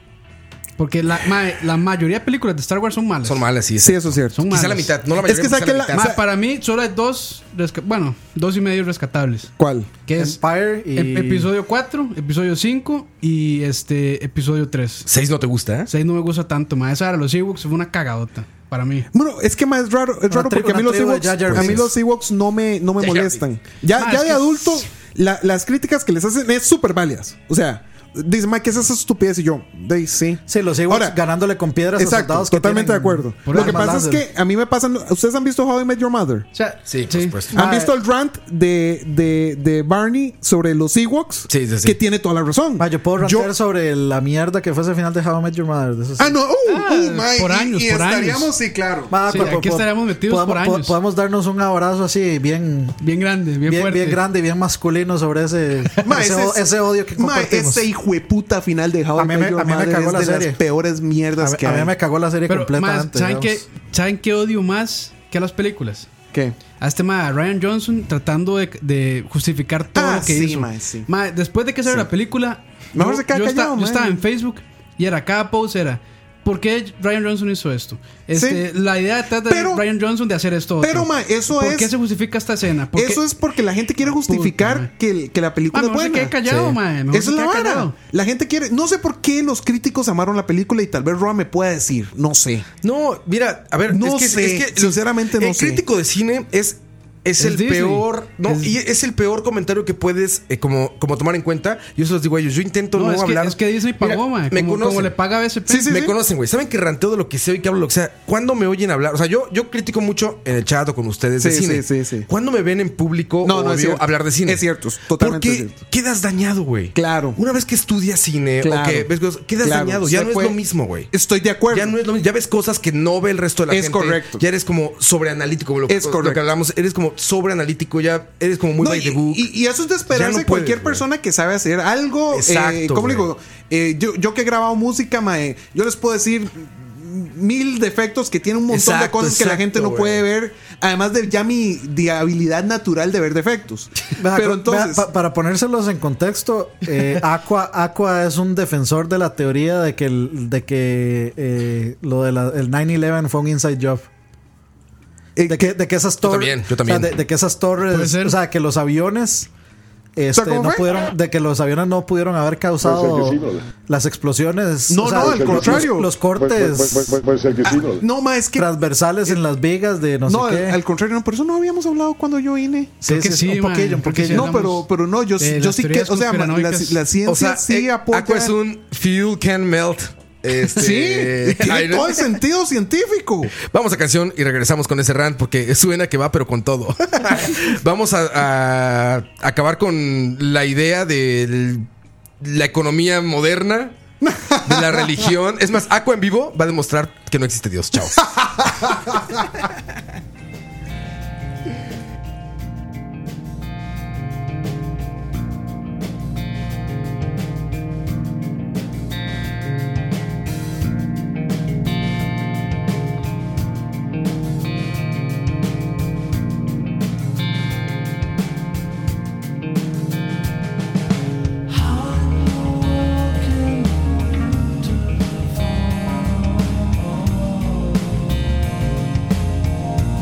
Porque la, ma- la mayoría de películas de Star Wars son malas. Son malas, sí. sí, eso es cierto. Son Quizá malas. la mitad, no la Es mayoría, que quizá saque la la- mitad. Ma, o sea- para mí solo hay dos, resca- bueno, dos y medio rescatables. ¿Cuál? Que es Empire y... ep- episodio cuatro, episodio cinco y este episodio tres. ¿Seis no te gusta? ¿eh? seis no me gusta tanto, ma. Esa era los Ewoks, fue una cagadota para mí. Bueno, es que más es raro, es raro tri- porque a mí una los tribu de Ewoks, Jar Jar a mí Binks. los Ewoks no me, no me Jar Jar molestan. Ya, Ma, ya es de que- adulto, la- las críticas que les hacen es súper válidas. O sea, dice, Mike, ¿qué es esa estupidez? Y yo, de sí. Sí, los Ewoks Ahora, ganándole con piedras a Exacto, soldados que totalmente de tienen acuerdo. por Lo que armas pasa es láser. que a mí me pasan. ¿Ustedes han visto How I Met Your Mother? O sea, Sí, por supuesto. ¿Han Ma, visto el rant de, de, de Barney sobre los Ewoks? Sí, sí, sí. Que tiene toda la razón. Ma, yo puedo rantear sobre la mierda que fue ese final de How I Met Your Mother. de eso sí. Ah, no, uh, Ah, uh, ma, por y- años, y por años. estaríamos, sí, claro. Ma, Sí, po- po- aquí po- estaríamos metidos podemos, por po- años. Podemos darnos un abrazo así, bien, bien grande, bien, bien, fuerte. bien grande y bien masculino sobre ese, Ma, ese, ese o- es- ese odio que Ma, compartimos. ese hijueputa final de How A I mí Met me- Your a mí me Mother cagó es la de serie. las peores mierdas a, que a mí hay. me cagó la serie Pero, completamente. ma, ¿saben, qué, digamos. ¿saben qué odio más que a las películas? ¿Qué? A este ma, Ryan Johnson tratando de, de justificar todo Ah, lo que sí, hizo. ma, sí. Ma, después de que salió Sí. la película, Mejor yo, se queda yo, callado, esta- yo ma. estaba en Facebook y era cada post era ¿por qué Ryan Johnson hizo esto? Este, Sí. La idea detrás de Pero- Ryan Johnson de hacer esto. pero, otro. ma, eso ¿Por es- qué se justifica esta escena? ¿Por qué- Eso es porque la gente quiere justificar Puta, ma. que, el- que la película Ma, es mejor se buena. quede callado, Sí. ma, mejor Esa se es la quede vara. callado. La gente quiere. No sé por qué los críticos amaron la película y tal vez Roa me pueda decir. No sé. No, mira, a ver, No es que, sé, es que sinceramente no el sé. crítico de cine es es, Es el Disney. peor, no, Es- y es el peor comentario que puedes eh, como, como tomar en cuenta. Yo se los digo a ellos, yo intento no, No, es, que, hablar. es que Disney pagó, Mira, ma, me como, conocen. como le paga a B S P. Sí, sí, me conocen, güey. Saben que ranteo de lo que sé y que hablo lo que sea. ¿Cuándo me oyen hablar? O sea, yo, yo critico mucho en el chat o con ustedes de Sí, cine. sí, sí, sí. ¿Cuándo me ven en público No, o no, es veo cierto. hablar de cine? Es cierto, es totalmente Porque cierto. quedas dañado, güey. Claro. Una vez que estudias cine Claro. o que ves cosas, quedas Claro, dañado. Ya se no fue- es lo mismo, güey. Estoy de acuerdo. Ya no es lo mismo. Ya ves cosas que no ve el resto de la Es gente. correcto. Ya eres como sobreanalítico. Lo, Es lo correcto. que hablamos. Eres como sobreanalítico. Ya eres como muy No, by y, the book. y- y eso es de esperarse Ya de no cualquier puedes, persona que sabe hacer algo. Exacto, eh, ¿Cómo le güey. digo? Eh, yo, yo que he grabado música, mae, yo les puedo decir mil defectos que tiene un montón de Exacto, cosas que la exacto, gente no güey. puede ver. Además de ya mi de habilidad natural de ver defectos. Vea, Pero vea, entonces. pa- para ponérselos en contexto, eh, Aqua, Aqua es un defensor de la teoría de que, el, de que eh, lo del el nueve once fue un inside job. eh, De que, de que esas torres. también, yo también. O sea, de, de que esas Puede torres. ser. O sea, que los aviones. Este, ¿cómo no fue? pudieron, de que los aviones no pudieron haber causado las explosiones. No, o sea, no, al los- contrario. Los, los cortes no, ma, es que. transversales en las vigas de no, No, sé al, qué. al contrario, no, por eso no habíamos hablado cuando yo vine. Sí, Creo que sí, sí, un man, poquillo, un creo que sí poquillo. No, pero, pero no, yo, De yo las sí que. teorías O sea, ma, la, conspiranoicas. la ciencia O sea, sí eh, apoya. Aqua es un fuel can melt. Este, Sí, tiene Iron- todo el sentido científico. Vamos a canción y regresamos con ese rant porque suena que va, pero con todo. Vamos a, a acabar con la idea de la economía moderna, de la religión. Es más, Aqua en vivo va a demostrar que no existe Dios. Chao. How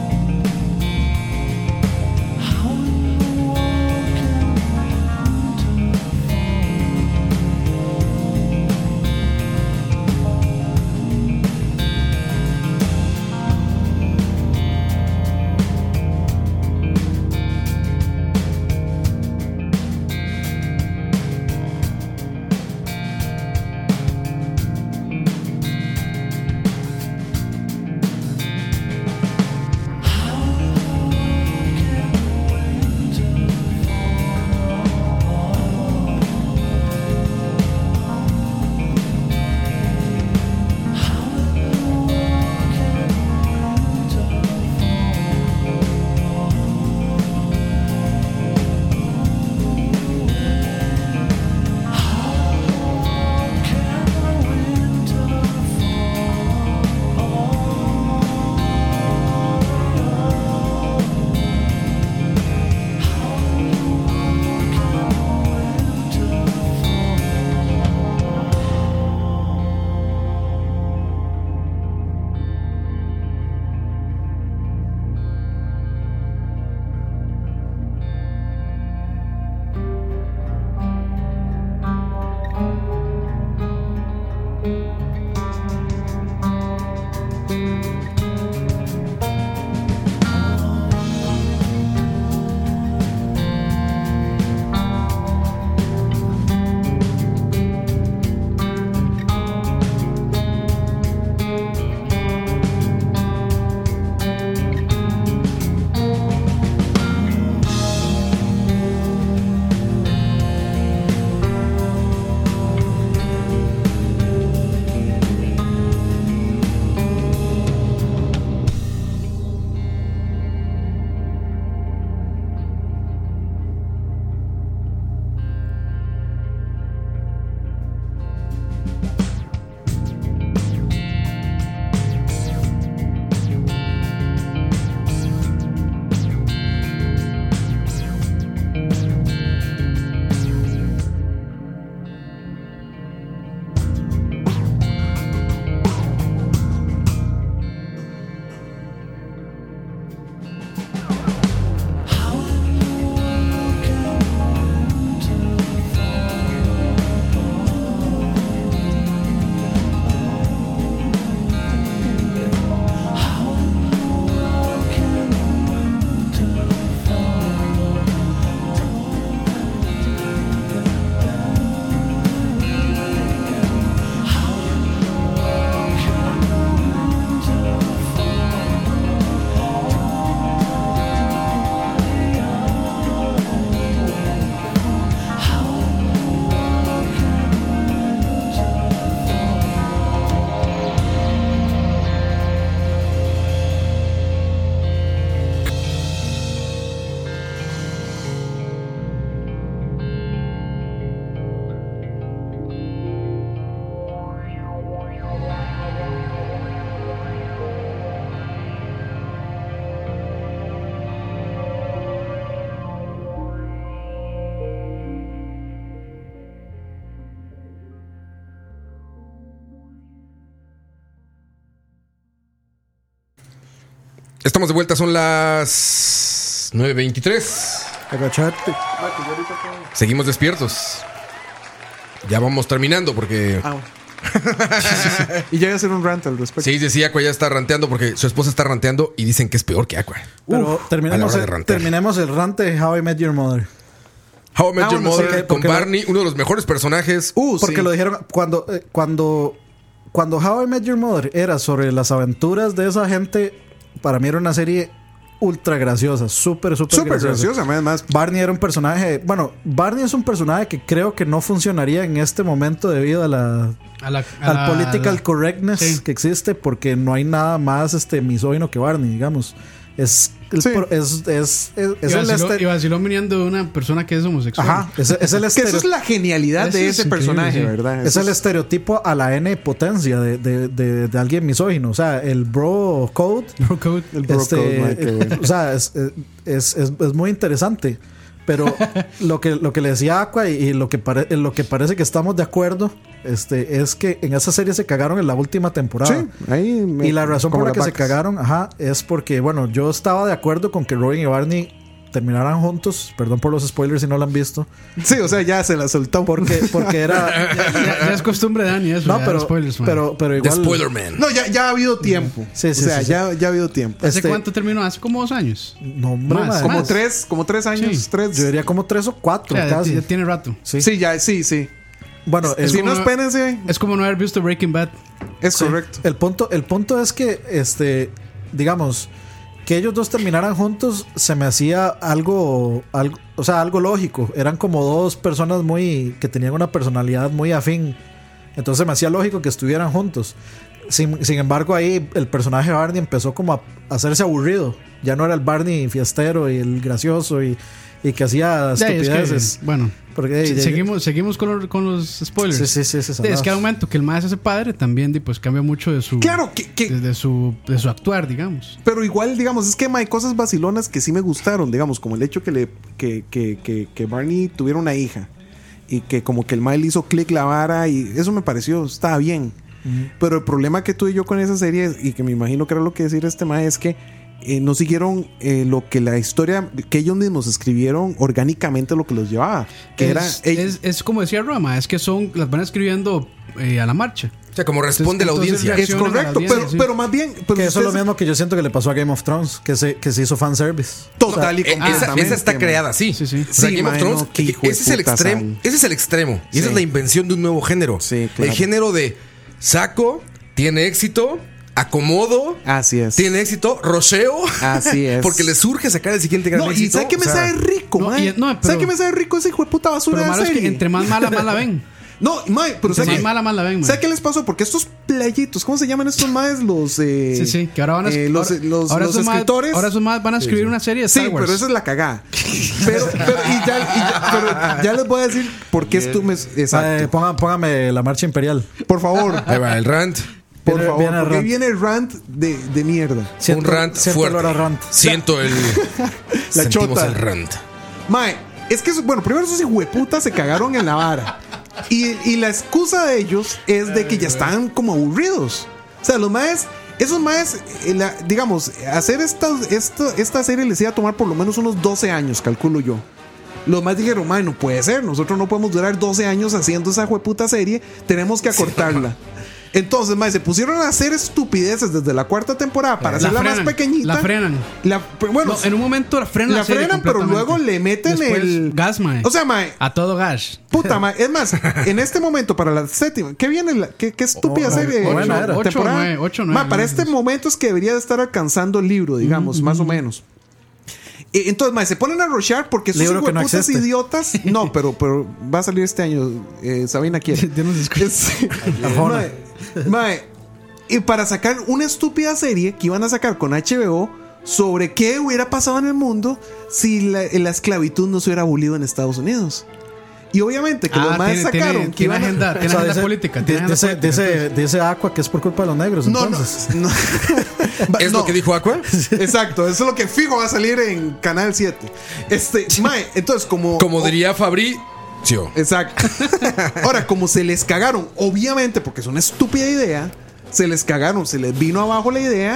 Estamos de vuelta, son las nueve veintitrés. Agacharte. Seguimos despiertos. Ya vamos terminando porque... Ah, bueno. Y ya voy a hacer un rant al respecto. Sí, decía Aqua ya está ranteando porque su esposa está ranteando y dicen que es peor que Aqua. Pero Uf, terminemos, a la hora de el, rantear. terminemos el rant de How I Met Your Mother. How I Met Ah, Your bueno, Mother sí, con porque Barney, uno de los mejores personajes. Uh, porque lo dijeron cuando eh, cuando cuando How I Met Your Mother era sobre las aventuras de esa gente. Para mí era una serie ultra graciosa, súper súper Súper graciosa. graciosa, además. Barney era un personaje, bueno, Barney es un personaje que creo que no funcionaría en este momento debido a la A la- a al la- political la- correctness sí. que existe, porque no hay nada más este misógino que Barney, digamos. Es el Sí. pro- es, es, es, es y el vaciló, este- y vaciló viniendo de una persona que es homosexual. Ajá, es, es el Que eso estereo- es la genialidad Eso de es ese increíble, personaje, sí. ¿verdad? Es Eso el estereotipo a la N potencia de, de, de, de alguien misógino. O sea, el bro code. Bro code. El bro este, code, man, qué bueno. o sea, es, es, es, es muy interesante. Pero lo que, lo que le decía Aqua y, y lo, que pare- en lo que parece que estamos de acuerdo este, es que en esa serie se cagaron en la última temporada. Sí, ahí me- Y la razón como por la que las se vacas. cagaron, ajá, es porque, bueno, yo estaba de acuerdo con que Robin y Barney terminaran juntos. Perdón por los spoilers si no lo han visto. Sí, o sea, ya se la soltó. Porque, porque era. Ya, ya- ya es costumbre de Dani eso. No, ya, pero, spoilers, man. pero, pero The igual. Spoiler Man. No, ya, ya ha habido tiempo. Sí, sí, o sea, sí, sí. ya, ya ha habido tiempo. ¿Hace este- cuánto terminó? Hace como dos años. No, hombre, Más, madre. Como más. tres, como tres años, Sí. tres. Yo diría como tres o O cuatro sea, casi. ya tiene rato. Sí. Sí, ya, sí, sí. Bueno, el, Si no, como- espérense. Es como no haber visto Breaking Bad. Es sí, correcto. el punto, el punto es que, este, digamos, que ellos dos terminaran juntos se me hacía algo, algo, o sea, algo lógico. Eran como dos personas muy que tenían una personalidad muy afín. Entonces me hacía lógico que estuvieran juntos. Sin, sin embargo, ahí el personaje Barney empezó como a, a hacerse aburrido. Ya no era el Barney fiestero y el gracioso y, y que hacía Ya, es que, estupideces. bueno, Porque, se- eh, ya- seguimos, seguimos con, los, con los spoilers. Sí, sí, sí, sí, Sí, es que al momento que el más se hace padre, también di, pues cambia mucho de su, Claro, que, que- de, de su, de su actuar, digamos. pero igual, digamos, es que hay cosas vacilonas que sí me gustaron, digamos, como el hecho que le que, que, que, que Barney tuviera una hija y que como que el Mae le hizo clic la vara y eso me pareció, estaba bien. Pero el problema que tuve yo con esa serie y que me imagino que era lo que decir este Mae es que eh, no siguieron eh, lo que la historia que ellos mismos escribieron orgánicamente lo que los llevaba, que es, era es, es como decía Roma, es que son las van escribiendo eh, a la marcha. O sea, como responde la Entonces, audiencia. es reaccionan a la correcto, audiencia, pero, sí. pero más bien pero que eso es lo ustedes- mismo que yo siento que le pasó a Game of Thrones, que se, que se hizo fanservice. total y Eh, esa, completamente, esa está man. creada así. Sí, sí. O sea, Sí, Game of man, Thrones, no, qué hijo de ese es el puta, extremo. Sam. Ese es el extremo. Y esa Sí. es la invención de un nuevo género. Sí, claro. El género de saco, tiene éxito, acomodo, Así es. tiene éxito, rocheo. Así es. Porque le surge sacar el siguiente gran No, y éxito. ¿sabes qué me O sea, sabe rico, no, mae? y- no, pero- ¿Sabes qué me sabe rico ese hijo de puta basura Pero de malo es serie? que entre más mala, más la ven. No, mae, pero Entre ¿sabes más qué? mala, más la ven, man. ¿Sabes qué les pasó? Porque estos playitos, ¿cómo se llaman estos maes? Los, eh, Sí, sí, que ahora van a eh, los, ahora- los, ahora los esos más- escritores. ahora esos más van a escribir una serie de Sí, Star Wars. pero esa es la cagada. Pero, pero, y ya, y ya- pero ya les voy a decir por qué esto me. Exacto. Eh, ponga- póngame la marcha imperial. Por favor, Ahí va el rant. por Viene- favor. viene el Porque rant. viene el rant de, de mierda. Siento- un rant siento fuerte. olor a rant. Siento el. La sentimos chota. el rant. Mae, es que, eso- bueno, primero esos hijueputas se cagaron en la vara. Y, y la excusa de ellos es de que ya están como aburridos. O sea, los maes, esos maes, eh, la- digamos, hacer esta, esta, esta serie les iba a tomar por lo menos unos doce años, calculo yo. Los más dijeron, mae, no puede ser, nosotros no podemos durar doce años haciendo esa jueputa serie, tenemos que acortarla. Entonces, mae, se pusieron a hacer estupideces desde la cuarta temporada para hacerla más pequeñita. La frenan. La- bueno, No, en un momento la frenan la la serie frenan, pero completamente. luego le meten Después, el gas, mae. O sea, mae, A todo gas. puta mae, es más, en este momento para la séptima, ¿qué viene? La, qué, qué estúpida Oh, serie. ocho, Buena ocho, temporada. nueve, ocho, nueve, Mae, para nueve, este diez. momento es que debería de estar alcanzando el libro, digamos, más o menos. Y entonces, mae, se ponen a rushear porque esos Libro que no hueputas existe. idiotas. No, pero, pero va a salir este año. eh, Sabina quiere. Dios nos escuche. Es- mae, mae, y para sacar una estúpida serie que iban a sacar con H B O sobre qué hubiera pasado en el mundo si la, la esclavitud no se hubiera abolido en Estados Unidos. Y obviamente que Ah, los más tiene- sacaron tiene- que tiene iban a- agenda, tiene O sea, agenda dice- política. di- tiene agenda dice, política, dice, dice Aqua que es por culpa de los negros. No, no, entonces. no. Va- ¿Es no. lo que dijo Aqua? Exacto, eso es lo que fijo va a salir en Canal siete. Este, mae, entonces como Como diría Fabricio. Exacto. Ahora, como se les cagaron, obviamente porque es una estúpida idea, se les cagaron, se les vino abajo la idea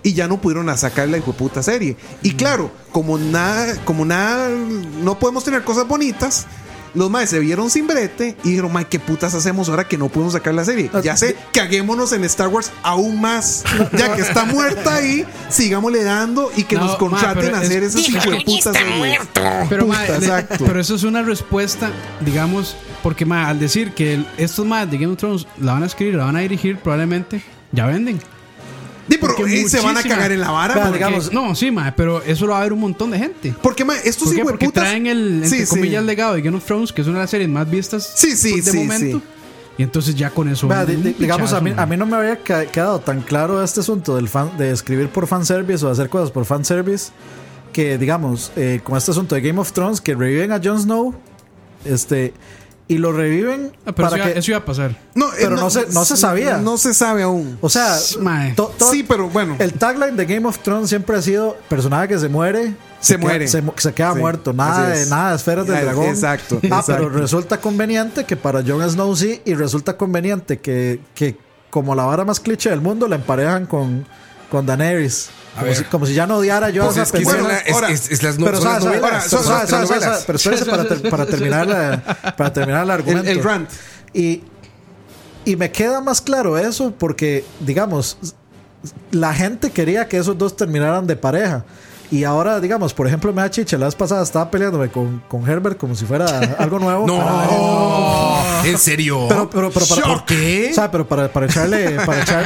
y ya no pudieron sacar la hijueputa serie. Y claro, como nada, como nada, no podemos tener cosas bonitas. Los maes se vieron sin brete y dijeron, mae, ¿qué putas hacemos ahora que no podemos sacar la serie? Ya sé, caguémonos en Star Wars aún más. Ya que está muerta ahí, sigámosle dando y que No, nos contraten ma, a pero hacer es- esas hijueputas series. Pero, Puta, ma, de- exacto. pero eso es una respuesta, digamos, porque ma, al decir que el- estos más de Game of Thrones la van a escribir, la van a dirigir, probablemente ya venden. Sí, pero Porque eh, se van a muchísima- cagar en la vara. Porque- porque- digamos, no, sí, ma, pero eso lo va a ver un montón de gente. Porque, ma, estos ¿Por qué? Porque hijueputas- traen el, entre Sí, sí. comillas, legado de Game of Thrones, que es una de las series más vistas Sí, sí, de sí, momento. sí. Y entonces ya con eso. Vea, di- un di- digamos, pichazo, a mí, ma. a mí no me había ca- quedado tan claro este asunto del fan, de escribir por fanservice o hacer cosas por fanservice, que digamos, eh, con este asunto de Game of Thrones, que reviven a Jon Snow, este, y lo reviven Ah, pero para eso, iba, que... eso iba a pasar. No, eh, pero no, se, no se sabía. No se sabe aún. O sea, Mae. to- to- Sí, pero bueno. el tagline de Game of Thrones siempre ha sido personaje que se muere. Se queda- muere. se, mu- se queda Sí, muerto. Nada así de, es. nada de esferas del Ah, dragón. exacto, Ah, exacto. pero resulta conveniente que para Jon Snow sí. Y resulta conveniente que, que como la vara más cliché del mundo, la emparejan con, con Daenerys. A Como ver. si, como si ya no odiara yo Pues a es esa que son persona. la- es- ahora- es- es las no- Pero son las sabe, sabe, novelas. sabe, son las sabe, sabe, sabe, novelas. pero espérese para, ter- para terminar la, para terminar el argumento. el rant. Y, y me queda más claro eso porque, digamos, la gente quería que esos dos terminaran de pareja. Y ahora, digamos, por ejemplo, me da chicha. La vez pasada estaba peleándome con, con Herbert como si fuera algo nuevo. No, ¿en serio? Pero, pero, pero para, ¿Por qué? O sea, pero para, para echarle, para echar,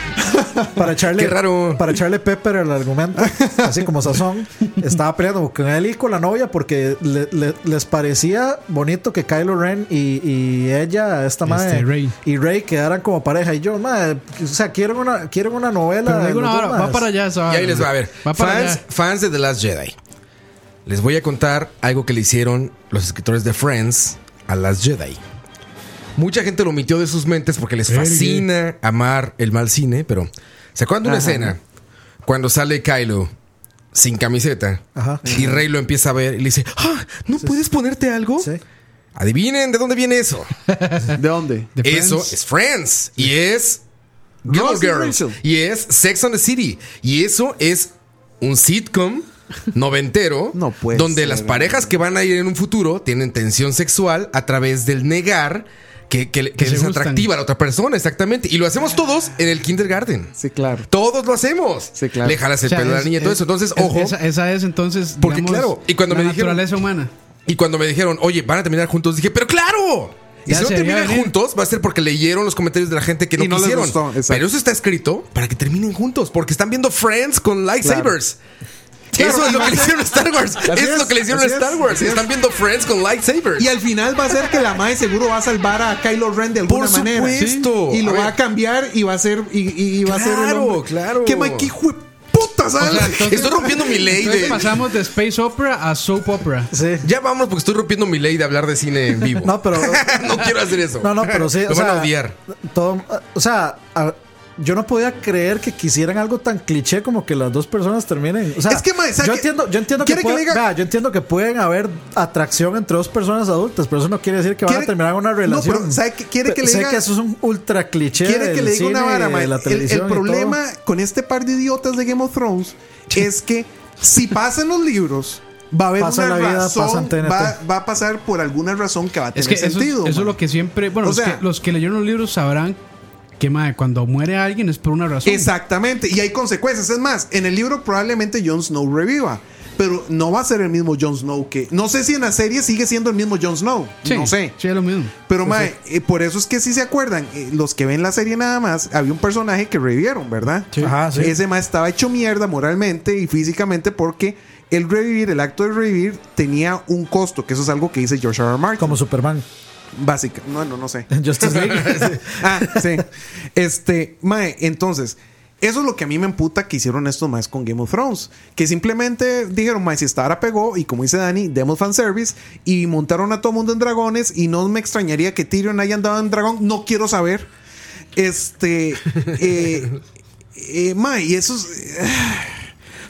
para echarle, Qué raro. para echarle pepper al argumento, así como sazón, estaba peleando con él y con la novia porque le- le- les parecía bonito que Kylo Ren y, y ella, esta Este, madre, Rey. y Rey quedaran como pareja. Y yo, madre, o sea, quieren una, quieren una novela. Pero le digo de una los vara, dos va maes. para allá esa Y vara, ahí les va a ver. Va para Fans, allá. fans de The Last Jedi. Les voy a contar algo que le hicieron los escritores de Friends a Last Jedi. Mucha gente lo omitió de sus mentes porque les fascina amar el mal cine, pero ¿se acuerdan de una Ajá. escena cuando sale Kylo sin camiseta Ajá. y Rey lo empieza a ver y le dice, ah, ¿no puedes ponerte algo? Sí. Adivinen de dónde viene eso. ¿De dónde? De Eso Friends. es Friends. Y es Gilmore Ross y Girls. Rachel. Y es Sex and the City. Y eso es un sitcom noventero. No puede donde ser, las parejas que van a ir en un futuro tienen tensión sexual a través del negar que, que, que se es gustan. atractiva a la otra persona. Exactamente. Y lo hacemos todos en el kindergarten. Sí, claro. Todos lo hacemos. Sí, claro. Le jalas el O sea, pelo a la es- niña y todo es- eso. Entonces, es- ojo. Esa, esa es entonces. Porque, digamos, claro, y cuando la me dijeron- naturaleza humana. Y cuando me dijeron, oye, van a terminar juntos, dije, pero claro. Y Ya si no se veía terminan venir. juntos, va a ser porque leyeron los comentarios de la gente que no, Y no les quisieron. gustó, exacto. Pero eso está escrito para que terminen juntos, porque están viendo Friends con lightsabers. Eso es lo que le hicieron a Star Wars. Eso es lo que le hicieron a así es, Star Wars. así es. Están viendo Friends con lightsabers. Y al final va a ser que la madre seguro va a salvar a Kylo Ren de alguna Por manera. supuesto. Y lo A va ver. a cambiar y va a ser y, y- y va a ser el Claro, hombre. claro. Que mae, qué hijo de puta, ¿sabes? O sea, entonces- Estoy rompiendo mi ley Entonces de. pasamos de space opera a soap opera. Sí. Ya vamos, porque estoy rompiendo mi ley de hablar de cine en vivo. No, pero. No quiero hacer eso. No, no, pero sí. Me o van sea, a odiar. todo- o sea, a- yo no podía creer que quisieran algo tan cliché como que las dos personas terminen. O sea, Es que, mae, ¿sabe yo qué? entiendo, yo entiendo que, ¿Quiere que puede- le diga? vea, yo entiendo que pueden haber atracción entre dos personas adultas, pero eso no quiere decir que van a ¿Quiere- terminar una No, relación. pero ¿sabe qué? ¿Quiere que le sé diga? que eso es un ultra cliché. Quiere que del le diga una cine, vara, de mae. la El, el televisión y problema con este par de idiotas de Game of Thrones es que si pasan los libros, va a haber Pasa una en la vida, razón, pasa en T N T. va, va a pasar por alguna razón que va a tener Es que eso, sentido. eso es mae. lo que siempre. Bueno, O los, sea- que, los que leyeron los libros sabrán que madre, cuando muere alguien es por una razón. Exactamente, y hay consecuencias. Es más, en el libro probablemente Jon Snow reviva, pero no va a ser el mismo Jon Snow que... No sé si en la serie sigue siendo el mismo Jon Snow, Sí, no sé. Sí, es lo mismo. Pero mae, eh, por eso es que si se acuerdan, eh, los que ven la serie nada más, había un personaje que revivieron, ¿verdad? Sí. Ajá, sí. Ese mae estaba hecho mierda moralmente y físicamente porque el revivir, el acto de revivir tenía un costo, que eso es algo que dice George R. R. Martin. Como Superman. Básica, no, no, no sé. Justice League. Ah, sí. Este, mae, entonces, eso es lo que a mí me emputa que hicieron estos maes con Game of Thrones. Que simplemente dijeron, mae, si esta hora pegó, y como dice Dani, demos fanservice, y montaron a todo mundo en dragones, y no me extrañaría que Tyrion haya andado en dragón, no quiero saber. Este, eh, eh, mae, y eso es. eh,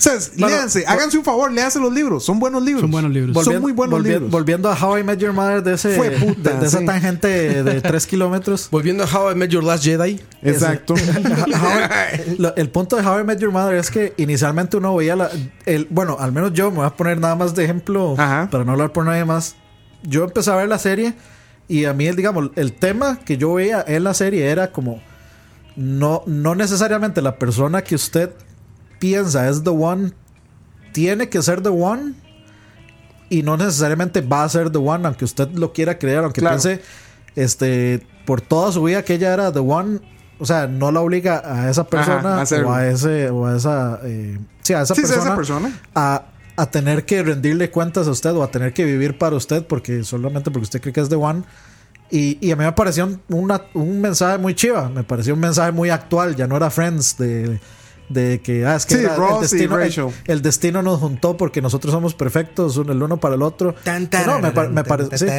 sea, bueno, léanse, háganse un favor, léanse los libros. Son buenos libros. Son buenos libros. Volviendo, Son muy buenos volvi- libros. Volviendo a How I Met Your Mother de, ese, Fue puta, de, de esa sí. tangente de, de tres kilómetros. Volviendo a How I Met Your Last Jedi. Exacto. How- lo- el punto de How I Met Your Mother es que inicialmente uno veía la, el, bueno, al menos yo me voy a poner nada más de ejemplo Ajá. para no hablar por nadie más. Yo empecé a ver la serie y a mí, digamos, el tema que yo veía en la serie era como no, no necesariamente la persona que usted piensa es the one tiene que ser the one y no necesariamente va a ser the one aunque usted lo quiera creer, aunque Claro. piense este por toda su vida que ella era the one. O sea, no la obliga a esa persona Ajá, a hacerlo. o a ese o a esa eh, sí, a esa Sí, sí, a persona, esa persona. A, a tener que rendirle cuentas a usted o a tener que vivir para usted porque solamente porque usted cree que es the one. Y, y a mí me pareció un, una- un mensaje muy chiva, me pareció un mensaje muy actual, ya no era Friends de, de que ah, es que Sí, era- Ross y el, destino, el, Rachel. el destino nos juntó porque nosotros somos perfectos un- el uno para el otro. No, me, pa- me, pare- sí.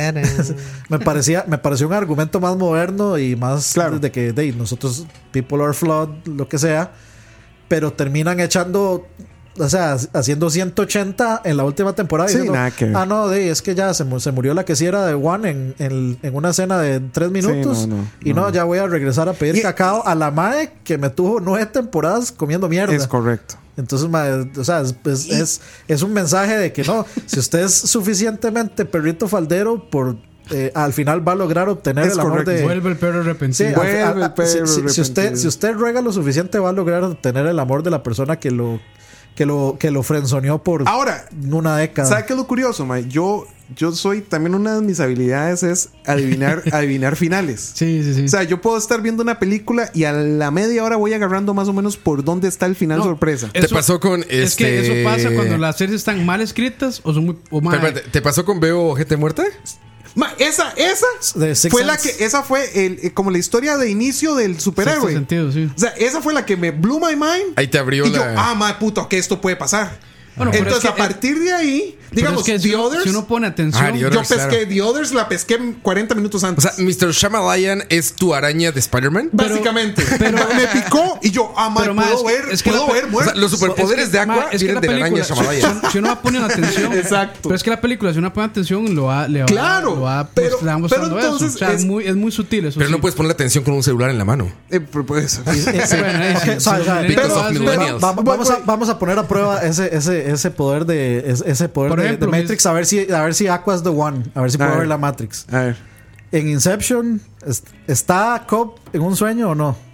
me parecía me pareció un argumento más moderno y más Claro. de que de, nosotros people are flawed, lo que sea, pero terminan echando, o sea, haciendo ciento ochenta en la última temporada. Sí, diciendo, nada que ver. ah, no, de, es que ya se, mu- se murió la que sí era de One en, en, en una escena de tres minutos. no, no, y no, no. ya voy a regresar a pedir Y- cacao a la madre que me tuvo nueve temporadas comiendo mierda. Es correcto. Entonces, mae, o sea, es, es, es, es un mensaje de que no, si usted es suficientemente perrito faldero, por eh, al final va a lograr obtener Es el amor correcto. de. Vuelve el perro Sí, arrepentido. al- Vuelve al- el al- perro si, si- si usted, arrepentido. si usted ruega lo suficiente, va a lograr obtener el amor de la persona que lo que lo que lo frenzoneó por Ahora, una década. ¿sabe qué es lo curioso, Mike? Yo, yo soy también una de mis habilidades es adivinar, adivinar finales. Sí, sí, sí. O sea, yo puedo estar viendo una película y a la media hora voy agarrando más o menos por dónde está el final No, sorpresa. Eso- ¿Te pasó con este... Es que eso pasa cuando las series están mal escritas o son muy. O mal. Espera, espérate, ¿te pasó con Veo Gente Muerta? Ma, esa, esa De Sixth fue la Sense. que, esa fue el, eh, como la historia de inicio del Sexto superhéroe. sentido, sí. O sea, esa fue la que me blew my mind. Ahí te abrió Y yo, la... ah, ma, puto, que esto puede pasar. Bueno, pero Entonces, es que, a partir de ahí, Pero digamos, es que si, The uno, Others, si uno pone atención. Ah, The yo Others, pesqué claro. The Others, la pesqué cuarenta minutos O antes. sea, mister Shyamalan es tu araña de Spider-Man. Básicamente. Pero me picó y yo, ah, ma, Pero, ma, puedo es que- ver, es que puedo la- ver O muertos. sea, los superpoderes de Aqua Ma, es que vienen la de la araña película, Shyamalan. si, si uno va a poner atención. Exacto. Pero es que la película, si uno pone atención, lo va, le va, Claro, lo va, pero- pues, le va mostrando pero entonces eso. O sea, es, es- muy, es muy sutil eso. Pero sí. no puedes poner atención con un celular en la mano. Eh, pero, pues, Bueno, ahí sí, Ok, si sabe, los sabe, millennials Because lo of hacen, millennials. Va- va- vamos, a, vamos a poner a prueba ese, ese, ese poder de ese, ese poder Por de- ejemplo, de Matrix, mis- a ver si a ver si Aqua es the one, a ver si A puedo ver. ver la Matrix. a ver. En Inception es- está Cobb en un sueño o no?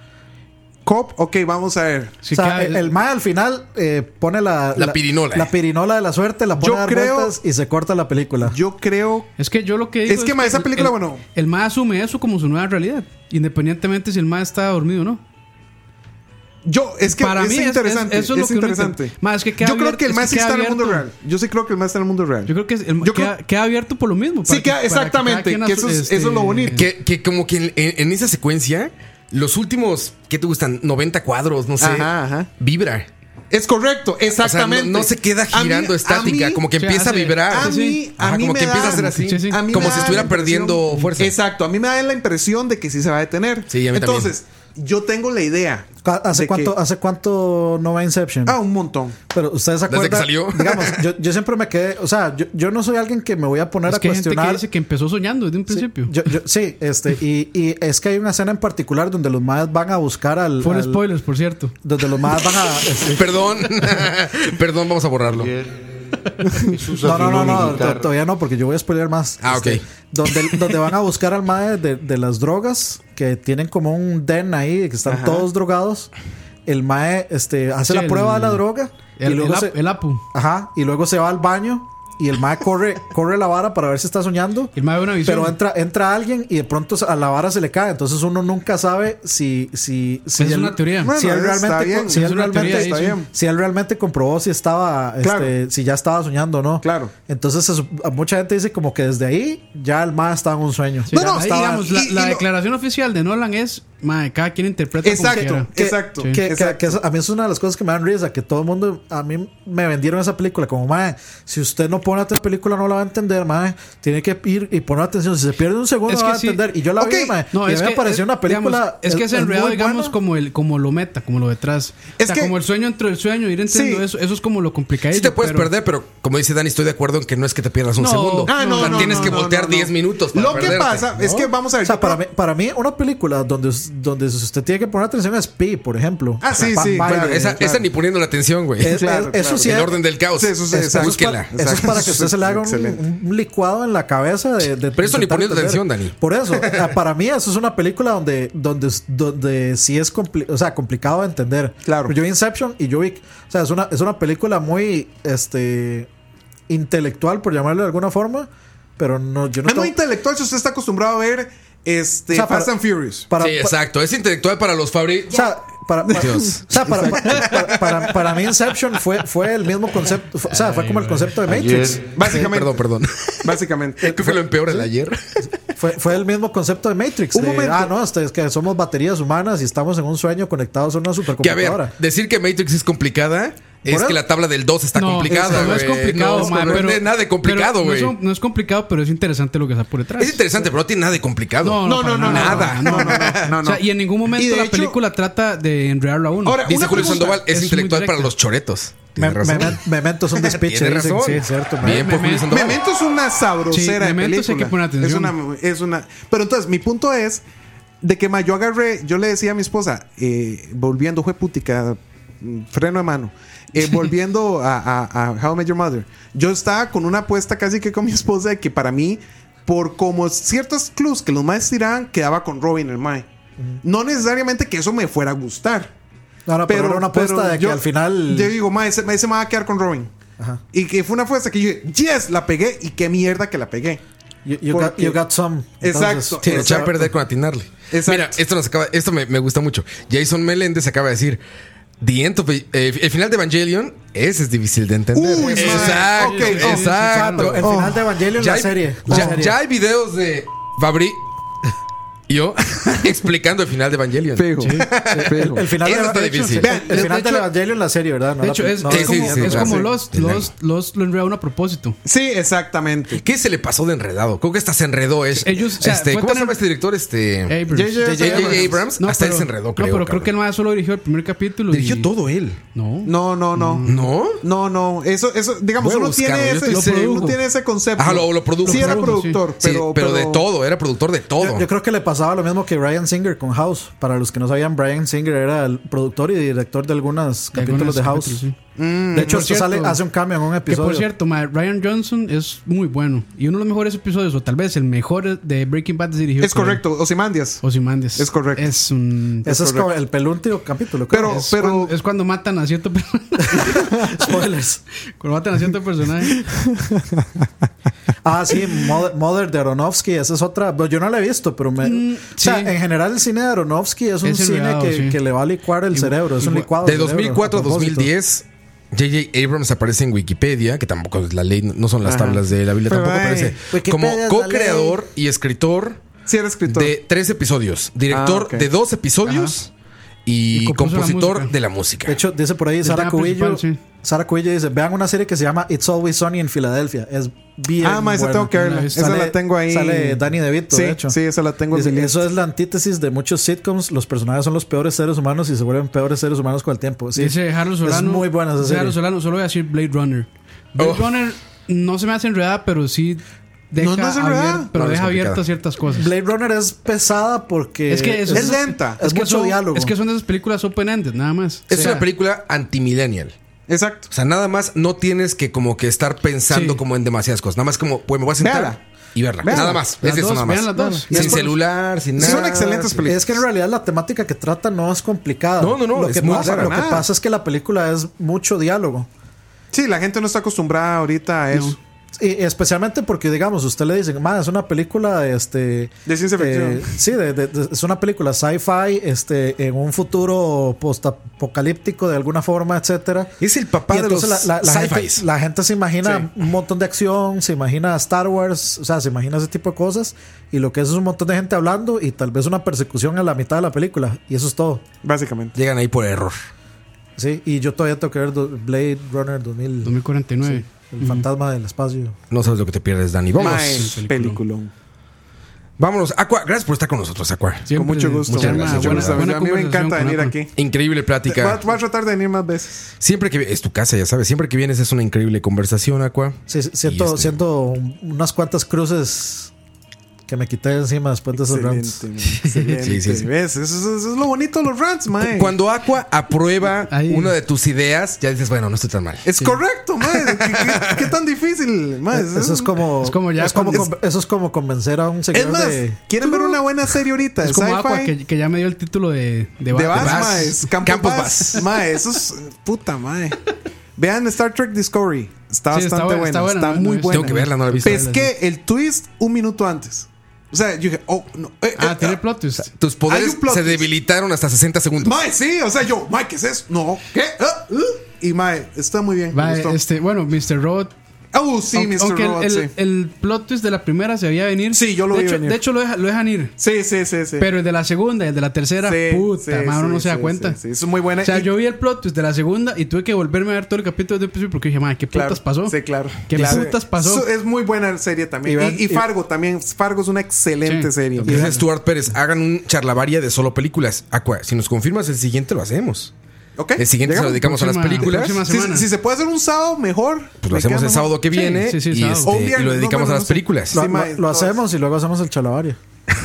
Cop, ok, vamos a ver. Sí, o sea, que- el, el mae al final eh, pone la, La pirinola. la pirinola de la suerte, la pone Yo a dar creo- vueltas y se corta la película. Yo creo. Es que yo lo que digo Es que, ma, esa el- película, el, bueno. El ma asume eso como su nueva realidad, independientemente si el ma está dormido o no. Yo, es que Para es mí es- interesante. es- eso es lo que uno interesante. intenta. Ma, es que queda yo creo abierto- que el es más que sí queda está en el mundo real. abierto. Yo sí creo que el más está en el mundo real. Yo creo que es- el, Yo queda, creo- queda abierto por lo mismo. para Sí, que- queda- para que cada exactamente, quien que asu- eso es- eso es lo bonito. Que, que como que en, en- en esa secuencia, los últimos, ¿qué te gustan? noventa cuadros, no sé. Ajá, ajá. Vibra. Es correcto, O sea, exactamente. no, no se queda A mí- girando a estática, mí- como que Sí, empieza a hace- vibrar. A Sí, mí, sí. a Ajá, mí como me que empieza da- a hacer así. Sí, sí. a mí Como me si da estuviera la impresión- perdiendo fuerza. Exacto, a mí me da la impresión de que sí se va a detener. Sí, a mí Entonces, yo tengo la idea. ¿Hace de cuánto, que- ¿Hace cuánto no va Inception? Ah, un montón. Pero ustedes se Desde acuerdan. que salió. Digamos, yo, yo siempre me quedé. O sea, yo, yo no soy alguien que me voy a poner Es a que hay gente que cuestionar. dice que empezó soñando desde un Sí, principio. yo- yo- sí, este, y, y es que hay una escena en particular donde los madres van a buscar al. Full al- spoilers, por cierto. Donde los madres van a. este, Perdón. Perdón, vamos a borrarlo. no, no, no, no, to- todavía no, porque yo voy a spoiler más. Ah, ok. Este, donde, donde van a buscar al madre de, de las drogas, que tienen como un den ahí, que están Ajá. todos drogados. El mae este, hace Sí, la el- prueba de la droga. El, y luego el, se- ap- el Apu. Ajá, y luego se va al baño y el mae corre, corre la vara para ver si está soñando. El ma ve una visión. Pero entra, entra alguien y de pronto a la vara se le cae. Entonces uno nunca sabe si, si, si Es él- una teoría. Si Bueno, él está realmente, bien. si Es él una realmente, teoría, está sí. bien. si él realmente comprobó si estaba, Claro. este, si ya estaba soñando o no. Claro. Entonces se sup- mucha gente dice como que desde ahí ya el mae estaba en un sueño. Sí, No, no, ahí, estaba- digamos, la, y- la y lo- declaración oficial de Nolan es mae, cada quien interpreta Exacto, como Que- exacto. que, que- exacto. que eso- a mí es una de las cosas que me dan risa, que todo el mundo, a mí me vendieron esa película como, mae, si usted no pone atención a la película no la va a entender, mae, tiene que ir y poner atención, si se pierde un segundo Es no que va a sí. entender, y yo la Ok. vi, mae, No, y a es mí que me pareció eh, una película, digamos, es que es enredado, muy digamos, buena. como el como lo meta, como lo detrás. Es o sea, que- como el sueño dentro del sueño, ir entendiendo Sí. eso, eso es como lo complicado. Sí te puedes perder, pero como dice Dani, estoy de acuerdo en que no es que te pierdas un No. segundo. Ah, no, O sea, no, tienes no, que no, voltear no, no. diez minutos para Lo que perderte, pasa es ¿no? que vamos a ver. O sea, yo para creo- mí, para mí, una película donde, donde usted tiene que poner atención es Pi, por ejemplo. Ah, sí, Pa- sí, baile, claro, Esa, claro. esa ni poniendo la atención, güey. Es- Claro, es- eso claro. sí El es- orden del caos. Sí, eso sí, es- eso es Búsquela. para- eso es para que usted se le haga un, Excelente. un licuado en la cabeza de, de Pero eso ni intentar poniendo entender. atención, Dani. Por eso, eh, para mí eso es una película donde donde, donde sí es compli- o sea, complicado de entender. Claro. Yo vi Inception y yo vi, o sea, es una es una película muy este intelectual, por llamarlo de alguna forma, pero no yo no Es muy tengo- intelectual si usted está acostumbrado a ver este, O sea, para- Fast and Furious. para, Sí, exacto. Es intelectual para los Fabri. o sea, para, para, Dios. o sea, para, para, para- para mí Inception fue, fue el mismo concepto, o sea, fue como el concepto de Matrix. Ayer. Básicamente. Perdón, perdón. Básicamente. Creo que fue lo empeor el ayer. Fue, fue el mismo concepto de Matrix. Un de, momento. ah, no, este, es que somos baterías humanas y estamos en un sueño conectados a una Que a supercomputadora. ver, decir que Matrix es complicada es Por que eso- la tabla del dos está No, complicada, no es güey. complicado, No, mae, no pero es nada de complicado, pero güey. No, es- no es complicado, pero es interesante lo que está por detrás. Es interesante, pero no tiene nada de complicado. No, no, No, no, para no, nada. no, no, no, no, no. O sea, y en ningún momento Y de la hecho- película trata de enredarlo a uno. Ahora, Dice una Julio pregunta. Sandoval, es, Es muy intelectual para directa. los choretos. Me, Tiene razón. me- Memento es un despiche. Tiene dicen. razón. Sí, es cierto. man. Bien por Me- Julio me- Sandoval. Memento es una sabrosera Sí, de Memento sí hay película. que poner es atención. una, es una. Pero entonces, mi punto es de que ma, yo agarré, yo le decía a mi esposa, eh, volviendo, fue putica, mm, freno de mano. Eh, volviendo a, a, a How I Met Your Mother, yo estaba con una apuesta casi que con mi esposa de que para mí, por como ciertos clues que los maes tiraban, quedaba con Robin el mae. No necesariamente que eso me fuera a gustar. No, no, pero, era una apuesta pero de que yo- al final. Yo digo, mae, ese, ese me va a quedar con Robin. Ajá. Y que fue una apuesta que yo dije, yes, la pegué. Y qué mierda que la pegué. You, you got, porque- you got some. Exacto. Sí, echar a Exacto. perder con atinarle. Exacto. Mira, esto nos acaba, esto me, me gusta mucho. Jason Meléndez acaba de decir. The end of- eh, el final de Evangelion, ese es difícil de entender. Uy, exacto, ok, oh, exacto. Pero el final de Evangelion, Ya la hay- serie. la ya, serie. ya hay videos de Fabri y yo explicando el final de Evangelion. Fijo. El, el final, Eso de, está de hecho, difícil. el- Vean, el de- final de del hecho- Evangelion, la serie, ¿verdad? No De la- hecho, es, no es la- sí, como, sí, es claro. como Sí. Lost, Lost, Lost lo enreda uno a propósito. Sí, exactamente. ¿Qué se le pasó de enredado? Creo que hasta se enredó. Es, Ellos, o sea, este, fue ¿Cómo tan se llama en- este director? Este Abrams. J J J J Abrams. No, hasta pero- él se enredó, no, creo. pero creo cabrón. que el mae solo dirigió el primer capítulo. Dirigió y- todo él. No. No, no, no. ¿No? No, no. Eso, eso, digamos, Voy a uno buscarlo, tiene, yo ese, estoy uno seguro. tiene ese concepto. Ajá, lo, lo produjo. Sí, era Lo produjo, productor, Sí, pero, pero, de todo, era productor de todo. Yo, yo creo que le pasaba lo mismo que Bryan Singer con House. Para los que no sabían, Bryan Singer era el productor y director de algunos De capítulos algunos de House. capítulos, sí. Mm, De hecho, Por esto sale, cierto, hace un cambio en un Que episodio. por cierto, mae, Ryan Johnson es muy bueno. Y uno de los mejores episodios, o tal vez el mejor de Breaking Bad es dirigido es por correcto, Ozymandias. Ozymandias. Es correcto. Es un. Ese es correcto. como el pelúltimo capítulo. creo. Pero- es, cuando, es cuando matan a cierto per- Spoilers. cuando matan a cierto personaje. Ah, sí, Mother, Mother de Aronofsky. Esa es otra. Pero yo no la he visto, pero me. Mm, o sea, sí. en general, el cine de Aronofsky es un Es cine enredado, que, sí. que le va a licuar el Igual- cerebro. Es un igual- licuado. De del cerebro, dos mil cuatro a propósito. dos mil diez, J J Abrams aparece en Wikipedia, que tampoco es la ley, no son las Ajá. tablas de la Biblia, Pero, tampoco ay, aparece. Wikipedia Como es la co-creador y escritor Sí, era escritor. de tres episodios, director Ah, ok. de dos episodios y, Y compuso la compositor música. de la música. De hecho, dice por ahí El Sara tema Cubillo. principal, sí. Sara Cubillo dice: vean una serie que se llama It's Always Sunny en Filadelfia. Es bien. Ah, ma, esa buena. tengo que verla. Sale- Esa la tengo ahí. Sale Danny DeVito, Sí, de hecho. sí, esa la tengo en Dice, mi lista. eso es la antítesis de muchos sitcoms. Los personajes son los peores seres humanos y se vuelven peores seres humanos con el tiempo. Sí. Dice Harold Solano. Es muy buena esa dice serie. Harold Solano, solo voy a decir Blade Runner. Blade Oh. Runner no se me hace enredada, pero sí deja, No, no es enredada. abierto, pero No, no es deja complicada. abiertas ciertas cosas. Blade Runner es pesada porque Es que eso- Es lenta. Es que mucho son, diálogo. Es que son de esas películas open-ended, nada más. Es O sea, una película antimillennial. Exacto. O sea, nada más no tienes que como que estar pensando Sí. como en demasiadas cosas. Nada más como, pues me voy a sentar Véala. y verla. Véala. Nada más. Las Es eso dos, nada más. vean las dos. Y Sin es por- celular, sin nada. Son excelentes Sí. películas. Es que en realidad la temática que trata no es complicada. No, no, no, Lo, es que, muy pasa, clara. lo que pasa es que la película es mucho diálogo. Sí, la gente no está acostumbrada ahorita a eso. No. Y especialmente porque, digamos, usted le dice, man, es una película este, de ciencia ficción. Eh, sí, de, de, de, es una película sci-fi este, en un futuro postapocalíptico de alguna forma, etcétera. Es el papá y de los la, la, la, gente, sci-fis. la gente se imagina sí. un montón de acción, se imagina Star Wars, o sea, se imagina ese tipo de cosas. Y lo que es es un montón de gente hablando y tal vez una persecución a la mitad de la película. Y eso es todo. Básicamente. Llegan ahí por error. Sí, y yo todavía tengo que ver Blade Runner dos mil cuarenta y nueve. Sí. El uh-huh. fantasma del espacio. No sabes lo que te pierdes, Dani. Vamos. Mae, peliculón. Vámonos. Aqua, gracias por estar con nosotros, Aqua. Siempre, con mucho gusto. Muchas gracias. Buena, buena, buena a mí me encanta venir Aqua. aquí. Increíble plática. Voy a tratar de venir más veces. Siempre que es tu casa, ya sabes. Siempre que vienes es una increíble conversación, Aqua. Sí, siento, este... siento unas cuantas cruces que me quité encima después de esos rants. Excelente. Sí, sí, sí. ¿Ves? Eso, eso, eso es lo bonito de los rants, mae. Cuando Aqua aprueba Ahí. una de tus ideas, ya dices, bueno, no estoy tan mal. Es sí. correcto, mae. ¿Qué, qué, ¿Qué tan difícil, mae? Eso, eso es como, es como, ya es como es, eso es como convencer a un seguidor es más, de... ¿quieren ver una buena serie ahorita? Es como Aqua, que, que ya me dio el título de De Bass, de Bass, mae. Campos, Campos Bass. Mae, eso es... Puta, mae. Vean Star Trek Discovery. Está sí, bastante buena. Está, buena, está no, muy no, buena. Tengo que verla, no la he visto. Pesqué el twist un minuto antes. O sea, yo dije, oh, no. Eh, ah, eh, tiene plot twist. Tus poderes se debilitaron hasta sesenta segundos. Mae, sí, o sea, yo, Mae, ¿qué es eso? No, ¿qué? Uh, uh. Y Mae, está muy bien. Va, este, bueno, mister Robot. Oh, sí, aunque, mister Aunque Robot, el, sí. el, el plot twist de la primera se veía venir. Sí, yo lo de vi hecho, venir. De hecho, lo, deja, lo dejan ir. Sí, sí, sí, sí. Pero el de la segunda y el de la tercera, sí, puta, sí, madre, sí, no se da sí, cuenta. Sí, sí, eso es muy buena. O sea, y... yo vi el plot twist de la segunda y tuve que volverme a ver todo el capítulo de principio porque dije, madre, ¿qué putas claro, pasó? Sí, claro. ¿Qué claro. putas pasó? Eso es muy buena serie también. Y, vean, y, y Fargo y... también. Fargo es una excelente sí, serie. Y dice Stuart Pérez, hagan un charlavaria de solo películas. Aqua, si nos confirmas el siguiente, lo hacemos. Okay. El siguiente se lo dedicamos próxima, a las películas. Si, si se puede hacer un sábado, mejor. Pues lo hacemos el sábado que viene sí, sí, sí, y, este, y lo dedicamos no, bueno, a las películas. Lo, lo, lo, lo hacemos y luego hacemos el chalabaria.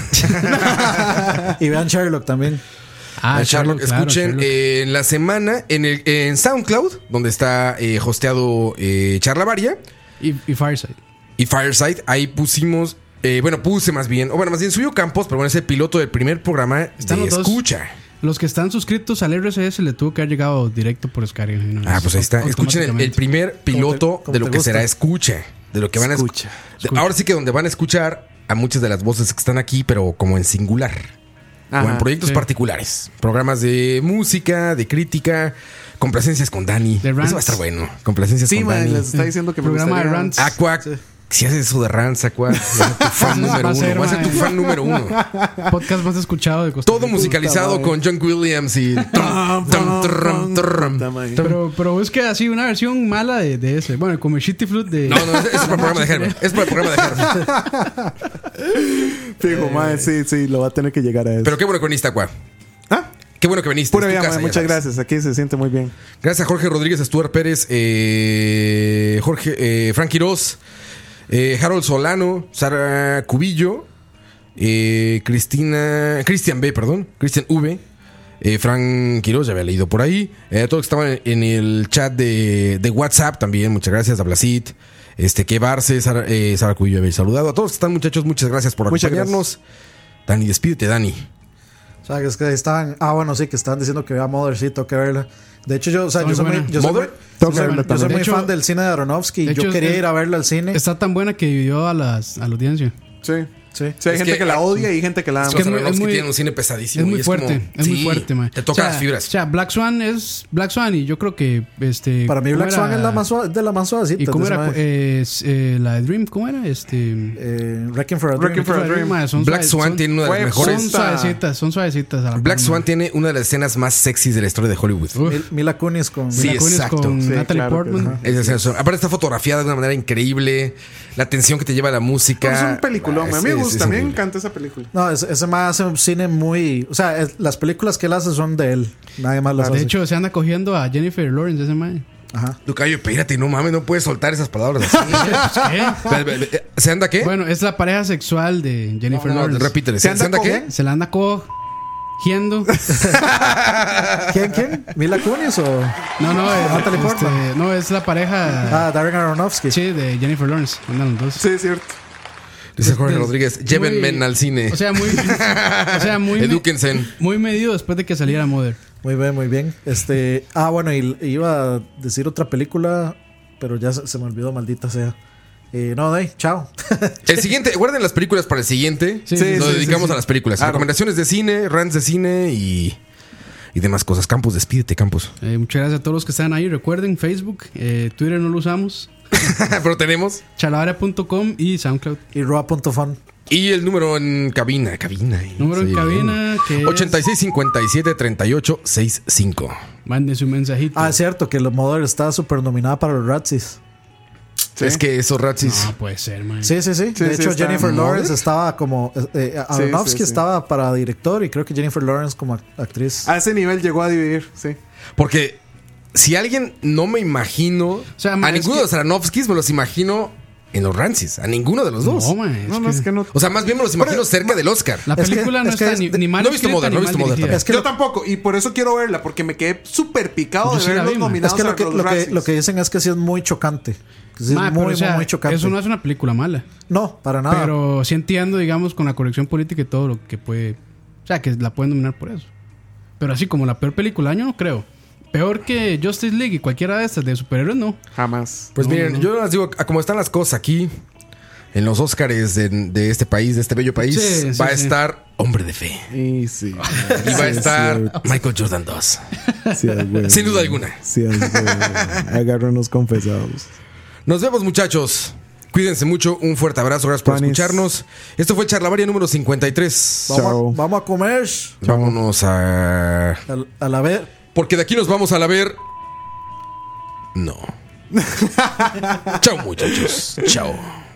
Y vean Sherlock también. Ah, Sherlock, claro, escuchen Sherlock. Eh, en la semana en, el, en SoundCloud, donde está eh, hosteado eh, Charlavaria y, y Fireside. Y Fireside, ahí pusimos. Eh, bueno, puse más bien, o bueno, más bien subió Campos, pero bueno, es el piloto del primer programa Están de los escucha. Dos. Los que están suscritos al R S S le tuvo que haber llegado directo por descarga. ¿No? Ah, pues ahí está. Escuchen el, el primer piloto te, de lo que gusta? será escucha. De lo que van escucha, a escuchar. Ahora sí que donde van a escuchar a muchas de las voces que están aquí, pero como en singular. Ajá, o en proyectos sí. particulares. Programas de música, de crítica, complacencias con Dani. Eso va a estar bueno. Complacencias sí, con man, Dani. les está diciendo que me programa gustaría... de rants. Aqua. Sí. Si haces eso de Rants, Aqua, vas a ser tu fan número uno. Vas a ser tu fan número uno. Podcast más escuchado de Costa Rica. Todo musicalizado Puta, con John Williams y. pero, pero es que así una versión mala de, de ese. Bueno, como el Shitty Flute de. No, no, es, es para el programa de Herbert. Es para el programa de Herbert. Fijo, eh, mae, sí, sí, lo va a tener que llegar a eso. Pero qué bueno que viniste, Aqua. ¿Ah? Qué bueno que viniste. Pura vida, casa, muchas gracias. Aquí se siente muy bien. Gracias a Jorge Rodríguez, Stuart Pérez, eh, Jorge, eh, Frank Quiroz. Eh, Harold Solano, Sara Cubillo, eh, Cristina, Cristian B, perdón, Cristian V, eh, Frank Quiroz, ya había leído por ahí, eh, todos que estaban en el chat de, de WhatsApp también, muchas gracias, a Blasit, este, que Barce, Sara, eh, Sara Cubillo habéis saludado, a todos que están muchachos, muchas gracias por acompañarnos. Dani, despídete, Dani. O sea, que es que estaban, ah bueno, sí, que estaban diciendo que vea Mother, sí, tengo que verla. De hecho, yo, o sea, yo soy muy, yo soy muy, yo soy, yo soy muy hecho, fan del cine de Aronofsky. De yo hecho, quería ir a verla al cine. Está tan buena que dividió a, las, a la audiencia. Sí. Sí. Sí, hay es gente que, que la odia y hay gente que la ama. Es que Aronofsky tiene un cine pesadísimo. Es muy y es fuerte. Como, es sí, muy fuerte, man. Te toca o sea, las fibras. O sea, Black Swan es Black Swan y yo creo que este. Para mí, Black Swan era, es la más suave, de la más suavecita. ¿Y cómo era? Eh, eh, la de Dream, ¿cómo era? Este. Eh, Wrecking for a Dream. Wrecking for a Dream. Man, son Black suave, Swan son, tiene una de las mejores. Son suavecitas, son suavecitas. A la Black palma. Swan tiene una de las escenas más sexys de la historia de Hollywood. Mil, Mila Kunis con. Sí, Mila Kunis exacto. con sí, Natalie claro, Portman. Es, es, aparte está fotografiada de una manera increíble. La tensión que te lleva la música. Es un peliculón. Ah, a mí me es, gusta. es a mí me increíble. encanta esa película. No, ese, ese más hace un cine muy. O sea, es, las películas que él hace son de él. Nadie más las De hace. hecho, se anda cogiendo a Jennifer Lawrence, ese man. Ajá. Lucayo, espérate, no mames, no puedes soltar esas palabras así. ¿Qué? ¿Se anda qué? Bueno, es la pareja sexual de Jennifer no, no, Lawrence. Repítele. ¿Se, ¿Se anda qué? Se la anda cogiendo. ¿Quién, quién? ¿Mila Kunis o...? No, no, es, Natalie este, Portman. no, es la pareja... Ah, Darren Aronofsky. Sí, de Jennifer Lawrence. Andan los dos. Sí, es cierto. Dice Jorge Rodríguez, llévenme muy, al cine. O sea, muy... O sea, muy... Edúquense. Me, muy medido después de que saliera Mother. Muy bien, muy bien. Este... Ah, bueno, y iba a decir otra película, pero ya se, se me olvidó, maldita sea. Eh, no, de chao. El siguiente, guarden las películas para el siguiente. Sí, Lo sí, sí, dedicamos sí, sí. a las películas. Claro. Recomendaciones de cine, rants de cine y, y demás cosas. Campos, despídete, Campos. Eh, muchas gracias a todos los que están ahí. Recuerden, Facebook, eh, Twitter no lo usamos. Pero tenemos. Chalabaria punto com y SoundCloud. Y roa punto fun. Y el número en cabina. Cabina. Número en cabina que ochenta y seis cincuenta y siete treinta y ocho sesenta y cinco. Manden su mensajito. Ah, es cierto que la Mother está súper nominada para los Razzies. Sí. Es que esos Razzies. No puede ser, man. Sí, sí, sí. Sí, de sí, hecho, está Jennifer Mother. Lawrence estaba como. Eh, eh, Aronofsky sí, sí. estaba para director y creo que Jennifer Lawrence como act- actriz. A ese nivel llegó a dividir, sí. Porque si alguien no me imagino. sea, a man, es ninguno que- de los Aronofskis me los imagino en los Rancis. A ninguno de los dos. No, man, es No, que no, es que no. O sea, más bien me los imagino cerca del Oscar. la Es que- película no es que está es ni, de- ni mal no he visto escrita Mother, ni no he mal visto Mother dirigida. Es que Yo lo- tampoco, y por eso quiero verla, porque me quedé súper picado Yo de sí la ver los vi, man. nominados Es que lo a que, los lo, que, Razzies. lo que dicen es que sí es muy chocante. Que sí es Ma, muy, pero, o sea, muy chocante. eso no es una película mala. No, para nada. Pero sí entiendo, digamos, con la corrección política y todo lo que puede. O sea, que la pueden nominar por eso. Pero así como la peor película del año, no creo. Peor que Justice League y cualquiera de estas de superhéroes, no. Jamás. Pues No, miren, no. yo les digo, a como están las cosas aquí, en los Oscars de, de este país, de este bello país, Sí, sí, va a sí. estar Hombre de Fe. Y sí. Y va a estar Michael Jordan dos. Sin duda alguna. Sí, agárranos confesados. Nos vemos, muchachos. Cuídense mucho. Un fuerte abrazo. Gracias por Panis. escucharnos. Esto fue Charlavaria número cincuenta y tres. vamos, Chao. a, vamos a comer. Vámonos a... A, a la vez. Porque de aquí nos vamos a la ver... No. Chao, muchachos. Chao.